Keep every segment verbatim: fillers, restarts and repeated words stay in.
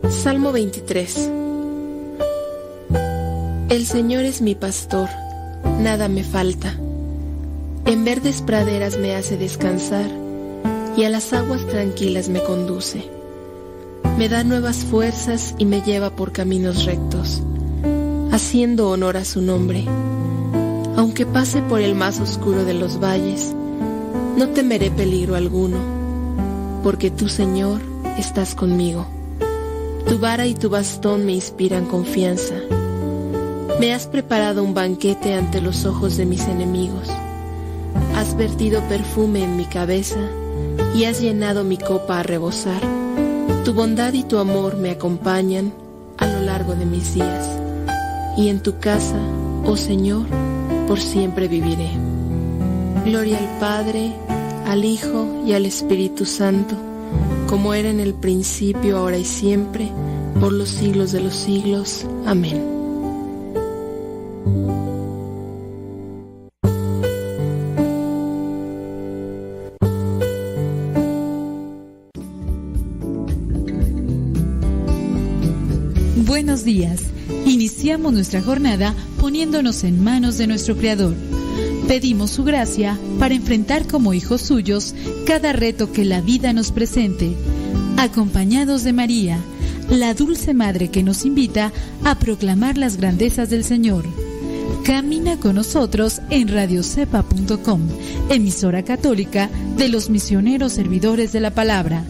Salmo veintitrés. El Señor es mi pastor, nada me falta. En verdes praderas me hace descansar y a las aguas tranquilas me conduce. Me da nuevas fuerzas y me lleva por caminos rectos, haciendo honor a su nombre. Aunque pase por el más oscuro de los valles, no temeré peligro alguno, porque tú, Señor, estás conmigo. Tu vara y tu bastón me inspiran confianza. Me has preparado un banquete ante los ojos de mis enemigos. Has vertido perfume en mi cabeza y has llenado mi copa a rebosar. Tu bondad y tu amor me acompañan a lo largo de mis días. Y en tu casa, oh Señor, por siempre viviré. Gloria al Padre, al Hijo y al Espíritu Santo, como era en el principio, ahora y siempre, por los siglos de los siglos. Amén. Buenos días. Iniciamos nuestra jornada poniéndonos en manos de nuestro Creador. Pedimos su gracia para enfrentar como hijos suyos cada reto que la vida nos presente, acompañados de María, la dulce Madre que nos invita a proclamar las grandezas del Señor. Camina con nosotros en radio cepa punto com, emisora católica de los misioneros servidores de la palabra.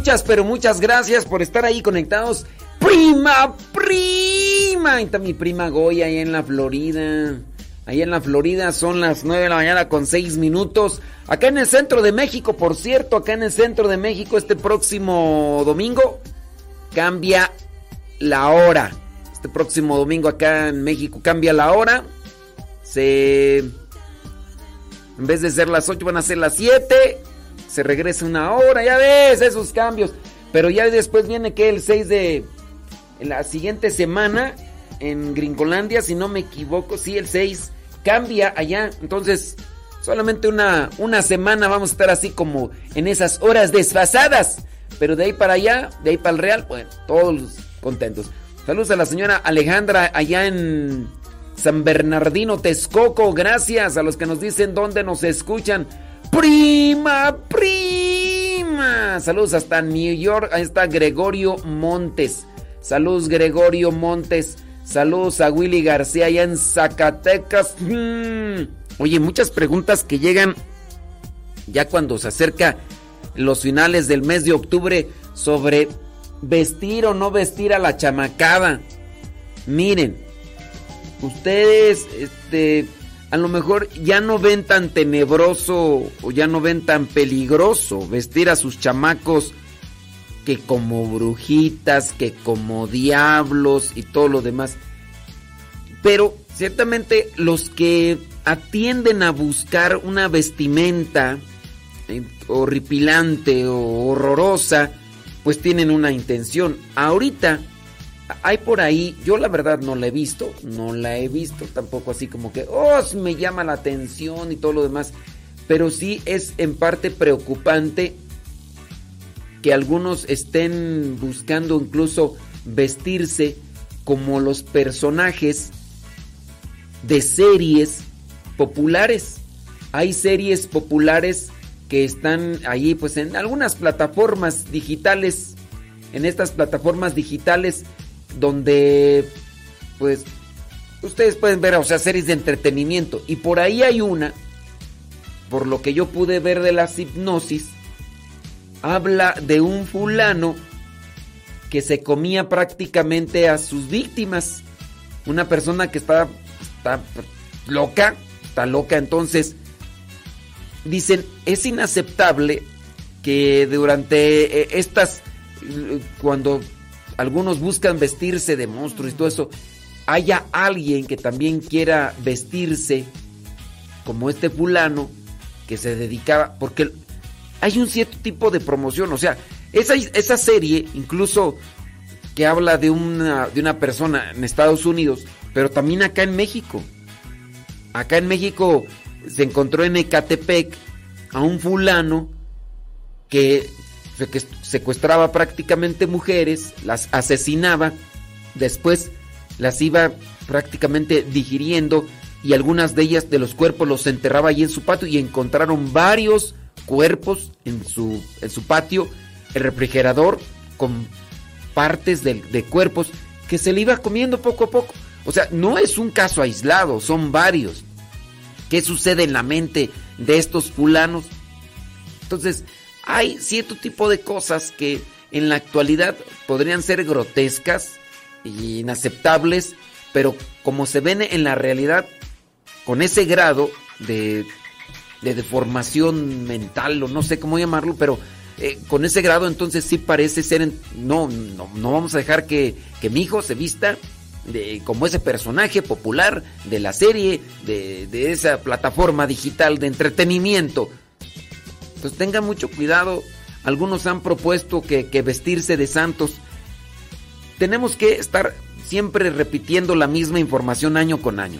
muchas, pero muchas gracias por estar ahí conectados. Prima, prima. Ahí está mi prima Goya, ahí en la Florida. Ahí en la Florida son las nueve de la mañana con seis minutos. Acá en el centro de México, por cierto, acá en el centro de México este próximo domingo cambia la hora. Este próximo domingo acá en México cambia la hora. Se... En vez de ser las ocho van a ser las siete. Se regresa una hora, ya ves esos cambios. Pero ya después viene que el seis de... En la siguiente semana en Gringolandia, si no me equivoco, sí, el seis cambia allá. Entonces, solamente una, una semana vamos a estar así como en esas horas desfasadas. Pero de ahí para allá, de ahí para el Real, bueno, todos contentos. Saludos a la señora Alejandra allá en San Bernardino, Texcoco. Gracias a los que nos dicen dónde nos escuchan. Prima, prima. Saludos hasta New York. Ahí está Gregorio Montes. Saludos Gregorio Montes. Saludos a Willy García allá en Zacatecas. Hmm. Oye, muchas preguntas que llegan ya cuando se acerca los finales del mes de octubre sobre vestir o no vestir a la chamacada. Miren, ustedes este, a lo mejor ya no ven tan tenebroso o ya no ven tan peligroso vestir a sus chamacos que como brujitas, que como diablos y todo lo demás. Pero ciertamente los que atienden a buscar una vestimenta horripilante o horrorosa, pues tienen una intención. Ahorita hay por ahí, yo la verdad no la he visto, no la he visto tampoco así como que, oh, me llama la atención y todo lo demás, pero sí es en parte preocupante que algunos estén buscando incluso vestirse como los personajes de series populares. Hay series populares que están allí pues en algunas plataformas digitales, en estas plataformas digitales donde pues ustedes pueden ver, o sea, series de entretenimiento, y por ahí hay una, por lo que yo pude ver de las hipnosis, habla de un fulano que se comía prácticamente a sus víctimas, una persona que está, está loca, está loca, entonces dicen, es inaceptable que durante estas, cuando algunos buscan vestirse de monstruos y todo eso, haya alguien que también quiera vestirse como este fulano que se dedicaba, porque hay un cierto tipo de promoción, o sea, esa, esa serie incluso que habla de una, de una persona en Estados Unidos, pero también acá en México. Acá en México se encontró en Ecatepec a un fulano que secuestraba prácticamente mujeres, las asesinaba, después las iba prácticamente digiriendo y algunas de ellas, de los cuerpos, los enterraba allí en su patio y encontraron varios cuerpos en su, en su patio, el refrigerador con partes de, de cuerpos que se le iba comiendo poco a poco. O sea, no es un caso aislado, son varios. ¿Qué sucede en la mente de estos fulanos? Entonces, hay cierto tipo de cosas que en la actualidad podrían ser grotescas e inaceptables, pero como se ven en la realidad, con ese grado de, de deformación mental, o no sé cómo llamarlo, pero eh, con ese grado entonces sí parece ser, en, no, no, no vamos a dejar que, que mi hijo se vista de, como ese personaje popular de la serie, de, de esa plataforma digital de entretenimiento. Pues tengan mucho cuidado. Algunos han propuesto que, que vestirse de santos. Tenemos que estar siempre repitiendo la misma información año con año.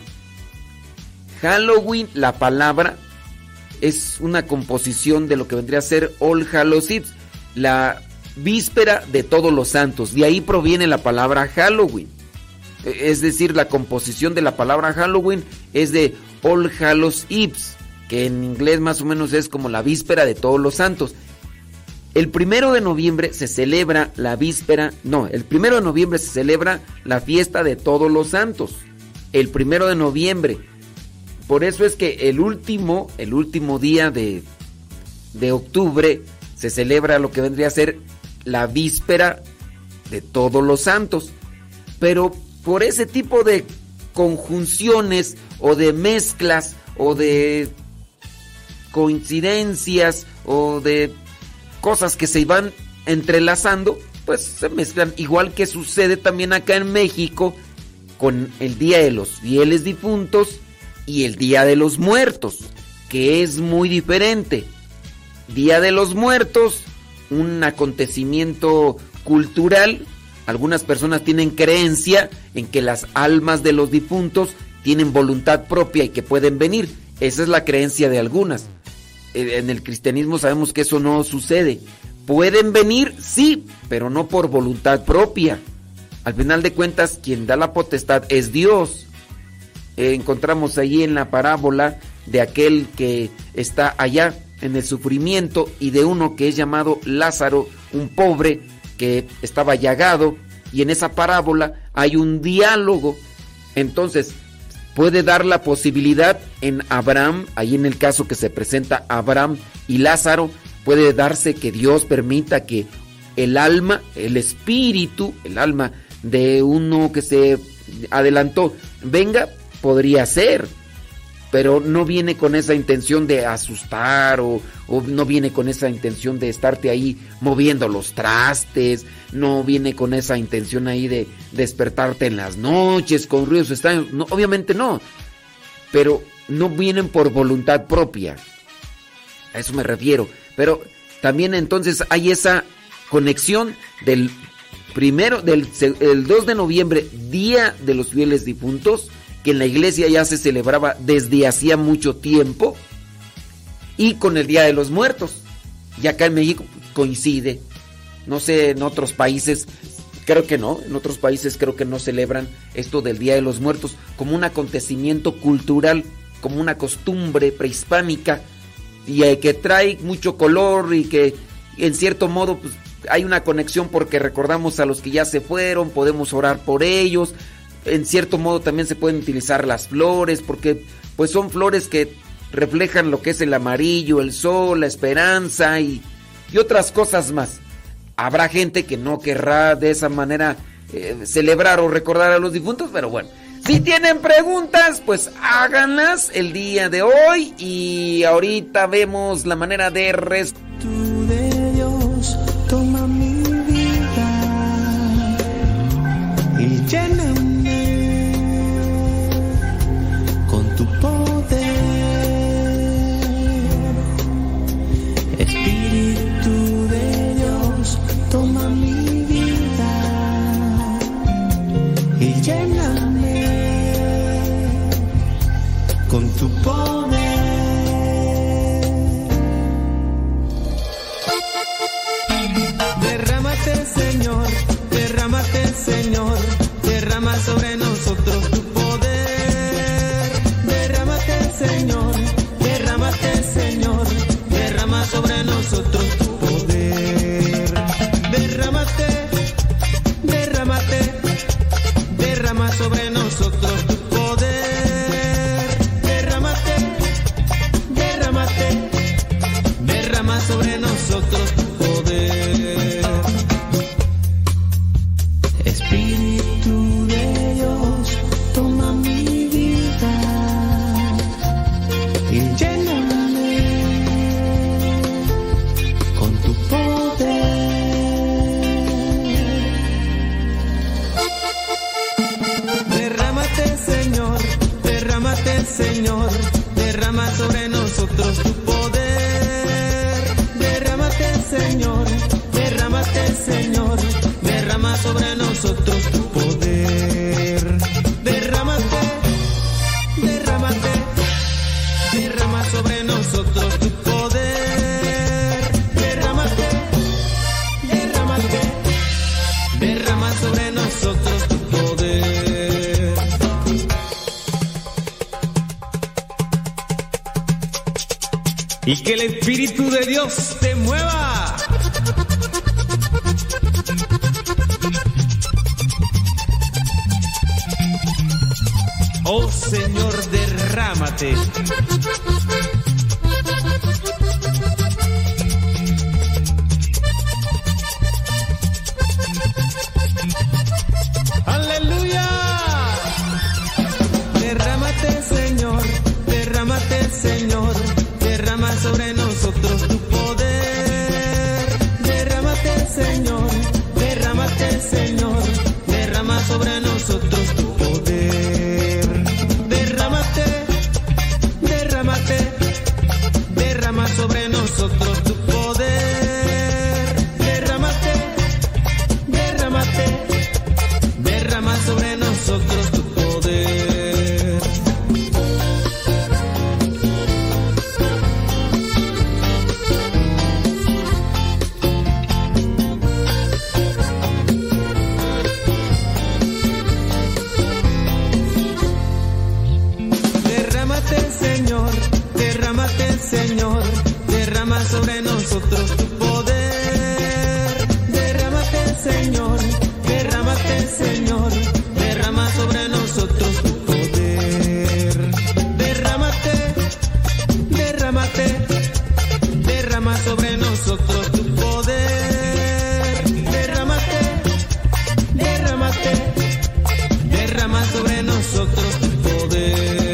Halloween, la palabra, es una composición de lo que vendría a ser All Hallows Eve, la víspera de todos los santos. De ahí proviene la palabra Halloween. Es decir, la composición de la palabra Halloween es de All Hallows Eve, que en inglés más o menos es como la víspera de todos los santos. El primero de noviembre se celebra la víspera, no, el primero de noviembre se celebra la fiesta de todos los santos. El primero de noviembre. Por eso es que el último, el último día de, de octubre se celebra lo que vendría a ser la víspera de Todos los Santos. Pero por ese tipo de conjunciones o de mezclas o de coincidencias o de cosas que se van entrelazando, pues se mezclan, igual que sucede también acá en México con el Día de los Fieles Difuntos y el Día de los Muertos, que es muy diferente. Día de los Muertos, un acontecimiento cultural. Algunas personas tienen creencia en que las almas de los difuntos tienen voluntad propia y que pueden venir. Esa es la creencia de algunas. En el cristianismo sabemos que eso no sucede. Pueden venir, sí, pero no por voluntad propia. Al final de cuentas, quien da la potestad es Dios. Eh, encontramos ahí en la parábola de aquel que está allá en el sufrimiento y de uno que es llamado Lázaro, un pobre que estaba llagado, y en esa parábola hay un diálogo. Entonces, puede dar la posibilidad en Abraham, ahí en el caso que se presenta Abraham y Lázaro, puede darse que Dios permita que el alma, el espíritu, el alma de uno que se adelantó, venga, podría ser, pero no viene con esa intención de asustar o, o no viene con esa intención de estarte ahí moviendo los trastes, no viene con esa intención ahí de despertarte en las noches con ruidos extraños, no, obviamente no, pero no vienen por voluntad propia, a eso me refiero, pero también entonces hay esa conexión del primero, del el dos de noviembre, Día de los Fieles Difuntos, que en la iglesia ya se celebraba desde hacía mucho tiempo, y con el Día de los Muertos. Y acá en México coincide. No sé, en otros países, creo que no, en otros países creo que no celebran esto del Día de los Muertos como un acontecimiento cultural, como una costumbre prehispánica, y que trae mucho color y que en cierto modo pues, hay una conexión porque recordamos a los que ya se fueron, podemos orar por ellos. En cierto modo también se pueden utilizar las flores porque pues son flores que reflejan lo que es el amarillo, el sol, la esperanza y, y otras cosas más. Habrá gente que no querrá de esa manera eh, celebrar o recordar a los difuntos, pero bueno. Si tienen preguntas, pues háganlas el día de hoy y ahorita vemos la manera de responder. Y lléname con tu poder, Espíritu de Dios, toma mi vida y lléname con tu poder. Derrámate, Señor, derrámate, Señor, derrama sobre nosotros tu poder. Derrámate, Señor, derrámate, Señor, derrama sobre nosotros tu poder. Derrámate, derrámate, derrama sobre nosotros tu poder. Derrámate, derrámate, derrama sobre nosotros tu poder. Espíritu de Dios, toma mi vida y lléname con tu poder. Derrámate, Señor, derrámate, Señor, derrama sobre nosotros tu poder. Derrámate, Señor, derrámate, Señor, derrama sobre nosotros tu poder. Derrámate, derrámate, derrama sobre nosotros tu poder. Derrámate, derrámate, derrama sobre nosotros tu poder. Y que el Espíritu de Dios te mueva. Oh Señor, derrámate. sobre nosotros tu poder. Derrámate, derrámate, derrama sobre nosotros tu poder. Señor, derrámate, Señor, derrama sobre nosotros tu poder. Derrámate, Señor, derrámate, Señor, derrama sobre nosotros tu poder. Derrámate, derrámate, derrama sobre nosotros tu poder. Derrámate, derrámate, derrama sobre nosotros tu poder.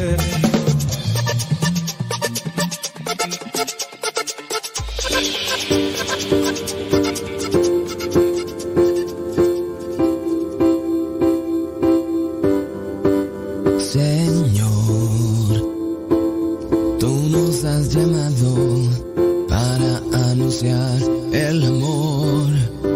El amor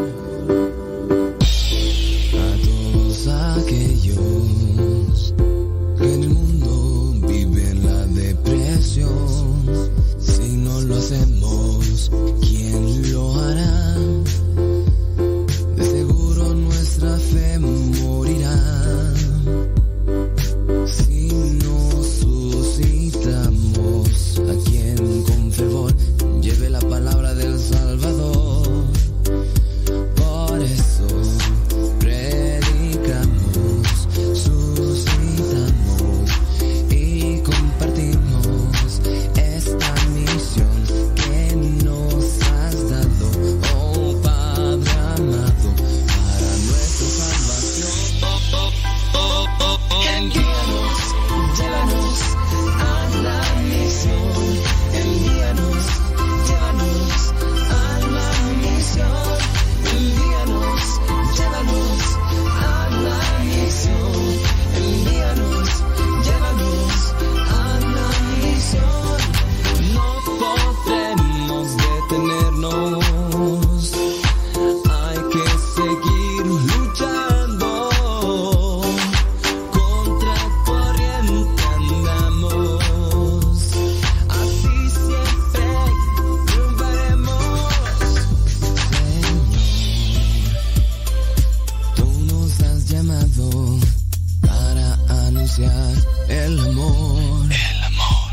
a todos aquellos que en el mundo viven la depresión. Si no lo hacemos, ¿quién lo hará? De seguro nuestra fe morirá. Si no suscitamos a quien con fervor lleve la palabra del Salvador. Por eso predicamos, suscitamos y compartimos esta misión que nos has dado, oh Padre amado, para nuestra salvación. Envíanos, llévanos a la misión. Envíanos, llévanos a la misión. Envíanos, llévanos a la misión. Envíanos, llévanos a la misión. No podremos detenernos. Hay que seguir luchando. Contra corriente andamos. Así siempre triunfaremos. Señor, tú nos has llamado para anunciar el amor. El amor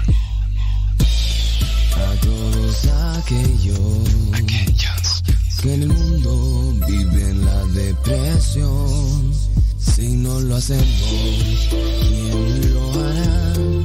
a todos aquellos, que en el mundo viven la depresión. Si no lo hacemos, ¿quién lo hará?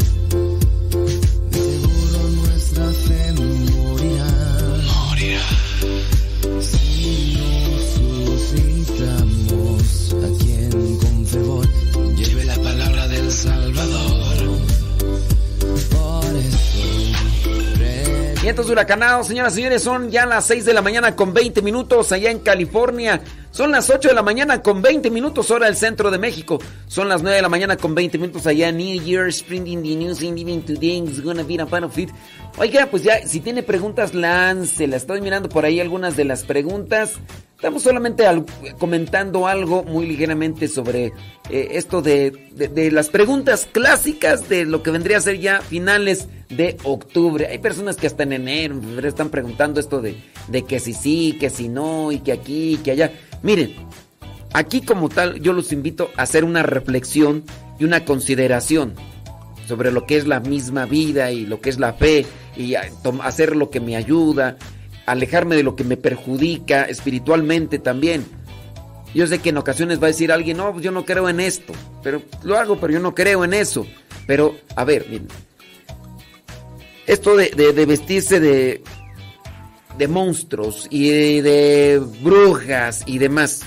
De seguro nuestra fe morirá. Morirá. Si no suscitamos a quien con fervor lleve la palabra del Salvador. Por eso Vientos huracanados, señoras y señores, son ya las seis de la mañana con veinte minutos allá en California. Son las ocho de la mañana con veinte minutos hora del centro de México. Son las nueve de la mañana con veinte minutos allá en New Year, Spring in the News, in living today, is gonna be a fan of it. Oiga, pues ya, si tiene preguntas, láncelas. Estoy mirando por ahí algunas de las preguntas. Estamos solamente al, comentando algo muy ligeramente sobre eh, esto de, de, de las preguntas clásicas de lo que vendría a ser ya finales de octubre. Hay personas que hasta en enero, en febrero están preguntando esto de, de que si sí, que si no, y que aquí, y que allá. Miren, aquí como tal yo los invito a hacer una reflexión y una consideración sobre lo que es la misma vida y lo que es la fe y a, tom, hacer lo que me ayuda, alejarme de lo que me perjudica espiritualmente también. Yo sé que en ocasiones va a decir alguien, no, pues yo no creo en esto, pero lo hago, pero yo no creo en eso. Pero, a ver, miren, esto de, de, de vestirse de, de monstruos y de, de brujas y demás.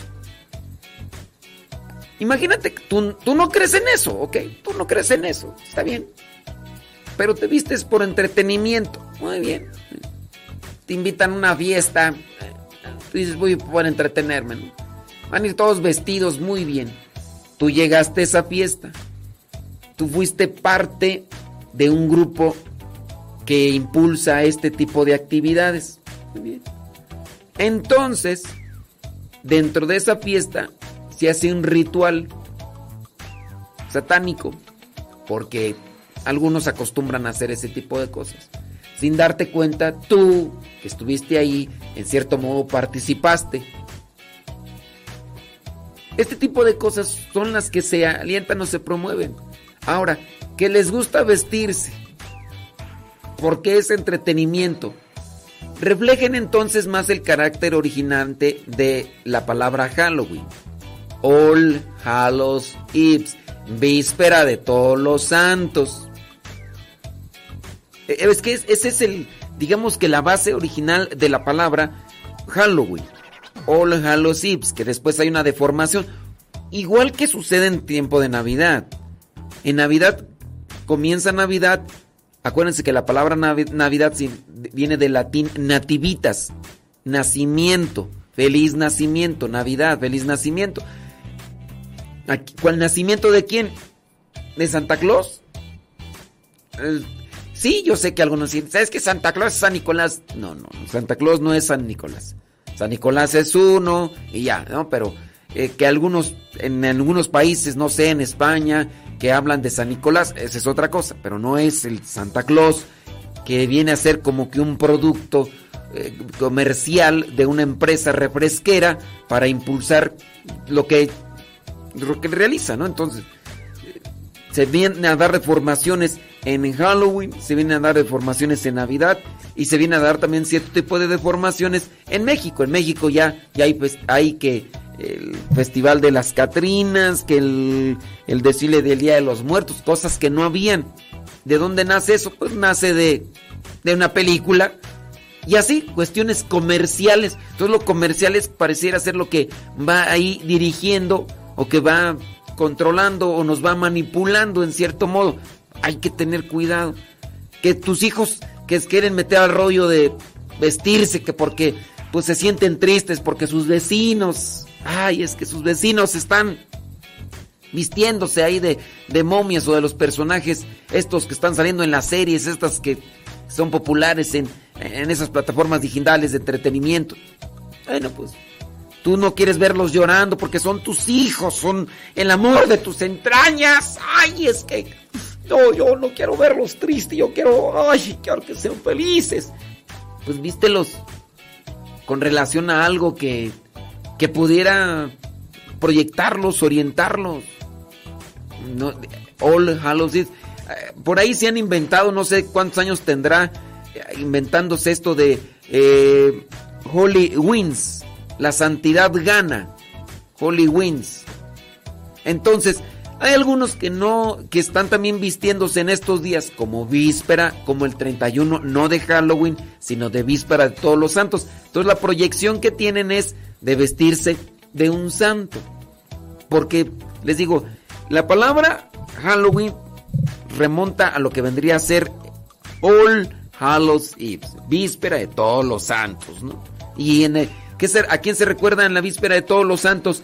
Imagínate, tú, tú no crees en eso, ¿ok? Tú no crees en eso, está bien. Pero te vistes por entretenimiento, muy bien. Te invitan a una fiesta, tú dices, voy a entretenerme, ¿no? Van a ir todos vestidos muy bien. Tú llegaste a esa fiesta. Tú fuiste parte de un grupo que impulsa este tipo de actividades. Muy bien. Entonces, dentro de esa fiesta se hace un ritual satánico, porque algunos acostumbran a hacer ese tipo de cosas. Sin darte cuenta, tú que estuviste ahí, en cierto modo participaste. Este tipo de cosas son las que se alientan o se promueven. Ahora, que les gusta vestirse, porque es entretenimiento. Reflejen entonces más el carácter originante de la palabra Halloween. All Hallows Eve, víspera de todos los santos. Es que ese es el, digamos que la base original de la palabra Halloween. All Hallows Eve, que después hay una deformación. Igual que sucede en tiempo de Navidad. En Navidad comienza Navidad. Acuérdense que la palabra Navidad viene del latín nativitas, nacimiento, feliz nacimiento, Navidad, feliz nacimiento. ¿Cuál nacimiento de quién? ¿De Santa Claus? Sí, yo sé que algunos dicen, ¿sabes que Santa Claus es San Nicolás? No, no, Santa Claus no es San Nicolás. San Nicolás es uno y ya, ¿no? Pero eh, que algunos, en algunos países, no sé, en España, que hablan de San Nicolás, esa es otra cosa, pero no es el Santa Claus que viene a ser como que un producto eh, comercial de una empresa refresquera para impulsar lo que, lo que realiza, ¿no? Entonces, eh, se vienen a dar deformaciones en Halloween, se vienen a dar deformaciones en Navidad y se viene a dar también cierto tipo de deformaciones en México. En México ya, ya hay, pues, hay que el Festival de las Catrinas, que el, el desfile del Día de los Muertos, cosas que no habían. ¿De dónde nace eso? Pues nace de, de una película. Y así, cuestiones comerciales. Entonces lo comerciales pareciera ser lo que va ahí dirigiendo o que va controlando o nos va manipulando en cierto modo. Hay que tener cuidado. Que tus hijos que quieren meter al rollo de vestirse, que porque pues se sienten tristes, porque sus vecinos, ay, es que sus vecinos están vistiéndose ahí de, de momias o de los personajes estos que están saliendo en las series, estas que son populares en, en esas plataformas digitales de entretenimiento. Bueno, pues tú no quieres verlos llorando porque son tus hijos, son el amor de tus entrañas. Ay, es que no, yo no quiero verlos tristes, yo quiero, ay, quiero que sean felices. Pues vístelos con relación a algo que, que pudiera proyectarlos, orientarlos. No, All Hallows Eve. Por ahí se han inventado, no sé cuántos años tendrá inventándose esto de eh, Holy Wins, la santidad gana, Holy Wins. Entonces, hay algunos que no, que están también vistiéndose en estos días como víspera, como el treinta y uno, no de Halloween, sino de víspera de todos los santos. Entonces la proyección que tienen es de vestirse de un santo. Porque, les digo, la palabra Halloween remonta a lo que vendría a ser All Hallows Eve, víspera de todos los santos, ¿no? Y en el, ¿qué ser, ¿a quién se recuerda en la víspera de todos los santos?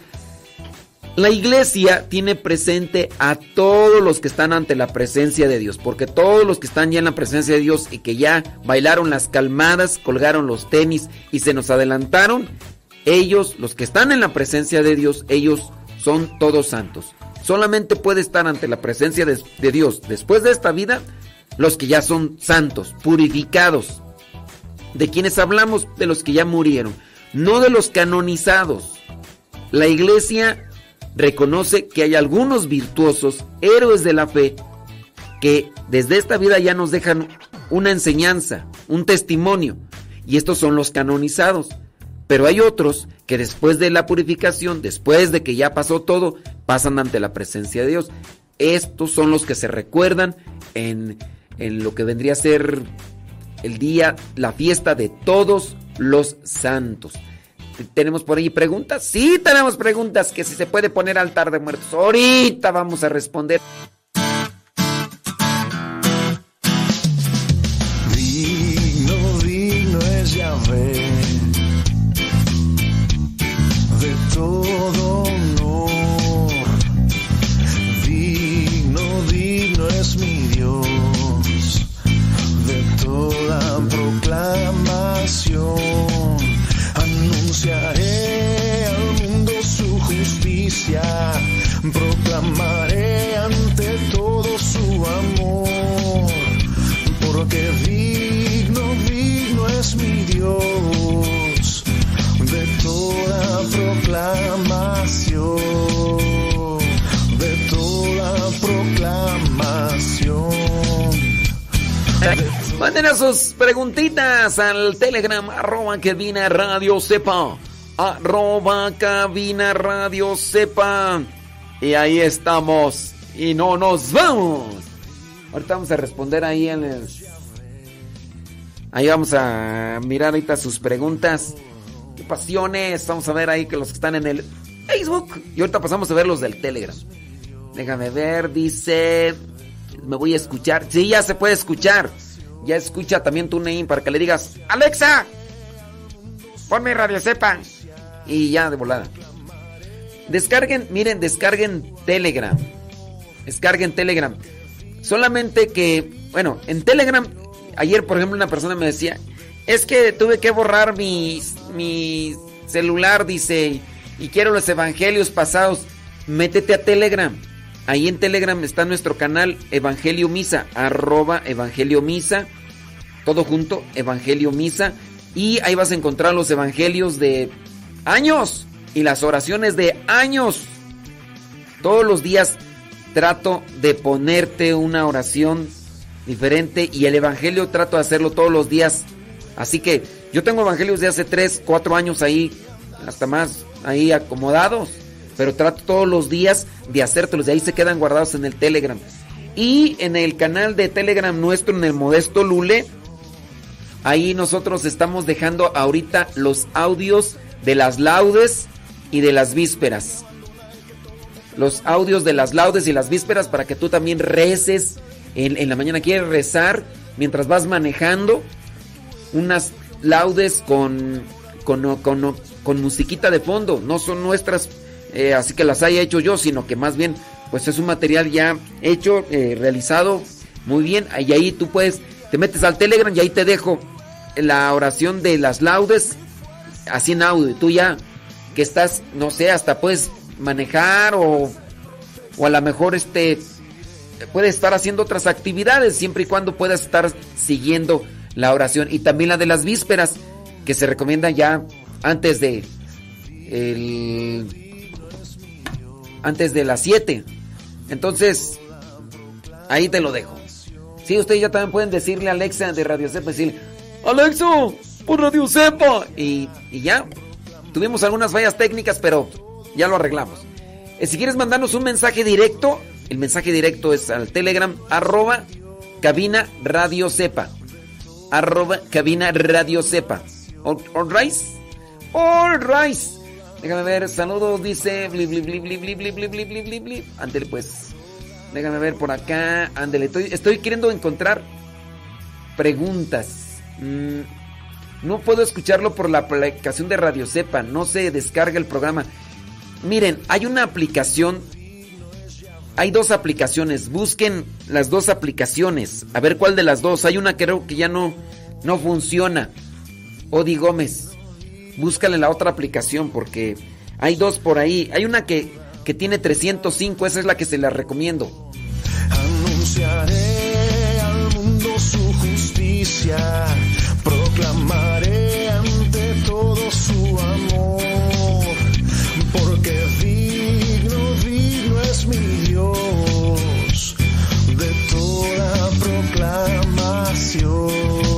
La iglesia tiene presente a todos los que están ante la presencia de Dios, porque todos los que están ya en la presencia de Dios y que ya bailaron las calmadas, colgaron los tenis y se nos adelantaron, ellos, los que están en la presencia de Dios, ellos son todos santos. Solamente puede estar ante la presencia de, de Dios después de esta vida los que ya son santos, purificados. ¿De quiénes hablamos? De los que ya murieron, no de los canonizados. La iglesia reconoce que hay algunos virtuosos, héroes de la fe, que desde esta vida ya nos dejan una enseñanza, un testimonio, y estos son los canonizados. Pero hay otros que después de la purificación, después de que ya pasó todo, pasan ante la presencia de Dios. Estos son los que se recuerdan en, en lo que vendría a ser el día, la fiesta de todos los santos. ¿Tenemos por ahí preguntas? Sí, tenemos preguntas, que si se puede poner altar de muertos. Ahorita vamos a responder. Digno, digno es Yahvé de todo honor. Digno, digno es mi Dios de todo proclamación. Anunciaré al mundo su justicia, proclamaré ante todo su amor, porque digno, digno es mi Dios de toda proclamación, de toda proclamación. Manden sus preguntitas al Telegram, arroba cabina radio sepa, arroba cabina radio sepa. Y ahí estamos, y no nos vamos. Ahorita vamos a responder ahí en el... Ahí vamos a mirar ahorita sus preguntas. ¿Qué pasiones? Vamos a ver ahí que los que están en el Facebook. Y ahorita pasamos a ver los del Telegram. Déjame ver, dice... Me voy a escuchar. Sí, ya se puede escuchar. Ya escucha también tu name para que le digas: Alexa, ponme Radio Sepa. Y ya de volada. Descarguen, miren, descarguen Telegram. Descarguen Telegram. Solamente que, bueno, en Telegram, ayer por ejemplo una persona me decía: es que tuve que borrar mi, mi celular, dice, y quiero los evangelios pasados. Métete a Telegram. Ahí en Telegram está nuestro canal Evangelio Misa, arroba Evangelio Misa, todo junto, Evangelio Misa. Y ahí vas a encontrar los evangelios de años y las oraciones de años. Todos los días trato de ponerte una oración diferente y el evangelio trato de hacerlo todos los días. Así que yo tengo evangelios de hace tres, cuatro años ahí, hasta más ahí acomodados. Pero trato todos los días de hacértelos. De ahí se quedan guardados en el Telegram. Y en el canal de Telegram nuestro, en el Modesto Lule, ahí nosotros estamos dejando ahorita los audios de las laudes y de las vísperas. Los audios de las laudes y las vísperas para que tú también reces. En, en la mañana quieres rezar mientras vas manejando. Unas laudes con, con, con, con musiquita de fondo. No son nuestras... Eh, así que las haya hecho yo, sino que más bien pues es un material ya hecho, eh, realizado muy bien. Y ahí tú puedes, te metes al Telegram y ahí te dejo la oración de las laudes así en audio. Tú ya que estás, no sé, hasta puedes manejar o, o a lo mejor este puedes estar haciendo otras actividades siempre y cuando puedas estar siguiendo la oración. Y también la de las vísperas, que se recomienda ya antes de el antes de las siete. Entonces, ahí te lo dejo. Sí, ustedes ya también pueden decirle a Alexa de Radio Sepa, decirle: Alexa, por Radio Sepa. Y, y ya. Tuvimos algunas fallas técnicas, pero ya lo arreglamos. Eh, si quieres mandarnos un mensaje directo, el mensaje directo es al Telegram, arroba cabina Radio Sepa. Arroba cabina Radio Sepa. All, all right. All right. Déjame ver, saludos, dice bli bli bli bli bli bli bli bli bli bli bli. Ándele pues. Déjame ver por acá. Ándele, estoy, estoy queriendo encontrar preguntas. Mm, no puedo escucharlo por la aplicación de Radio Sepa. No se descarga el programa. Miren, hay una aplicación. Hay dos aplicaciones. Busquen las dos aplicaciones. A ver cuál de las dos. Hay una que creo que ya no, no funciona. Odi Gómez. Búscale la otra aplicación porque hay dos por ahí. Hay una que, que tiene trescientos cinco, esa es la que se la recomiendo. Anunciaré al mundo su justicia, proclamaré ante todo su amor, porque digno, digno es mi Dios de toda proclamación.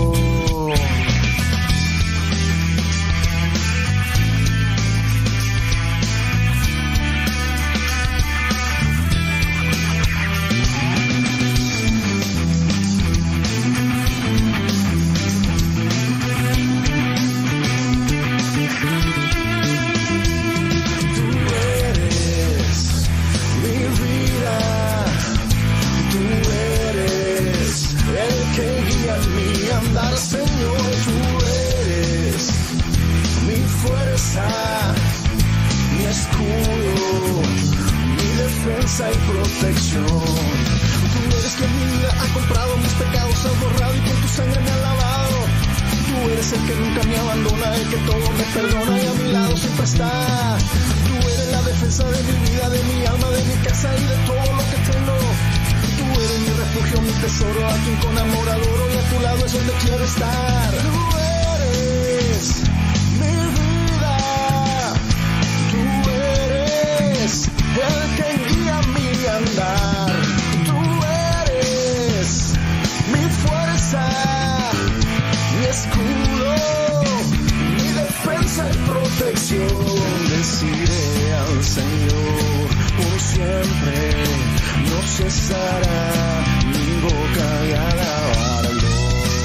Mi escudo, mi defensa y protección. Tú eres quien mi vida ha comprado, mis pecados has borrado y con tu sangre me ha lavado. Tú eres el que nunca me abandona, el que todo me perdona y a mi lado siempre está. Tú eres la defensa de mi vida, de mi alma, de mi casa y de todo lo que tengo. Tú eres mi refugio, mi tesoro, a quien con amor adoro y a tu lado es donde quiero estar. Tú eres mi vida, tú eres el que guía mi andar. Tú eres mi fuerza, mi escudo, mi defensa y protección. Deciré al Señor por siempre, no cesará mi boca de alabarlo.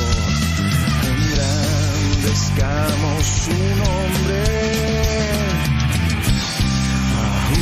Engrandezcamos su nombre, a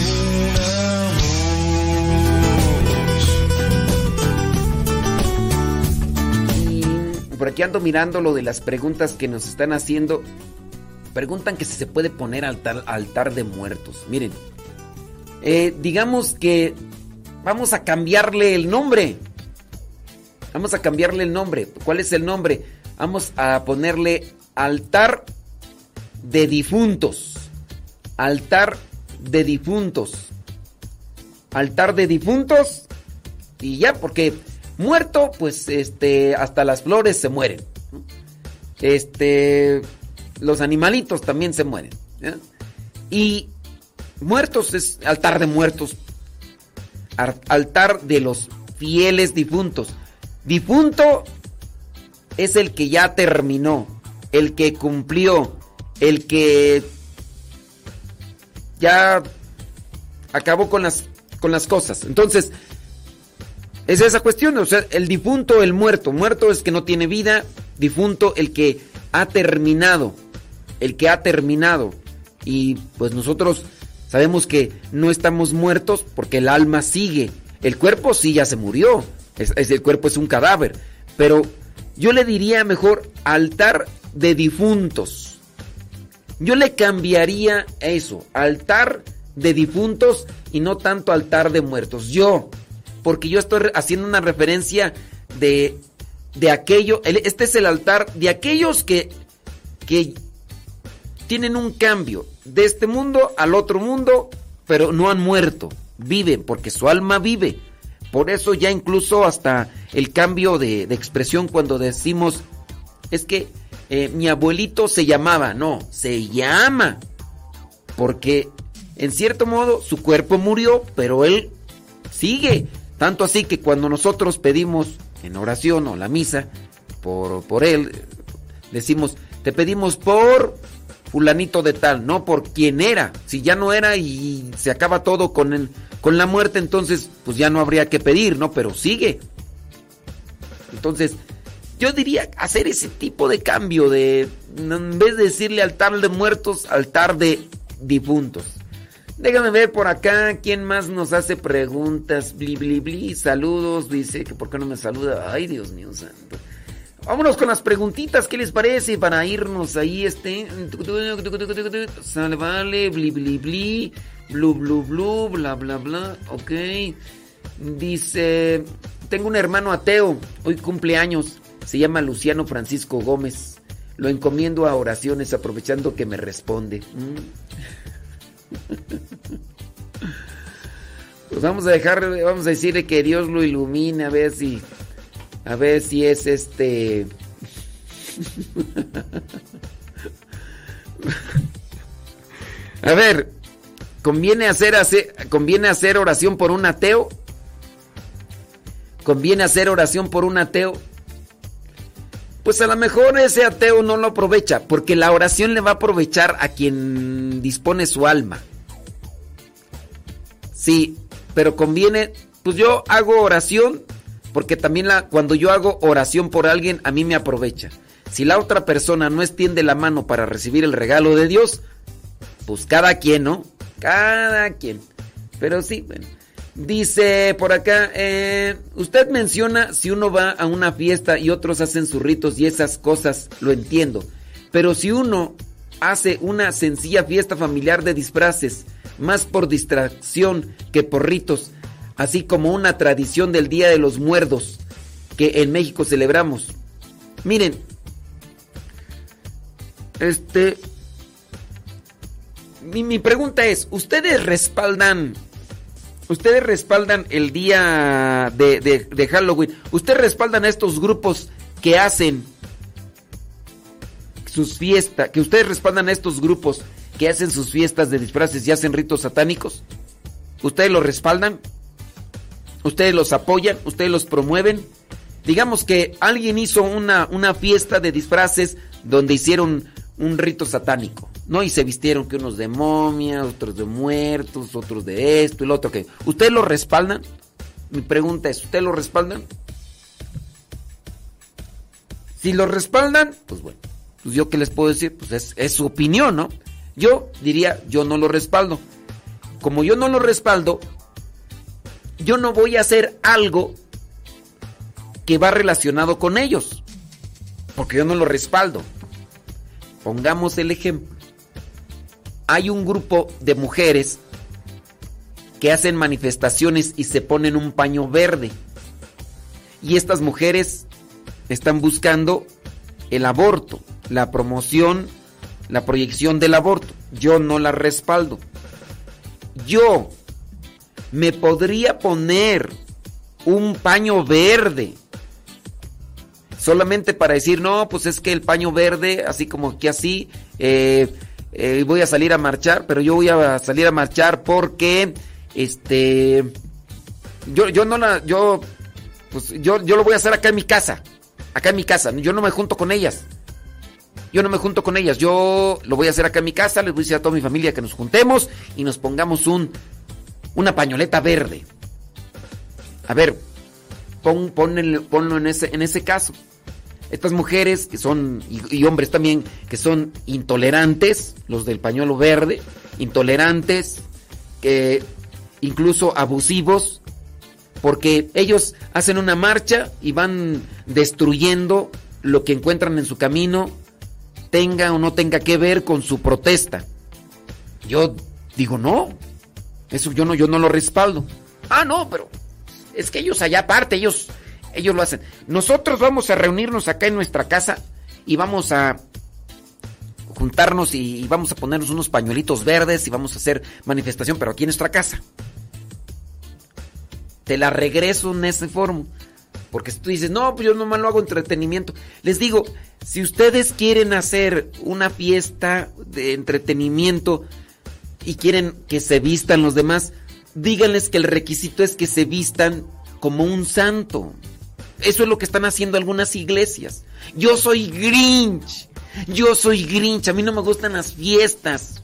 una voz. Y por aquí ando mirando lo de las preguntas que nos están haciendo. Preguntan que si se puede poner altar, altar de muertos. Miren, eh, digamos que vamos a cambiarle el nombre. Vamos a cambiarle el nombre. ¿Cuál es el nombre? Vamos a ponerle altar de difuntos. Altar de difuntos. Altar de difuntos. Y ya, porque muerto, pues este, hasta las flores se mueren. Este... Los animalitos también se mueren, ¿ya? Y muertos es altar de muertos, altar de los fieles difuntos. Difunto es el que ya terminó, el que cumplió, el que ya acabó con las, con las cosas. Entonces, es esa cuestión, o sea, el difunto, el muerto. Muerto es que no tiene vida, difunto el que ha terminado. El que ha terminado. Y pues nosotros sabemos que no estamos muertos porque el alma sigue. El cuerpo sí ya se murió. Es, es, el cuerpo es un cadáver. Pero yo le diría mejor altar de difuntos. Yo le cambiaría eso. Altar de difuntos y no tanto altar de muertos. Yo. Porque yo estoy haciendo una referencia de, de aquello. Este es el altar de aquellos que... que tienen un cambio de este mundo al otro mundo, pero no han muerto, viven, porque su alma vive. Por eso ya incluso hasta el cambio de, de expresión cuando decimos, es que eh, mi abuelito se llamaba, no, se llama, porque en cierto modo su cuerpo murió, pero él sigue. Tanto así que cuando nosotros pedimos en oración o la misa por, por él, decimos, te pedimos por... fulanito de tal, no por quien era. Si ya no era y se acaba todo con, el, con la muerte, entonces pues ya no habría que pedir, ¿no? Pero sigue. Entonces, yo diría hacer ese tipo de cambio de, en vez de decirle altar de muertos, altar de difuntos. Déjame ver por acá quién más nos hace preguntas. Bli, bli, bli, saludos. Dice que por qué no me saluda. Ay, Dios mío santo. Vámonos con las preguntitas, ¿qué les parece? Para irnos ahí, este... Sale, vale, bli, bli, bli, blu, blu, blu, bla, bla, bla, ok. Dice, tengo un hermano ateo, hoy cumpleaños, se llama Luciano Francisco Gómez. Lo encomiendo a oraciones, aprovechando que me responde. Pues vamos a dejar, vamos a decirle que Dios lo ilumine, a ver si... A ver si es este... A ver, ¿conviene hacer, hacer, ¿conviene hacer oración por un ateo? ¿Conviene hacer oración por un ateo? Pues a lo mejor ese ateo no lo aprovecha, porque la oración le va a aprovechar a quien dispone su alma. Sí, pero conviene... Pues yo hago oración... Porque también la, cuando yo hago oración por alguien, a mí me aprovecha. Si la otra persona no extiende la mano para recibir el regalo de Dios, pues cada quien, ¿no? Cada quien. Pero sí, bueno. Dice por acá, eh, usted menciona si uno va a una fiesta y otros hacen sus ritos y esas cosas, lo entiendo. Pero si uno hace una sencilla fiesta familiar de disfraces, más por distracción que por ritos, así como una tradición del Día de los Muertos que en México celebramos. Miren, Este... Mi, mi pregunta es, ¿ustedes respaldan... ¿Ustedes respaldan el día de, de, de Halloween? ¿Ustedes respaldan a estos grupos que hacen sus fiestas? ¿Que ustedes respaldan a estos grupos que hacen sus fiestas de disfraces y hacen ritos satánicos? ¿Ustedes los respaldan? ¿Ustedes los apoyan? ¿Ustedes los promueven? Digamos que alguien hizo una, una fiesta de disfraces donde hicieron un rito satánico, ¿no? Y se vistieron que unos de momias, otros de muertos, otros de esto y lo otro que... ¿Ustedes lo respaldan? Mi pregunta es, ¿ustedes lo respaldan? Si lo respaldan, pues bueno, pues yo qué les puedo decir, pues es, es su opinión, ¿no? Yo diría, yo no lo respaldo. Como yo no lo respaldo, yo no voy a hacer algo que va relacionado con ellos, porque yo no lo respaldo. Pongamos el ejemplo. Hay un grupo de mujeres que hacen manifestaciones y se ponen un paño verde. Y estas mujeres están buscando el aborto, la promoción, la proyección del aborto. Yo no la respaldo. Yo me podría poner un paño verde solamente para decir, no, pues es que el paño verde, así como que así, eh, eh, voy a salir a marchar, pero yo voy a salir a marchar porque, este, yo, yo no la, yo, pues yo, yo lo voy a hacer acá en mi casa, acá en mi casa, yo no me junto con ellas, yo no me junto con ellas, yo lo voy a hacer acá en mi casa, les voy a decir a toda mi familia que nos juntemos y nos pongamos un, una pañoleta verde. A ver, pon, pon, ponlo en ese, en ese caso. Estas mujeres que son, y, y hombres también, que son intolerantes, los del pañuelo verde, intolerantes, que incluso abusivos, porque ellos hacen una marcha y van destruyendo lo que encuentran en su camino, tenga o no tenga que ver con su protesta. Yo digo, no, eso yo no, yo no lo respaldo. Ah, no, pero es que ellos allá aparte, ellos... Ellos lo hacen. Nosotros vamos a reunirnos acá en nuestra casa y vamos a juntarnos y, y vamos a ponernos unos pañuelitos verdes y vamos a hacer manifestación, pero aquí en nuestra casa. Te la regreso en ese forma. Porque si tú dices, no, pues yo nomás lo hago entretenimiento. Les digo, si ustedes quieren hacer una fiesta de entretenimiento y quieren que se vistan los demás, díganles que el requisito es que se vistan como un santo. Eso es lo que están haciendo algunas iglesias. Yo soy Grinch. Yo soy Grinch. A mí no me gustan las fiestas.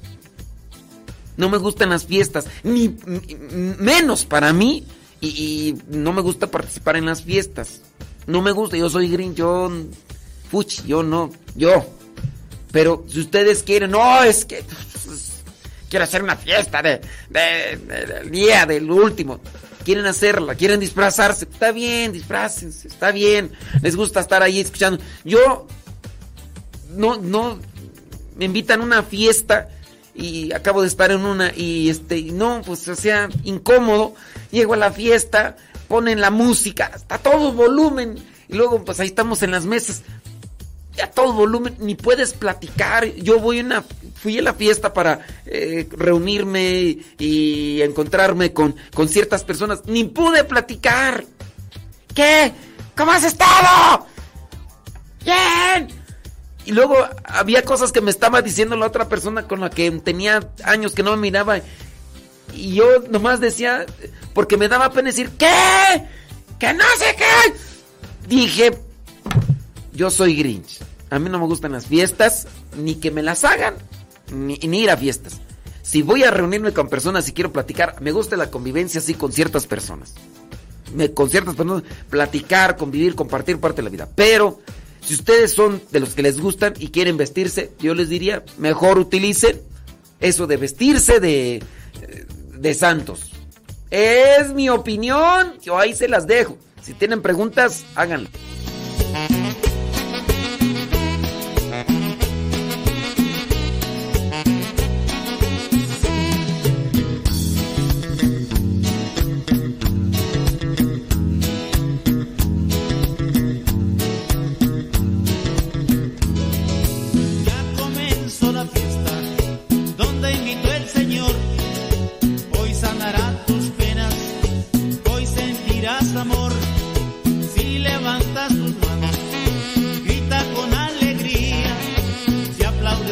No me gustan las fiestas. Ni, ni menos para mí. Y, y no me gusta participar en las fiestas. No me gusta. Yo soy Grinch. Yo... Fuchi, yo no. Yo. Pero si ustedes quieren... No, es que... Quiero hacer una fiesta de, de, de, del día del último. Quieren hacerla, quieren disfrazarse. Está bien, disfrácense, está bien. Les gusta estar ahí escuchando. Yo, no, no, me invitan a una fiesta y acabo de estar en una y este, no, pues o sea, incómodo. Llego a la fiesta, ponen la música, está a todo volumen. Y luego, pues ahí estamos en las mesas. A todo volumen, ni puedes platicar. Yo voy a una, fui a la fiesta para eh, reunirme y, y encontrarme con, con ciertas personas. Ni pude platicar. ¿Qué? ¿Cómo has estado? Bien. Y luego había cosas que me estaba diciendo la otra persona con la que tenía años que no me miraba. Y yo nomás decía, porque me daba pena decir, ¿qué? ¿Que no sé qué? Dije... Yo soy Grinch. A mí no me gustan las fiestas, ni que me las hagan, ni, ni ir a fiestas. Si voy a reunirme con personas y quiero platicar, me gusta la convivencia así con ciertas personas. Me, con ciertas personas, platicar, convivir, compartir parte de la vida. Pero, si ustedes son de los que les gustan y quieren vestirse, yo les diría, mejor utilicen eso de vestirse de, de santos. Es mi opinión, yo ahí se las dejo. Si tienen preguntas, háganlo. Ya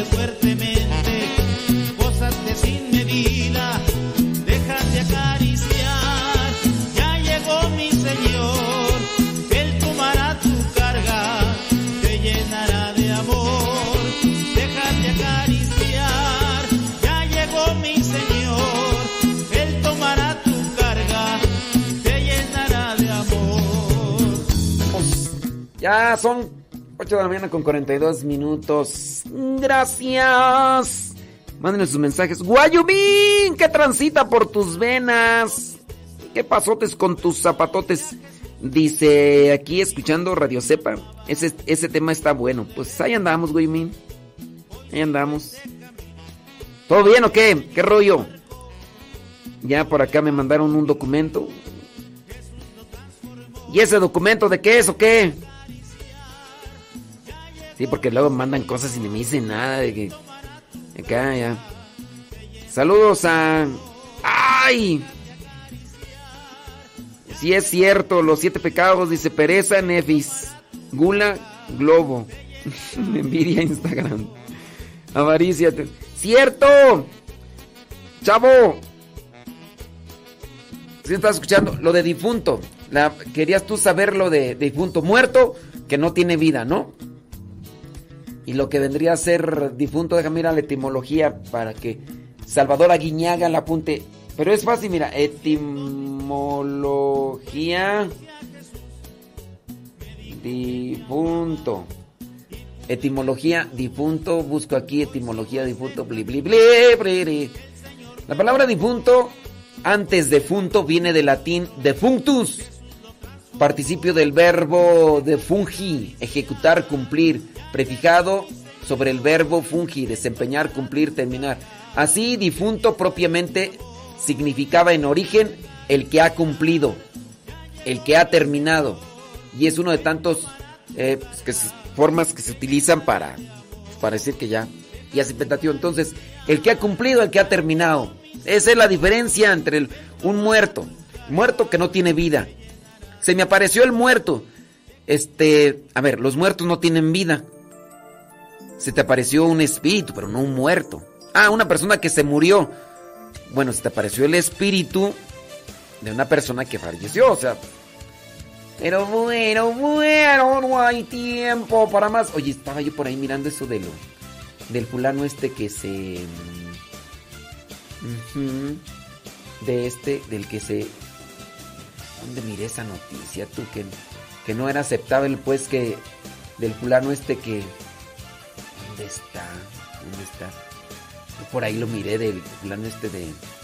fuertemente, gózate sin medida, déjate acariciar. Ya llegó mi Señor, Él tomará tu carga, te llenará de amor, déjate acariciar. Ya llegó mi Señor, Él tomará tu carga, te llenará de amor. Ya son ocho de la mañana con cuarenta y dos minutos. Gracias. Mándenme sus mensajes. Guayumín, ¿qué transita por tus venas? ¿Qué pasotes con tus zapatotes? Dice aquí escuchando Radio Cepa. Ese, ese tema está bueno. Pues ahí andamos, Guayumín. Ahí andamos. ¿Todo bien o qué? ¿Qué rollo? Ya por acá me mandaron un documento. ¿Y ese documento de qué es o qué? Sí, porque luego mandan cosas y ni me dicen nada de que... Acá, ya. Saludos a... ¡Ay! Sí es cierto, los siete pecados, dice pereza, nefis, gula, globo, envidia, Instagram, avaricia. ¡Cierto! ¡Chavo! ¿Sí estás escuchando? Lo de difunto. La, querías tú saber lo de, de difunto muerto que no tiene vida, ¿no? Y lo que vendría a ser difunto, déjame ir a la etimología para que Salvador Aguiñaga la apunte. Pero es fácil, mira, etimología difunto. Etimología difunto, busco aquí etimología difunto, bli, bli, bli, bli, bli. La palabra difunto, antes de funto, viene del latín defunctus, participio del verbo defungi, ejecutar, cumplir, prefijado sobre el verbo fungi, desempeñar, cumplir, terminar. Así, difunto propiamente significaba en origen el que ha cumplido, el que ha terminado, y es uno de tantos eh, pues, que se, formas que se utilizan para, para decir que ya, ya se impetatio. Entonces, el que ha cumplido, el que ha terminado. Esa es la diferencia entre el, un muerto, muerto que no tiene vida. Se me apareció el muerto. Este, a ver, los muertos no tienen vida. Se te apareció un espíritu, pero no un muerto. Ah, una persona que se murió. Bueno, se te apareció el espíritu de una persona que falleció, o sea. Pero bueno, bueno, no hay tiempo para más. Oye, estaba yo por ahí mirando eso de lo, del fulano este que se... Uh-huh, de este, del que se... ¿Dónde miré esa noticia tú? Que, que no era aceptable, pues, que... Del fulano este que... ¿Dónde está? ¿Dónde está? Por ahí lo miré del fulano este de...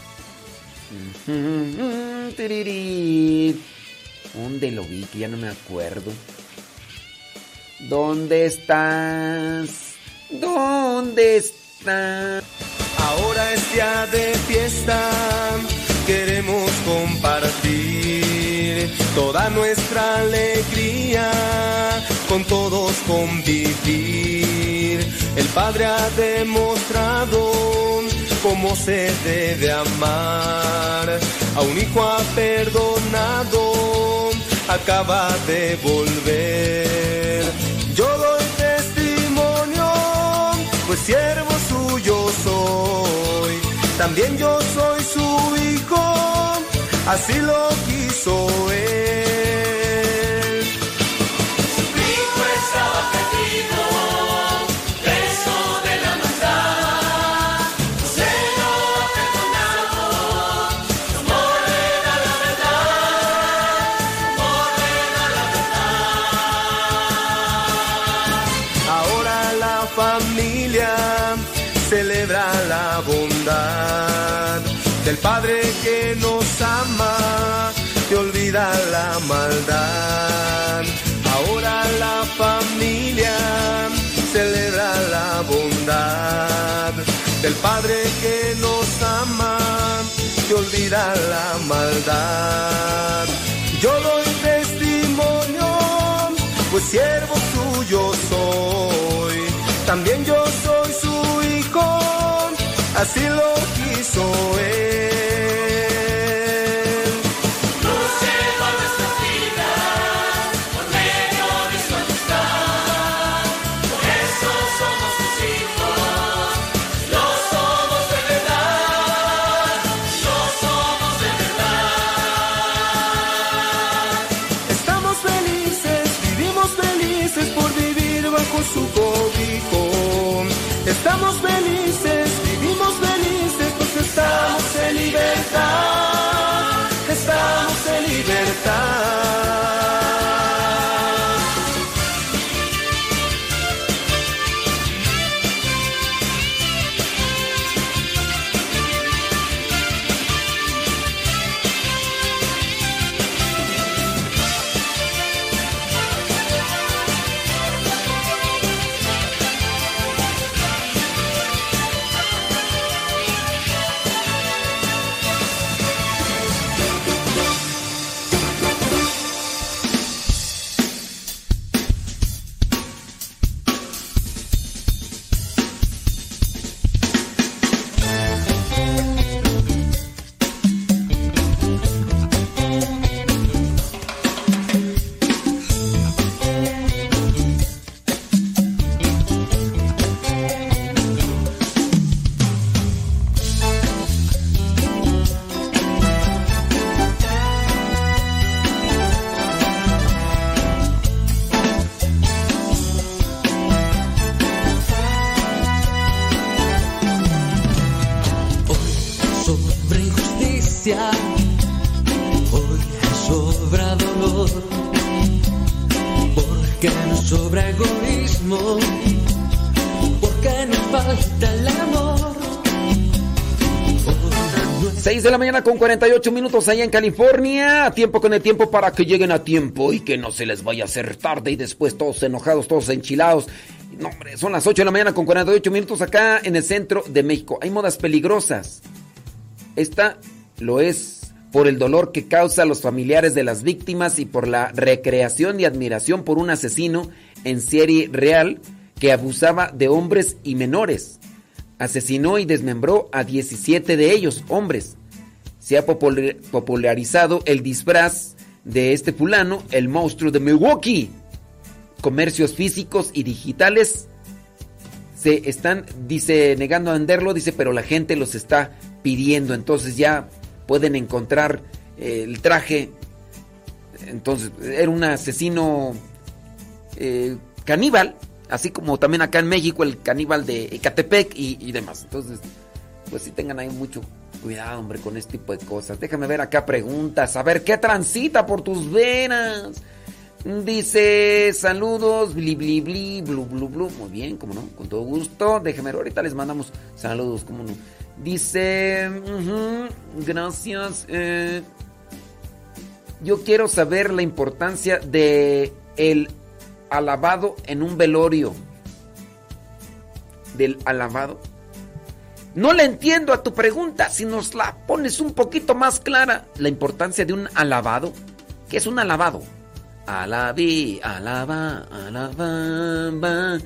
Uh-huh, tiriri. ¿Dónde lo vi? Que ya no me acuerdo. ¿Dónde estás? ¿Dónde estás? Ahora es día de fiesta, queremos compartir toda nuestra alegría, con todos convivir. El Padre ha demostrado cómo se debe amar, a un hijo ha perdonado, acaba de volver. Yo doy testimonio, pues siervo suyo soy, también yo soy su hijo, así lo quiso él. Su hijo estaba perdido, preso de la maldad, se lo ha perdonado, amor era la verdad, amor era la verdad. Ahora la familia celebra la bondad del Padre que nos ama, que olvida la maldad. Ahora la familia celebra la bondad del Padre que nos ama, que olvida la maldad. Yo doy testimonio, pues siervo suyo soy, también yo soy su hijo, así lo quiso él. Luz llegó a nuestras vidas, por medio de su amistad, por eso somos sus hijos, Estamos felices, vivimos felices, porque estamos en libertad, estamos en libertad. Hoy sobra dolor, porque nos sobra egoísmo, porque nos falta el amor. seis de la mañana con cuarenta y ocho minutos allá en California. A tiempo con el tiempo para que lleguen a tiempo y que no se les vaya a hacer tarde y después todos enojados, todos enchilados. No, hombre, son las ocho de la mañana con cuarenta y ocho minutos acá en el centro de México. Hay modas peligrosas. Esta lo es por el dolor que causa a los familiares de las víctimas y por la recreación y admiración por un asesino en serie real que abusaba de hombres y menores. Asesinó y desmembró a diecisiete de ellos, hombres. Se ha popularizado el disfraz de este fulano, el monstruo de Milwaukee. Comercios físicos y digitales se están, dice, negando a venderlo, dice, pero la gente los está pidiendo. Entonces ya pueden encontrar eh, el traje. Entonces, era un asesino eh, caníbal, así como también acá en México el caníbal de Ecatepec y, y demás. Entonces, pues sí tengan ahí mucho cuidado, hombre, con este tipo de cosas. Déjame ver acá preguntas, a ver qué transita por tus venas. Dice, saludos, bli, bli, bli, blu, blu, blu. Muy bien, cómo no, con todo gusto. Déjame ver, ahorita les mandamos saludos, cómo no. Dice, uh-huh, gracias. Eh, yo quiero saber la importancia de el alabado en un velorio. Del alabado. No le entiendo a tu pregunta. Si nos la pones un poquito más clara, la importancia de un alabado. ¿Qué es un alabado? Alabí, alaba, alababa,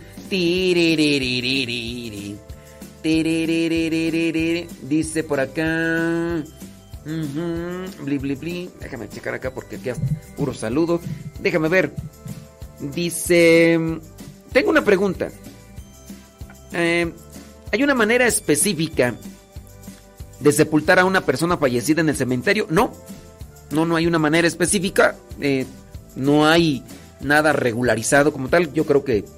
tiririririri, tiririririri. Dice por acá, uh-huh, bli, bli, bli. Déjame checar acá porque aquí es puro saludo. Déjame ver. Dice, tengo una pregunta. Eh, ¿Hay una manera específica de sepultar a una persona fallecida en el cementerio? No, no, no hay una manera específica. Eh, No hay nada regularizado como tal. Yo creo que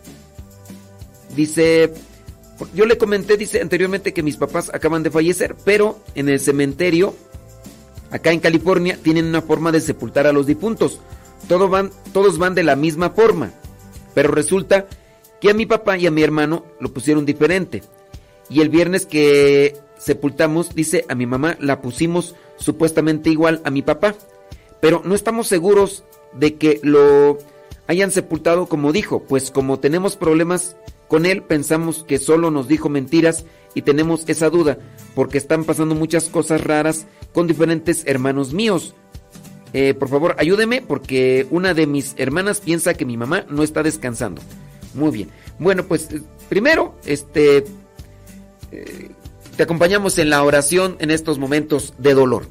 dice, yo le comenté, dice anteriormente que mis papás acaban de fallecer, pero en el cementerio acá en California tienen una forma de sepultar a los difuntos. Todos van, todos van de la misma forma, pero resulta que a mi papá y a mi hermano lo pusieron diferente. Y el viernes que sepultamos, dice, a mi mamá la pusimos supuestamente igual a mi papá, pero no estamos seguros de que lo hayan sepultado como dijo, pues como tenemos problemas con él, pensamos que solo nos dijo mentiras y tenemos esa duda, porque están pasando muchas cosas raras con diferentes hermanos míos. Eh, por favor, ayúdeme, porque una de mis hermanas piensa que mi mamá no está descansando. Muy bien. Bueno, pues primero, este, eh, te acompañamos en la oración en estos momentos de dolor.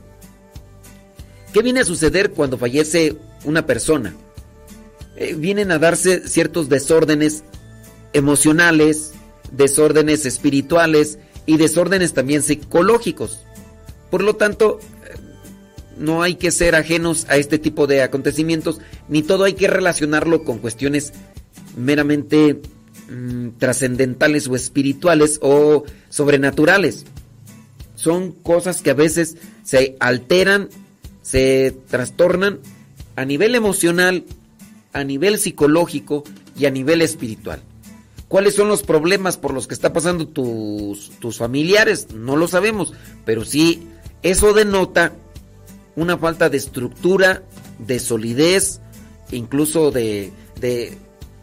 ¿Qué viene a suceder cuando fallece una persona? Eh, vienen a darse ciertos desórdenes emocionales, desórdenes espirituales y desórdenes también psicológicos. Por lo tanto, eh, no hay que ser ajenos a este tipo de acontecimientos, ni todo hay que relacionarlo con cuestiones meramente mmm, trascendentales o espirituales o sobrenaturales. Son cosas que a veces se alteran, se trastornan a nivel emocional, a nivel psicológico y a nivel espiritual. ¿Cuáles son los problemas por los que está pasando tus, tus familiares? No lo sabemos, pero sí, eso denota una falta de estructura, de solidez, incluso de, de,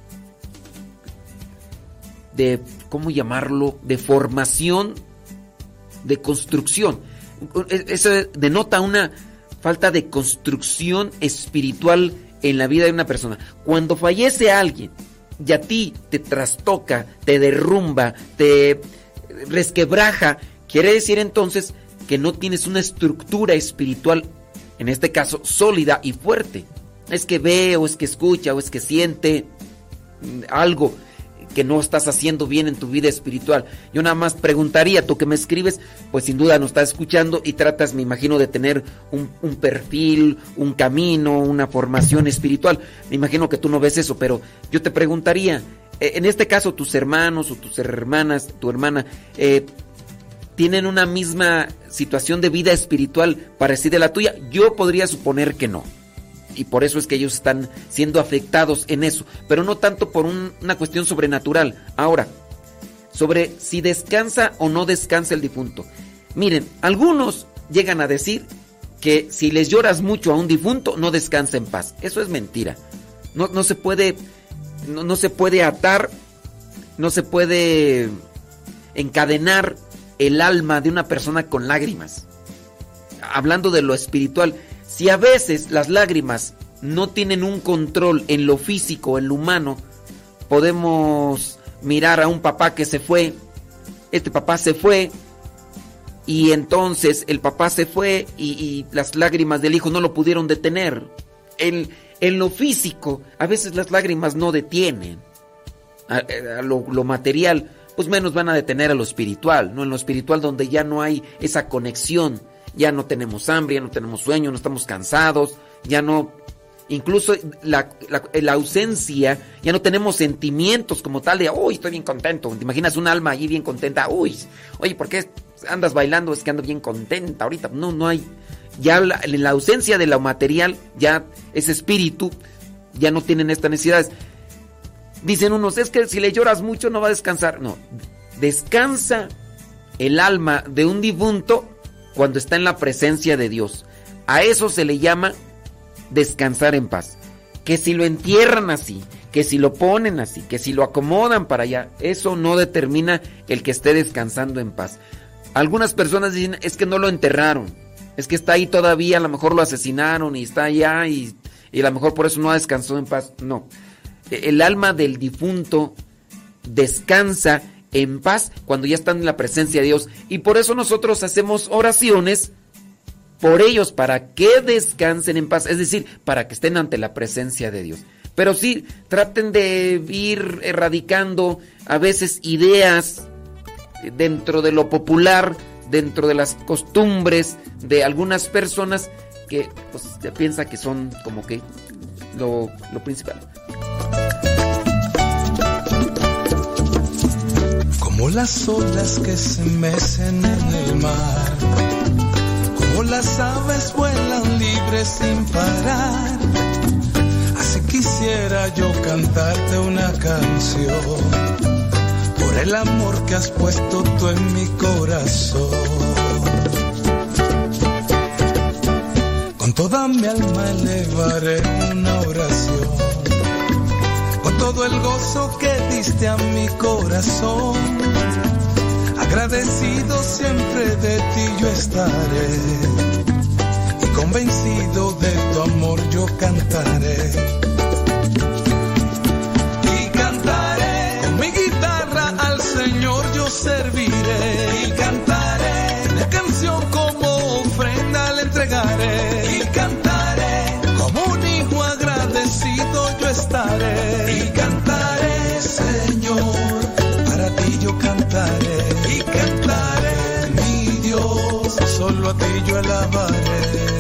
de, ¿cómo llamarlo? De formación, de construcción. Eso denota una falta de construcción espiritual en la vida de una persona. Cuando fallece alguien y a ti te trastoca, te derrumba, te resquebraja, quiere decir entonces que no tienes una estructura espiritual, en este caso sólida y fuerte. Es que ve, o es que escucha, o es que siente algo que no estás haciendo bien en tu vida espiritual. Yo nada más preguntaría, tú que me escribes, pues sin duda nos estás escuchando y tratas, me imagino, de tener un, un perfil, un camino, una formación espiritual. Me imagino que tú no ves eso, pero yo te preguntaría, en este caso tus hermanos o tus hermanas, tu hermana, eh, ¿tienen una misma situación de vida espiritual parecida a la tuya? Yo podría suponer que no. Y por eso es que ellos están siendo afectados en eso. Pero no tanto por un, una cuestión sobrenatural. Ahora, sobre si descansa o no descansa el difunto. Miren, algunos llegan a decir que si les lloras mucho a un difunto, no descansa en paz. Eso es mentira. No, no se puede, no, no se puede atar, no se puede encadenar el alma de una persona con lágrimas. Hablando de lo espiritual, si a veces las lágrimas no tienen un control en lo físico, en lo humano, podemos mirar a un papá que se fue, este papá se fue, y entonces el papá se fue y, y las lágrimas del hijo no lo pudieron detener. En, en lo físico, a veces las lágrimas no detienen. A, a lo, lo material, pues menos van a detener a lo espiritual, ¿no? En lo espiritual donde ya no hay esa conexión. Ya no tenemos hambre, ya no tenemos sueño, no estamos cansados, ya no, incluso la, la, la ausencia, ya no tenemos sentimientos como tal de, uy, estoy bien contento. ¿Te imaginas un alma allí bien contenta? Uy, oye, ¿por qué andas bailando? Es que ando bien contenta ahorita. No, no hay, ya la, en la ausencia de lo material, ya ese espíritu, ya no tienen estas necesidades. Dicen unos, es que si le lloras mucho no va a descansar. No, descansa el alma de un difunto cuando está en la presencia de Dios. A eso se le llama descansar en paz. Que si lo entierran así, que si lo ponen así, que si lo acomodan para allá, eso no determina el que esté descansando en paz. Algunas personas dicen, es que no lo enterraron, es que está ahí todavía, a lo mejor lo asesinaron y está allá y, y a lo mejor por eso no descansó en paz. No, el alma del difunto descansa en paz cuando ya están en la presencia de Dios, y por eso nosotros hacemos oraciones por ellos, para que descansen en paz, es decir, para que estén ante la presencia de Dios. Pero sí, traten de ir erradicando a veces ideas dentro de lo popular, dentro de las costumbres de algunas personas que pues se piensa que son como que lo, lo principal. Como las olas que se mecen en el mar, como las aves vuelan libres sin parar, así quisiera yo cantarte una canción, por el amor que has puesto tú en mi corazón. Con toda mi alma elevaré una oración, todo el gozo que diste a mi corazón, agradecido siempre de ti yo estaré, y convencido de tu amor yo cantaré. Y cantaré, con mi guitarra al Señor yo serviré, y cantaré, la canción como ofrenda le entregaré, y cantaré, como un hijo agradecido yo estaré. Y cantaré, Señor, para ti yo cantaré. Y cantaré, mi Dios, solo a ti yo alabaré.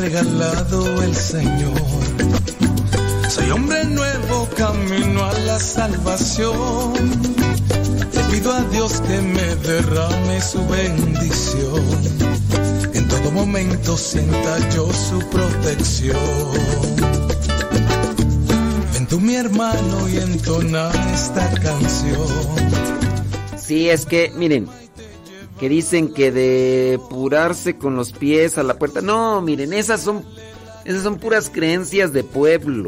regalado el Señor. Soy hombre nuevo, camino a la salvación. Le pido a Dios que me derrame su bendición. En todo momento sienta yo su protección. Ven tú, mi hermano, y entona esta canción. Sí, es que, miren, que dicen que de depurarse con los pies a la puerta. No, miren, esas son, esas son puras creencias de pueblo.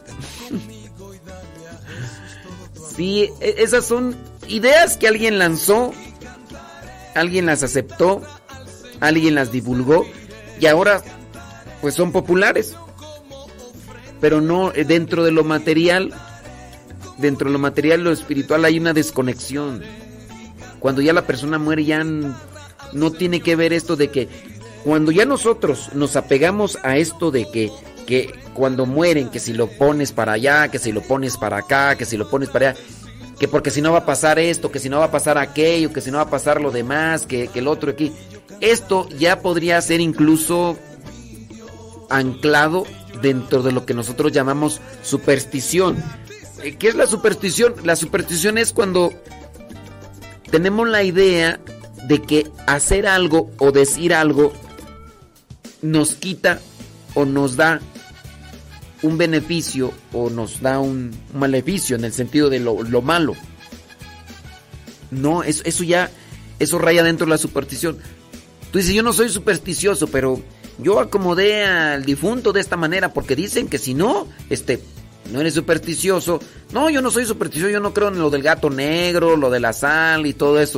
Sí, esas son ideas que alguien lanzó, alguien las aceptó, alguien las divulgó y ahora pues son populares. Pero no, dentro de lo material, dentro de lo material y lo espiritual hay una desconexión. Cuando ya la persona muere ya no tiene que ver esto de que cuando ya nosotros nos apegamos a esto de que, que cuando mueren, que si lo pones para allá, que si lo pones para acá, que si lo pones para allá, que porque si no va a pasar esto, que si no va a pasar aquello, que si no va a pasar lo demás, que, que el otro aquí. Esto ya podría ser incluso anclado dentro de lo que nosotros llamamos superstición. ¿Qué es la superstición? La superstición es cuando tenemos la idea de que hacer algo o decir algo nos quita o nos da un beneficio o nos da un maleficio en el sentido de lo, lo malo. No, eso, eso ya, eso raya dentro de la superstición. Tú dices, yo no soy supersticioso, pero yo acomodé al difunto de esta manera porque dicen que si no, este, no eres supersticioso. No, yo no soy supersticioso, yo no creo en lo del gato negro, lo de la sal y todo eso.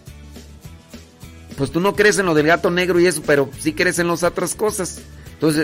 Pues tú no crees en lo del gato negro y eso, pero sí crees en las otras cosas. Entonces,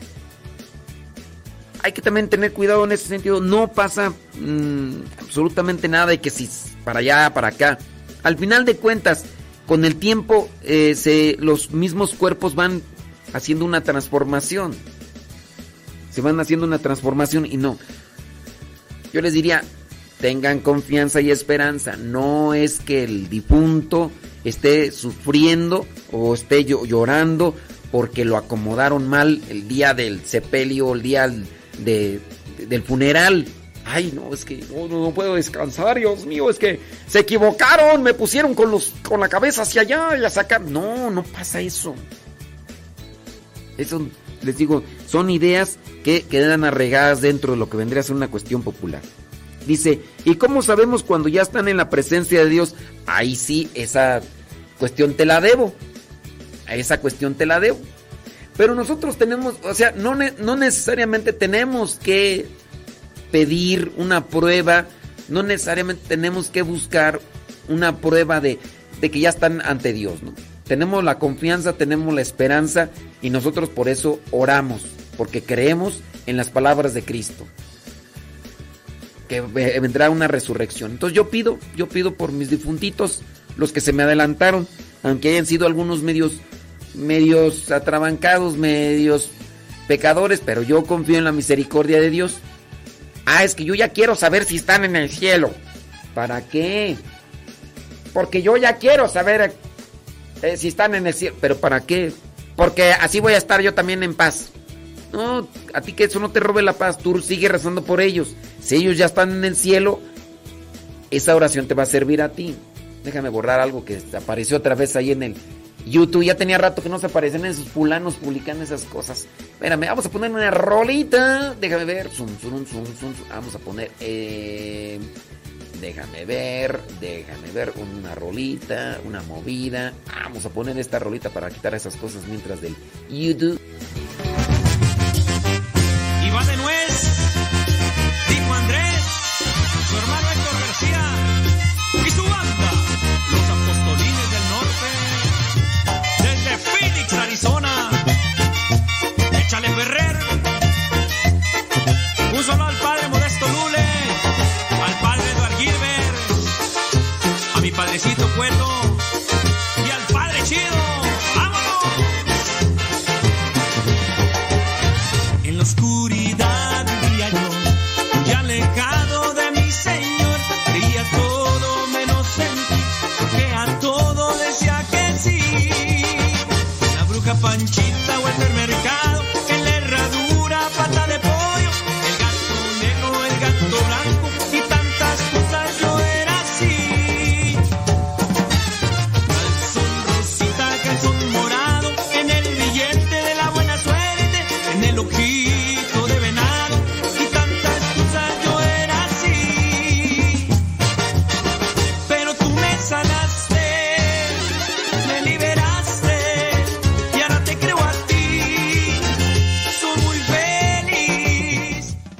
hay que también tener cuidado en ese sentido. No pasa mmm, absolutamente nada de que si para allá, para acá. Al final de cuentas, con el tiempo, eh, se, los mismos cuerpos van haciendo una transformación. Se van haciendo una transformación y no. Yo les diría, tengan confianza y esperanza. No es que el difunto esté sufriendo o esté llorando porque lo acomodaron mal el día del sepelio, el día de, de, del funeral. Ay, no, es que no, no puedo descansar, Dios mío, es que se equivocaron, me pusieron con, los, con la cabeza hacia allá y a sacar. No, no pasa eso. Eso, les digo, son ideas que quedan arraigadas dentro de lo que vendría a ser una cuestión popular. Dice, ¿y cómo sabemos cuando ya están en la presencia de Dios? Ahí sí, esa cuestión te la debo. A esa cuestión te la debo. Pero nosotros tenemos, o sea, no, no necesariamente tenemos que pedir una prueba, no necesariamente tenemos que buscar una prueba de, de que ya están ante Dios, ¿no? Tenemos la confianza, tenemos la esperanza y nosotros por eso oramos, porque creemos en las palabras de Cristo, que vendrá una resurrección. Entonces yo pido, yo pido por mis difuntitos, los que se me adelantaron, aunque hayan sido algunos medios, medios atrabancados, medios pecadores, pero yo confío en la misericordia de Dios. Ah, es que yo ya quiero saber si están en el cielo. ¿Para qué? Porque yo ya quiero saber eh, si están en el cielo. ¿Pero para qué? Porque así voy a estar yo también en paz. No, a ti que eso no te robe la paz, tú sigue rezando por ellos. Si ellos ya están en el cielo, esa oración te va a servir a ti. Déjame borrar algo que apareció otra vez ahí en el YouTube. Ya tenía rato que no se aparecen esos fulanos publicando esas cosas. Espérame, vamos a poner una rolita. Déjame ver. Zum, zum, zum, zum. Vamos a poner. Eh, déjame ver. Déjame ver. Una rolita. Una movida. Vamos a poner esta rolita para quitar esas cosas mientras del YouTube. Y va de nuez. Dijo Andrés. Su hermano Héctor García. Y su banda. Los Apostolines del Norte. Desde Phoenix, Arizona. Échale Ferrer. Un solo al padre Modesto Lule. Al padre Eduard Gilbert. A mi padrecito Cueto. Y al padre Chido. ¡Vámonos! En la oscuridad vivía yo. Y alejado de mi Señor. Creía todo menos en ti. Porque a todo decía que sí. La bruja Panchita o el mercado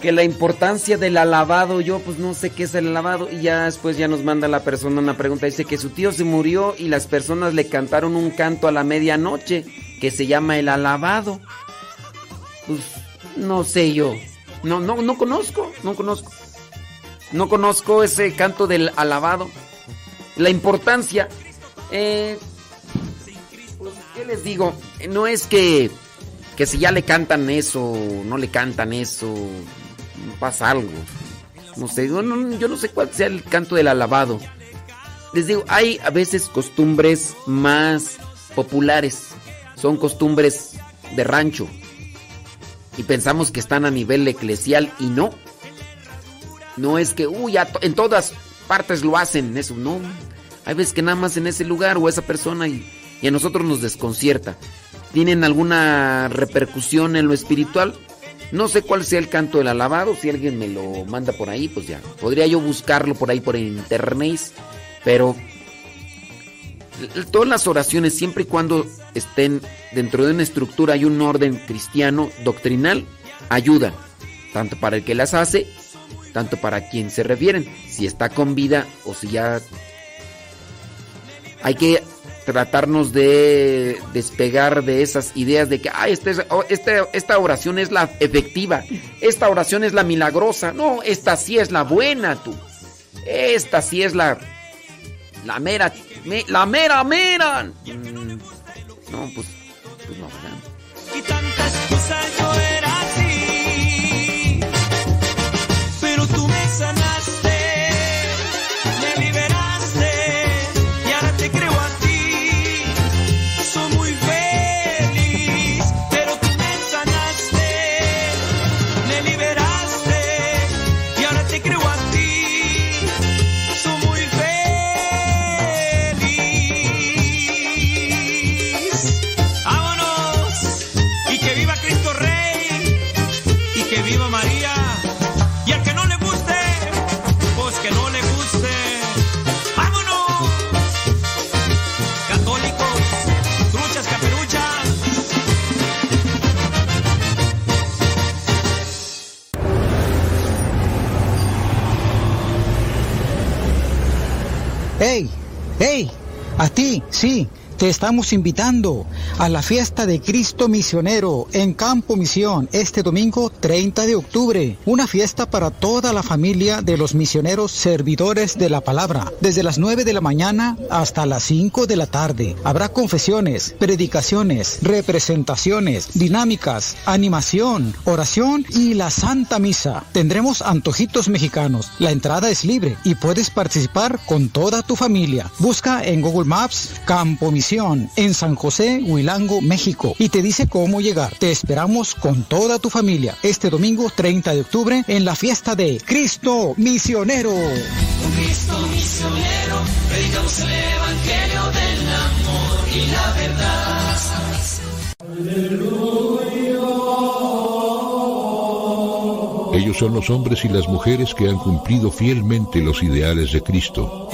que la importancia del alabado, yo pues no sé qué es el alabado, y ya después ya nos manda la persona una pregunta, dice que su tío se murió y las personas le cantaron un canto a la medianoche que se llama el alabado. Pues no sé yo, no, no, no conozco, no conozco, no conozco ese canto del alabado. La importancia, eh, pues, ¿qué les digo? No es que que si ya le cantan eso, no le cantan eso, pasa algo. No sé, yo no, yo no sé cuál sea el canto del alabado. Les digo, hay a veces costumbres más populares, son costumbres de rancho. Y pensamos que están a nivel eclesial y no. No es que, uy, a to- en todas partes lo hacen, eso, no. Hay veces que nada más en ese lugar o esa persona y, y a nosotros nos desconcierta. ¿Tienen alguna repercusión en lo espiritual? No sé cuál sea el canto del alabado. Si alguien me lo manda por ahí, pues ya. Podría yo buscarlo por ahí por internet. Pero todas las oraciones, siempre y cuando estén dentro de una estructura y un orden cristiano, doctrinal, ayuda. Tanto para el que las hace, tanto para quien se refieren. Si está con vida o si ya... Hay que tratarnos de despegar de esas ideas de que ah, este, este, esta oración es la efectiva, esta oración es la milagrosa. No, esta sí es la buena, tú. Esta sí es la la mera, me, la mera mera. Mm, no, pues, pues no, ¿verdad? Y tantas cosas yo era así, pero tú me sanaste, me liberaste y ahora te creo a ti. Soy muy feliz, pero tú me sanaste, me liberaste y ahora te creo a ti. Soy muy feliz. ¡Vámonos! Y que viva Cristo Rey y que viva María. Y al que no le guste, pues que no le guste. ¡Vámonos! Católicos, truchas, caperuchas. ¡Hey! ¡Hey! A ti, sí, te estamos invitando a la fiesta de Cristo Misionero en Campo Misión este domingo treinta de octubre. Una fiesta para toda la familia de los misioneros servidores de la palabra. Desde las nueve de la mañana hasta las cinco de la tarde. Habrá confesiones, predicaciones, representaciones, dinámicas, animación, oración y la Santa Misa. Tendremos antojitos mexicanos. La entrada es libre y puedes participar con toda tu familia. Busca en Google Maps Campo Misión en San José, Huilango, México, y te dice cómo llegar. Te esperamos con toda tu familia este domingo treinta de octubre en la fiesta de Cristo Misionero. Con Cristo misionero, predicamos el evangelio del amor y la verdad. Ellos son los hombres y las mujeres que han cumplido fielmente los ideales de Cristo.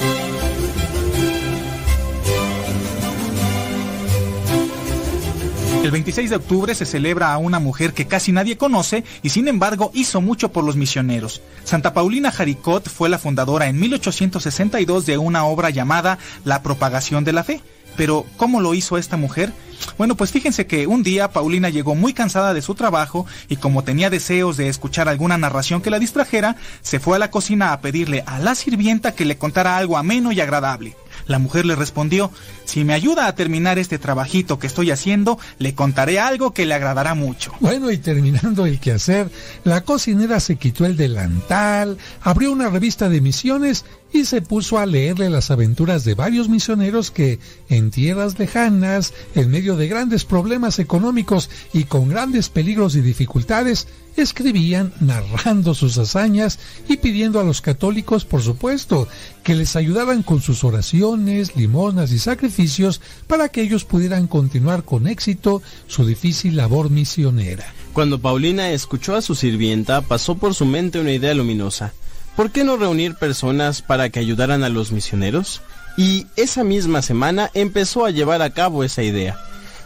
El veintiséis de octubre se celebra a una mujer que casi nadie conoce y sin embargo hizo mucho por los misioneros. Santa Paulina Jaricot fue la fundadora en mil ochocientos sesenta y dos de una obra llamada La Propagación de la Fe. Pero, ¿cómo lo hizo esta mujer? Bueno, pues fíjense que un día Paulina llegó muy cansada de su trabajo y como tenía deseos de escuchar alguna narración que la distrajera, se fue a la cocina a pedirle a la sirvienta que le contara algo ameno y agradable. La mujer le respondió: si me ayuda a terminar este trabajito que estoy haciendo, le contaré algo que le agradará mucho. Bueno, y terminando el quehacer, la cocinera se quitó el delantal, abrió una revista de misiones y se puso a leerle las aventuras de varios misioneros que, en tierras lejanas, en medio de grandes problemas económicos y con grandes peligros y dificultades, escribían narrando sus hazañas y pidiendo a los católicos, por supuesto, que les ayudaran con sus oraciones, limosnas y sacrificios para que ellos pudieran continuar con éxito su difícil labor misionera. Cuando Paulina escuchó a su sirvienta, pasó por su mente una idea luminosa. ¿Por qué no reunir personas para que ayudaran a los misioneros? Y esa misma semana empezó a llevar a cabo esa idea.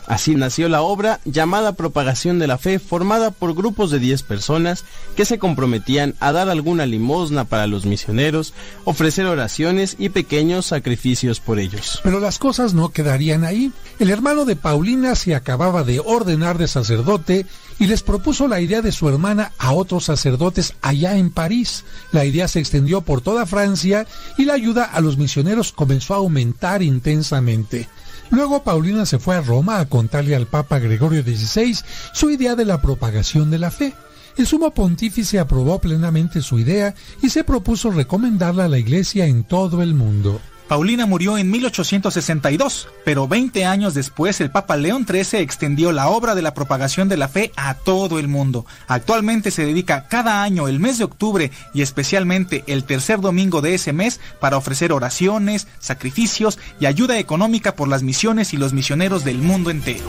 Así nació la obra llamada Propagación de la Fe, formada por grupos de diez personas que se comprometían a dar alguna limosna para los misioneros, ofrecer oraciones y pequeños sacrificios por ellos. Pero las cosas no quedarían ahí. El hermano de Paulina se acababa de ordenar de sacerdote y les propuso la idea de su hermana a otros sacerdotes allá en París. La idea se extendió por toda Francia y la ayuda a los misioneros comenzó a aumentar intensamente. Luego Paulina se fue a Roma a contarle al Papa Gregorio dieciséis su idea de la propagación de la fe. El sumo pontífice aprobó plenamente su idea y se propuso recomendarla a la Iglesia en todo el mundo. Paulina murió en mil ochocientos sesenta y dos, pero veinte años después el Papa León trece extendió la obra de la propagación de la fe a todo el mundo. Actualmente se dedica cada año el mes de octubre y especialmente el tercer domingo de ese mes para ofrecer oraciones, sacrificios y ayuda económica por las misiones y los misioneros del mundo entero.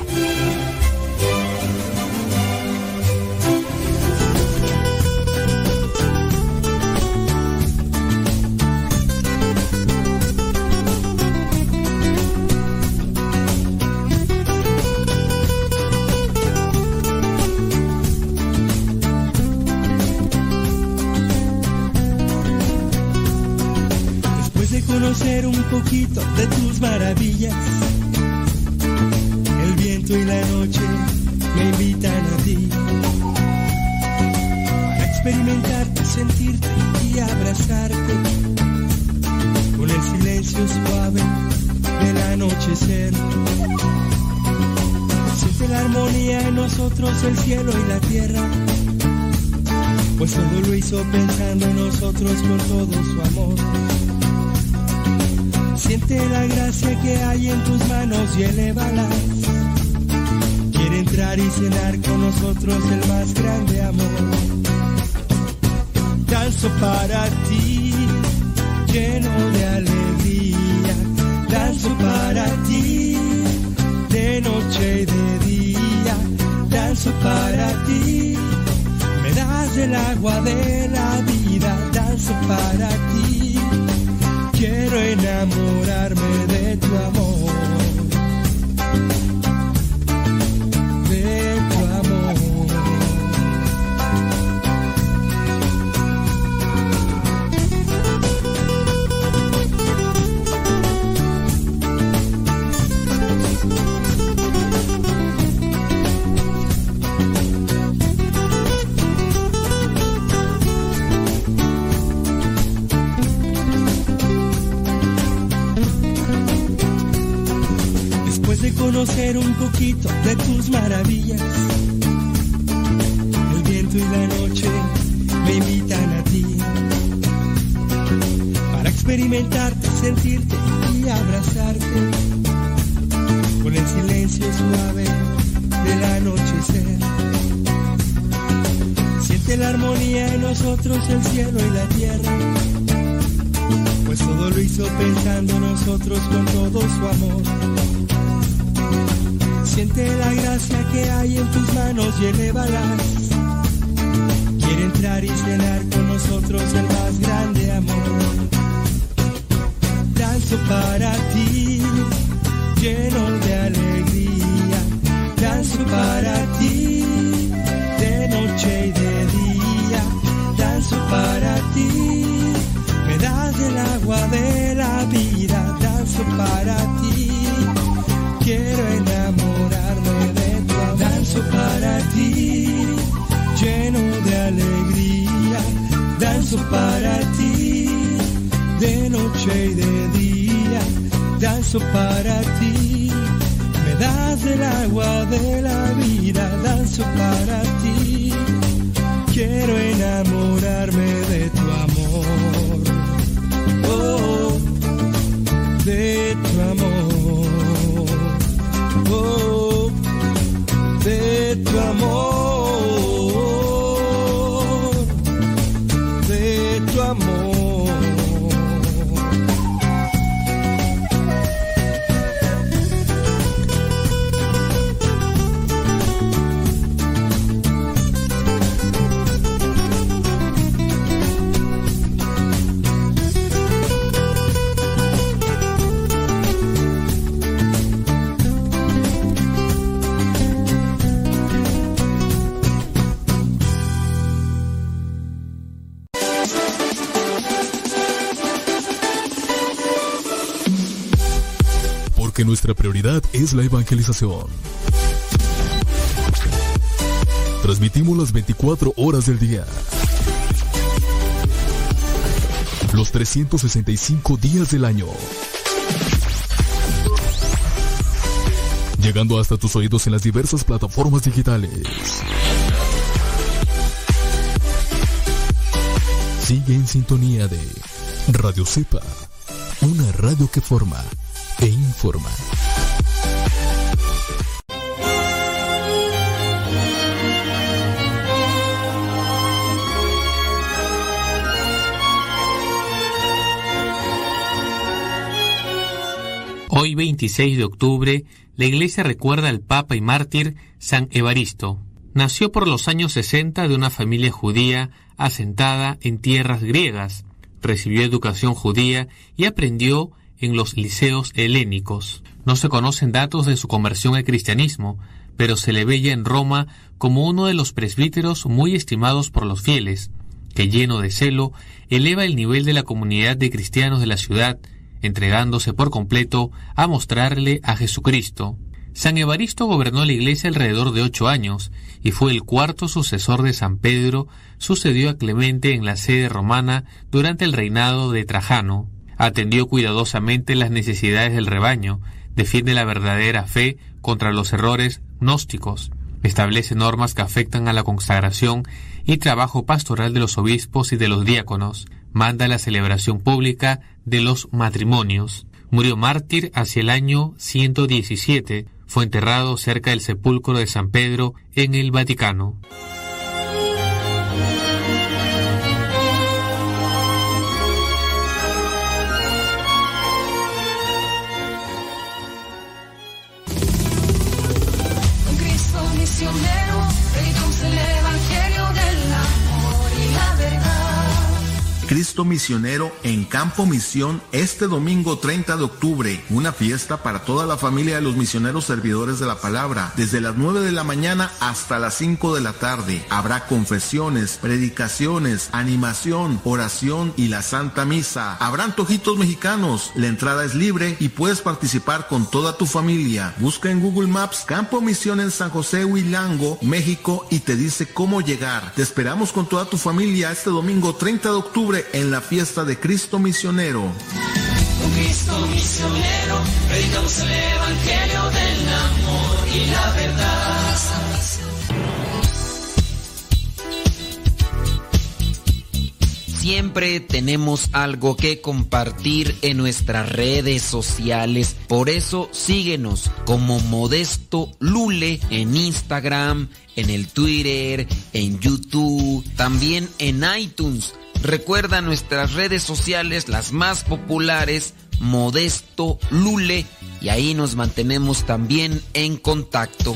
Conocer un poquito de tus maravillas, el viento y la noche me invitan a ti, para experimentarte, sentirte y abrazarte, con el silencio suave del anochecer. Siente la armonía en nosotros, el cielo y la tierra, pues todo lo hizo pensando en nosotros con todo su amor. Siente la gracia que hay en tus manos y elévalas. Quiere entrar y cenar con nosotros el más grande amor. Danzo para ti, lleno de alegría. Danzo para ti, de noche y de día. Danzo para ti, me das el agua de la vida. Danzo para ti, quiero enamorarme de tu amor, de tu amor. Conocer un poquito de tus maravillas, el viento y la noche me invitan a ti, para experimentarte, sentirte y abrazarte, con el silencio suave del anochecer. Siente la armonía en nosotros, el cielo y la tierra, pues todo lo hizo pensando en nosotros con todo su amor. Siente la gracia que hay en tus manos y elévalas. Quiere entrar y cenar con nosotros el más grande amor. Danzo para ti, lleno de alegría. Danzo para ti, de noche y de día. Danzo para ti, me das el agua de la vida. Danzo para ti, quiero enamorarme de tu amor. Danzo para ti, lleno de alegría. Danzo para ti, de noche y de día. Danzo para ti, me das el agua de la vida. Danzo para ti, quiero enamorarme de tu amor. Oh, de tu amor. Oh, de tu amor, de tu amor. porque nuestra prioridad es la evangelización. Transmitimos las veinticuatro horas del día, los trescientos sesenta y cinco días del año, llegando hasta tus oídos en las diversas plataformas digitales. Sigue en sintonía de Radio Cepa, una radio que forma e informa. Hoy, veintiséis de octubre, la Iglesia recuerda al Papa y mártir San Evaristo. Nació por los años sesenta de una familia judía asentada en tierras griegas. Recibió educación judía y aprendió en los liceos helénicos. No se conocen datos de su conversión al cristianismo, pero se le ve ya en Roma como uno de los presbíteros muy estimados por los fieles, que lleno de celo eleva el nivel de la comunidad de cristianos de la ciudad, entregándose por completo a mostrarle a Jesucristo. San Evaristo gobernó la Iglesia alrededor de ocho años y fue el cuarto sucesor de San Pedro. Sucedió a Clemente en la sede romana durante el reinado de Trajano. Atendió cuidadosamente las necesidades del rebaño, defiende la verdadera fe contra los errores gnósticos, establece normas que afectan a la consagración y trabajo pastoral de los obispos y de los diáconos, manda la celebración pública de los matrimonios. Murió mártir hacia el año ciento diecisiete. Fue enterrado cerca del sepulcro de San Pedro en el Vaticano. Un Cristo misionero, predicamos el evangelio del amor y la verdad. Cristo Misionero en Campo Misión este domingo treinta de octubre, una fiesta para toda la familia de los misioneros servidores de la palabra, desde las nueve de la mañana hasta las cinco de la tarde. Habrá confesiones, predicaciones, animación, oración y la Santa Misa. Habrá antojitos mexicanos, la entrada es libre y puedes participar con toda tu familia. Busca en Google Maps Campo Misión en San José Huilango, México y te dice cómo llegar. Te esperamos con toda tu familia este domingo treinta de octubre en la fiesta de Cristo Misionero. Un Cristo misionero, predicamos el evangelio del amor y la verdad. Siempre tenemos algo que compartir en nuestras redes sociales, por eso síguenos como Modesto Lule en Instagram, en el Twitter, en YouTube, también en iTunes. Recuerda nuestras redes sociales, las más populares, Modesto Lule, y ahí nos mantenemos también en contacto.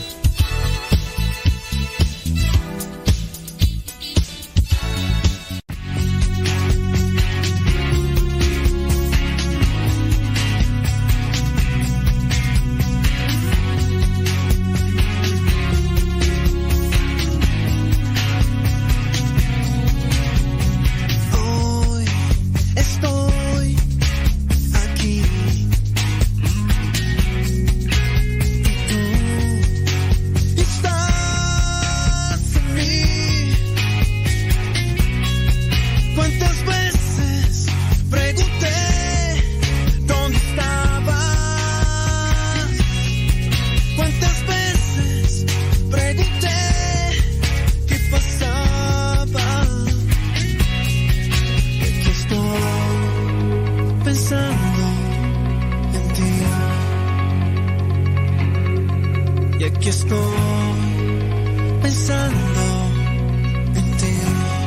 que estoy pensando en ti.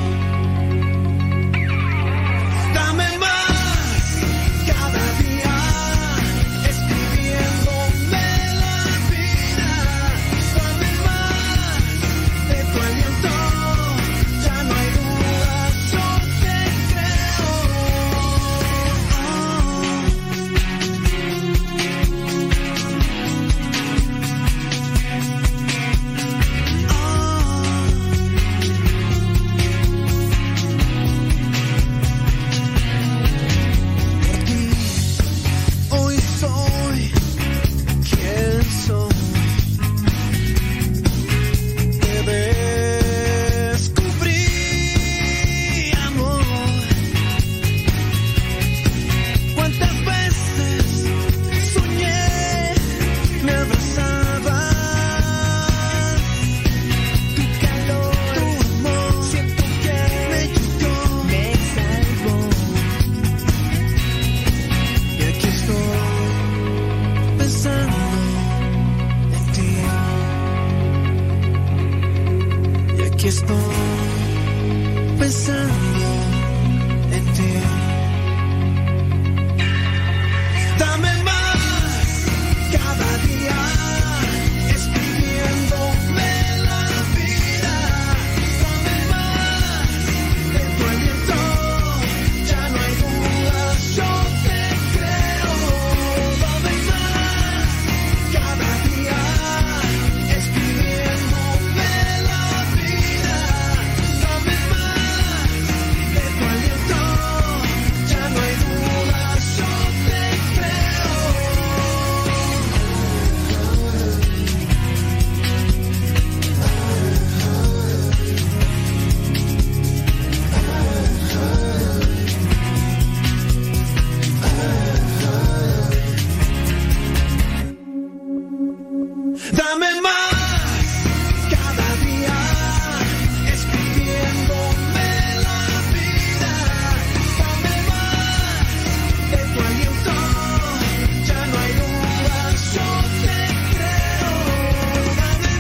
Dame más cada día, escribiéndome la vida. Dame más de tu aliento, ya no hay dudas, yo te creo. Oh. aquí estoy pensando en ti. Dame más cada día, escribiéndome la vida. Dame más de tu aliento, ya no hay dudas, yo te creo. Dame más cada día, escribiéndome la vida. Dame más de tu aliento, ya no hay dudas, yo te creo. Dame más cada día, escribiéndome la vida. Dame más de tu aliento, ya no hay dudas, yo te creo. Dame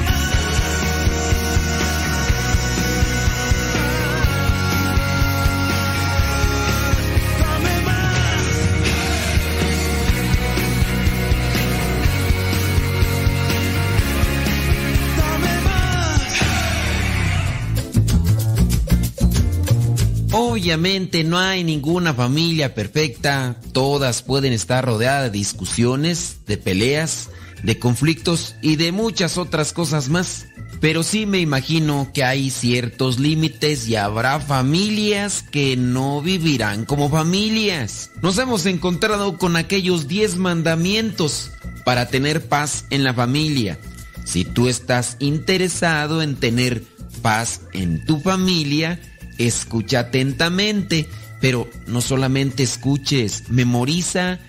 más, dame más. Obviamente no hay ninguna familia perfecta, todas pueden estar rodeadas de discusiones, de peleas, de conflictos y de muchas otras cosas más. Pero sí me imagino que hay ciertos límites y habrá familias que no vivirán como familias. Nos hemos encontrado con aquellos diez mandamientos para tener paz en la familia. Si tú estás interesado en tener paz en tu familia, escucha atentamente, pero no solamente escuches, memoriza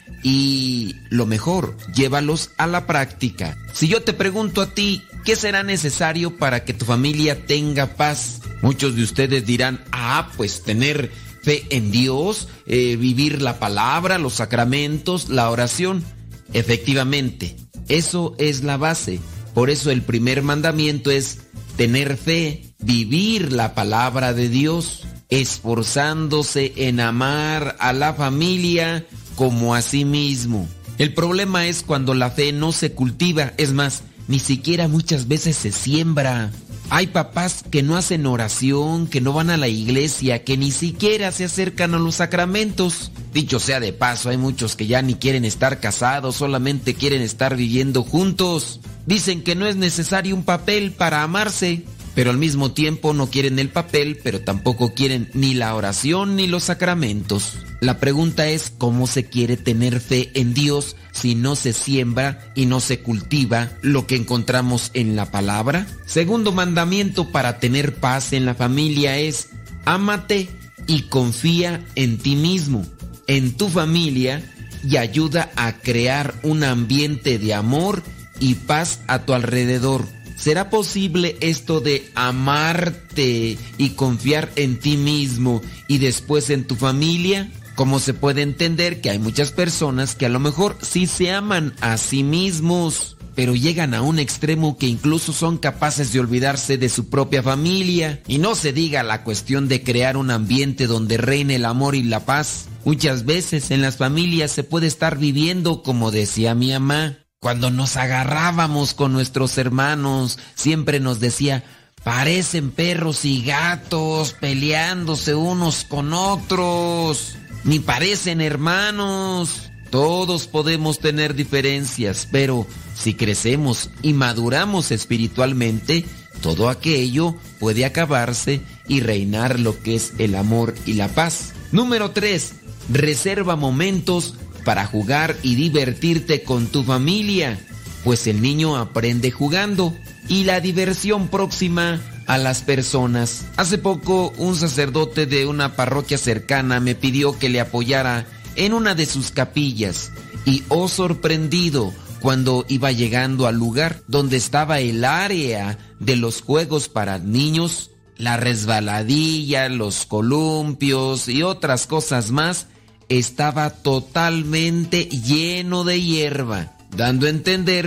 y lo mejor, llévalos a la práctica. Si yo te pregunto a ti, ¿qué será necesario para que tu familia tenga paz? Muchos de ustedes dirán, ah, pues tener fe en Dios, eh, vivir la palabra, los sacramentos, la oración. Efectivamente, eso es la base. Por eso el primer mandamiento es tener fe, vivir la palabra de Dios, esforzándose en amar a la familia como a sí mismo. El problema es cuando la fe no se cultiva, es más, ni siquiera muchas veces se siembra. Hay papás que no hacen oración, que no van a la iglesia, que ni siquiera se acercan a los sacramentos. Dicho sea de paso, hay muchos que ya ni quieren estar casados, solamente quieren estar viviendo juntos. Dicen que no es necesario un papel para amarse, pero al mismo tiempo no quieren el papel, pero tampoco quieren ni la oración ni los sacramentos. La pregunta es, ¿cómo se quiere tener fe en Dios si no se siembra y no se cultiva lo que encontramos en la palabra? Segundo mandamiento para tener paz en la familia es, ámate y confía en ti mismo, en tu familia, y ayuda a crear un ambiente de amor y paz a tu alrededor. ¿Será posible esto de amarte y confiar en ti mismo y después en tu familia? ¿Cómo se puede entender que hay muchas personas que a lo mejor sí se aman a sí mismos, pero llegan a un extremo que incluso son capaces de olvidarse de su propia familia? Y no se diga la cuestión de crear un ambiente donde reine el amor y la paz. Muchas veces en las familias se puede estar viviendo como decía mi mamá. Cuando nos agarrábamos con nuestros hermanos, siempre nos decía, parecen perros y gatos peleándose unos con otros, ni parecen hermanos. Todos podemos tener diferencias, pero si crecemos y maduramos espiritualmente, todo aquello puede acabarse y reinar lo que es el amor y la paz. Número tres, reserva momentos para jugar y divertirte con tu familia, pues el niño aprende jugando y la diversión próxima a las personas. Hace poco un sacerdote de una parroquia cercana me pidió que le apoyara en una de sus capillas y oh sorprendido cuando iba llegando al lugar donde estaba el área de los juegos para niños, la resbaladilla, los columpios y otras cosas más, estaba totalmente lleno de hierba, dando a entender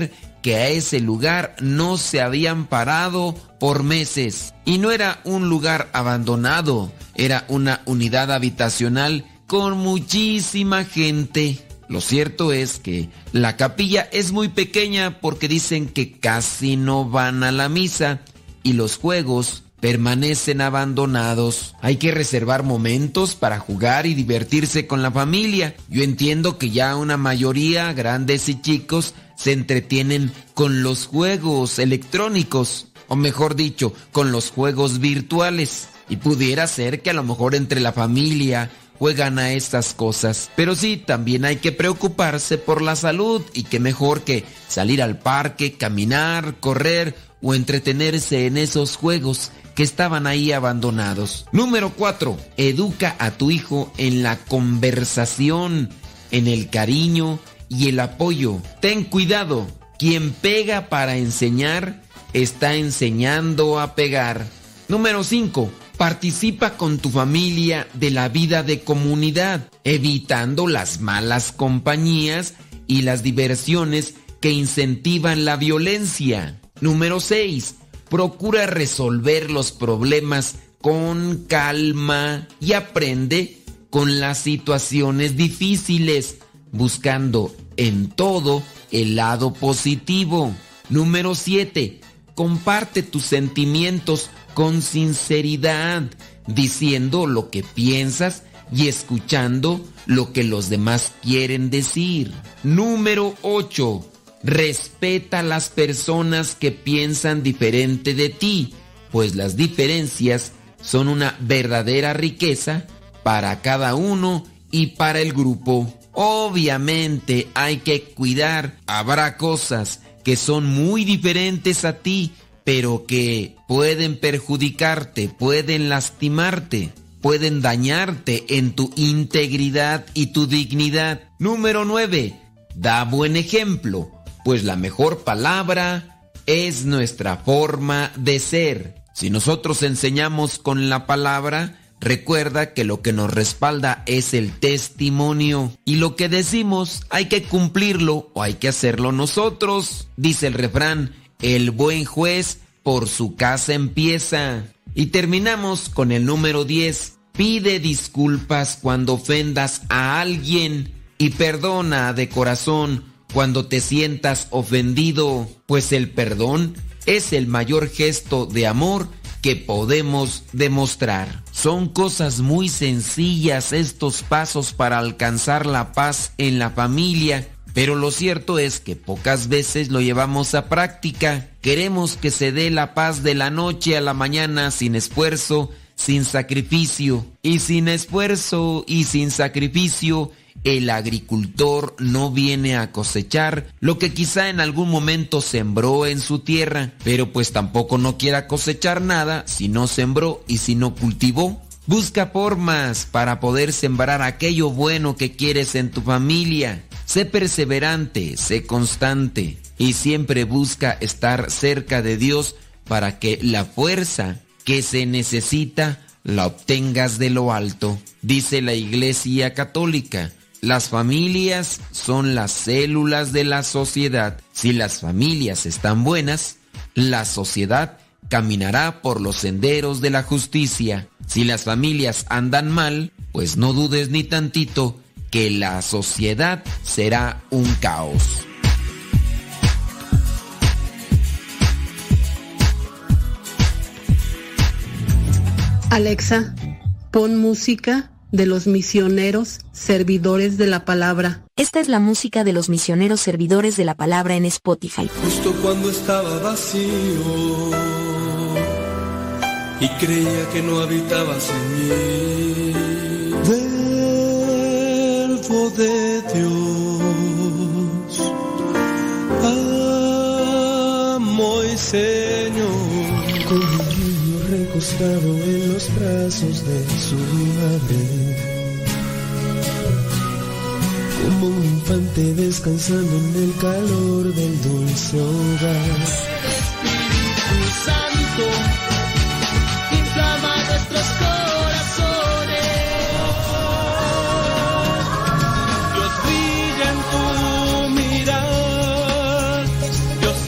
que a ese lugar no se habían parado por meses. Y no era un lugar abandonado, era una unidad habitacional con muchísima gente. Lo cierto es que la capilla es muy pequeña porque dicen que casi no van a la misa y los juegos permanecen abandonados. Hay que reservar momentos para jugar y divertirse con la familia. Yo entiendo que ya una mayoría, grandes y chicos, se entretienen con los juegos electrónicos, o mejor dicho, con los juegos virtuales. Y pudiera ser que a lo mejor entre la familia juegan a estas cosas. Pero sí, también hay que preocuparse por la salud, y qué mejor que salir al parque, caminar, correr o entretenerse en esos juegos que estaban ahí abandonados. Número cuatro. Educa a tu hijo en la conversación, en el cariño y el apoyo. Ten cuidado, quien pega para enseñar, está enseñando a pegar. Número cinco. Participa con tu familia de la vida de comunidad, evitando las malas compañías y las diversiones que incentivan la violencia. Número seis. Procura resolver los problemas con calma y aprende con las situaciones difíciles, buscando en todo el lado positivo. Número siete. Comparte tus sentimientos con sinceridad, diciendo lo que piensas y escuchando lo que los demás quieren decir. Número ocho. Respeta a las personas que piensan diferente de ti, pues las diferencias son una verdadera riqueza para cada uno y para el grupo. Obviamente hay que cuidar, habrá cosas que son muy diferentes a ti, pero que pueden perjudicarte, pueden lastimarte, pueden dañarte en tu integridad y tu dignidad. Número nueve. Da buen ejemplo, pues la mejor palabra es nuestra forma de ser. Si nosotros enseñamos con la palabra, recuerda que lo que nos respalda es el testimonio. Y lo que decimos hay que cumplirlo o hay que hacerlo nosotros. Dice el refrán, el buen juez por su casa empieza. Y terminamos con el número diez. Pide disculpas cuando ofendas a alguien y perdona de corazón cuando te sientas ofendido, pues el perdón es el mayor gesto de amor que podemos demostrar. Son cosas muy sencillas estos pasos para alcanzar la paz en la familia, pero lo cierto es que pocas veces lo llevamos a práctica. Queremos que se dé la paz de la noche a la mañana sin esfuerzo, sin sacrificio. Y sin esfuerzo y sin sacrificio, el agricultor no viene a cosechar lo que quizá en algún momento sembró en su tierra, pero pues tampoco no quiera cosechar nada si no sembró y si no cultivó. Busca formas para poder sembrar aquello bueno que quieres en tu familia. Sé perseverante, sé constante y siempre busca estar cerca de Dios para que la fuerza que se necesita la obtengas de lo alto. Dice la Iglesia Católica, las familias son las células de la sociedad. Si las familias están buenas, la sociedad caminará por los senderos de la justicia. Si las familias andan mal, pues no dudes ni tantito que la sociedad será un caos. Alexa, pon música de los misioneros servidores de la palabra. Esta es la música de los misioneros servidores de la palabra en Spotify. Justo cuando estaba vacío y creía que no habitabas en mí, Verbo de Dios, amo y Señor, con un niño recostado en los brazos de su madre, como un infante descansando en el calor del dulce hogar. Espíritu Santo, inflama nuestros corazones. Dios brilla en tu mirar, Dios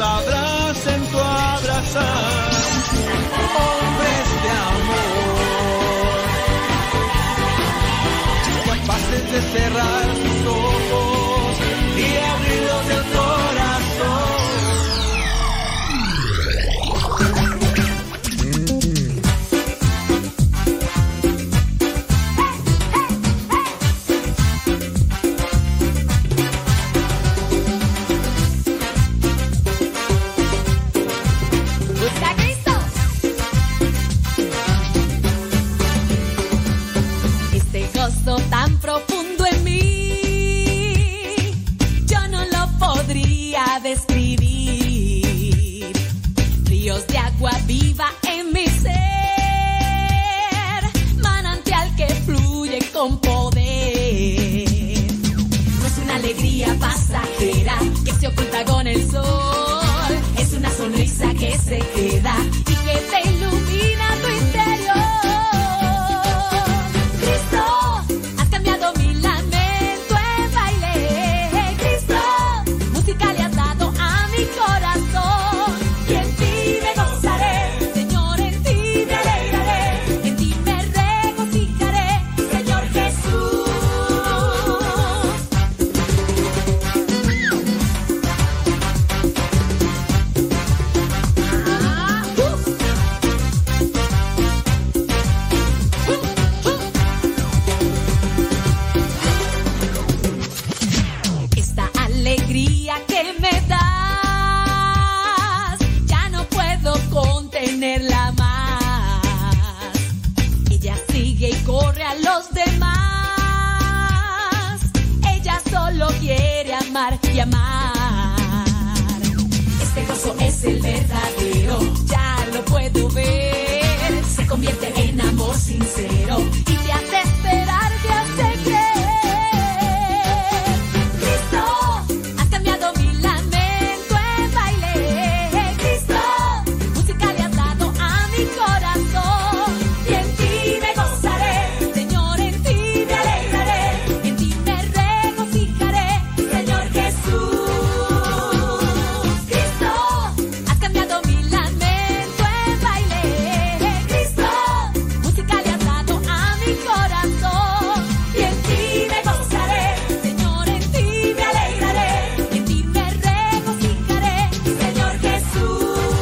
describir. Ríos de agua viva en mi ser, manantial que fluye con poder. No es una alegría pasajera que se oculta con el sol, es una sonrisa que se queda y que te ilumina tu interior. Cristo, has cambiado mi lamento en baile. Cristo, música le has dado a mi corazón. Y en ti me gozaré, Señor, en ti me alegraré, en ti me regocijaré, Señor Jesús. Esta alegría que me das, ya no puedo contenerla más. Ella sigue y corre a los demás. Ella solo quiere amar y amar. Este gozo es el verdadero, ya lo puedo ver. Se convierte en amor sincero y te hace esperar, te hace creer. Cristo, has cambiado mi lamento en baile. Cristo, música le has dado a mi corazón. Y en ti me gozaré, Señor, en ti me alegraré, en ti me regocijaré, Señor Jesús. Cristo, has cambiado mi lamento en baile. Cristo, música le has dado a mi corazón. Y en ti me gozaré, Señor, en ti me alegraré, en ti me regocijaré, Señor Jesús.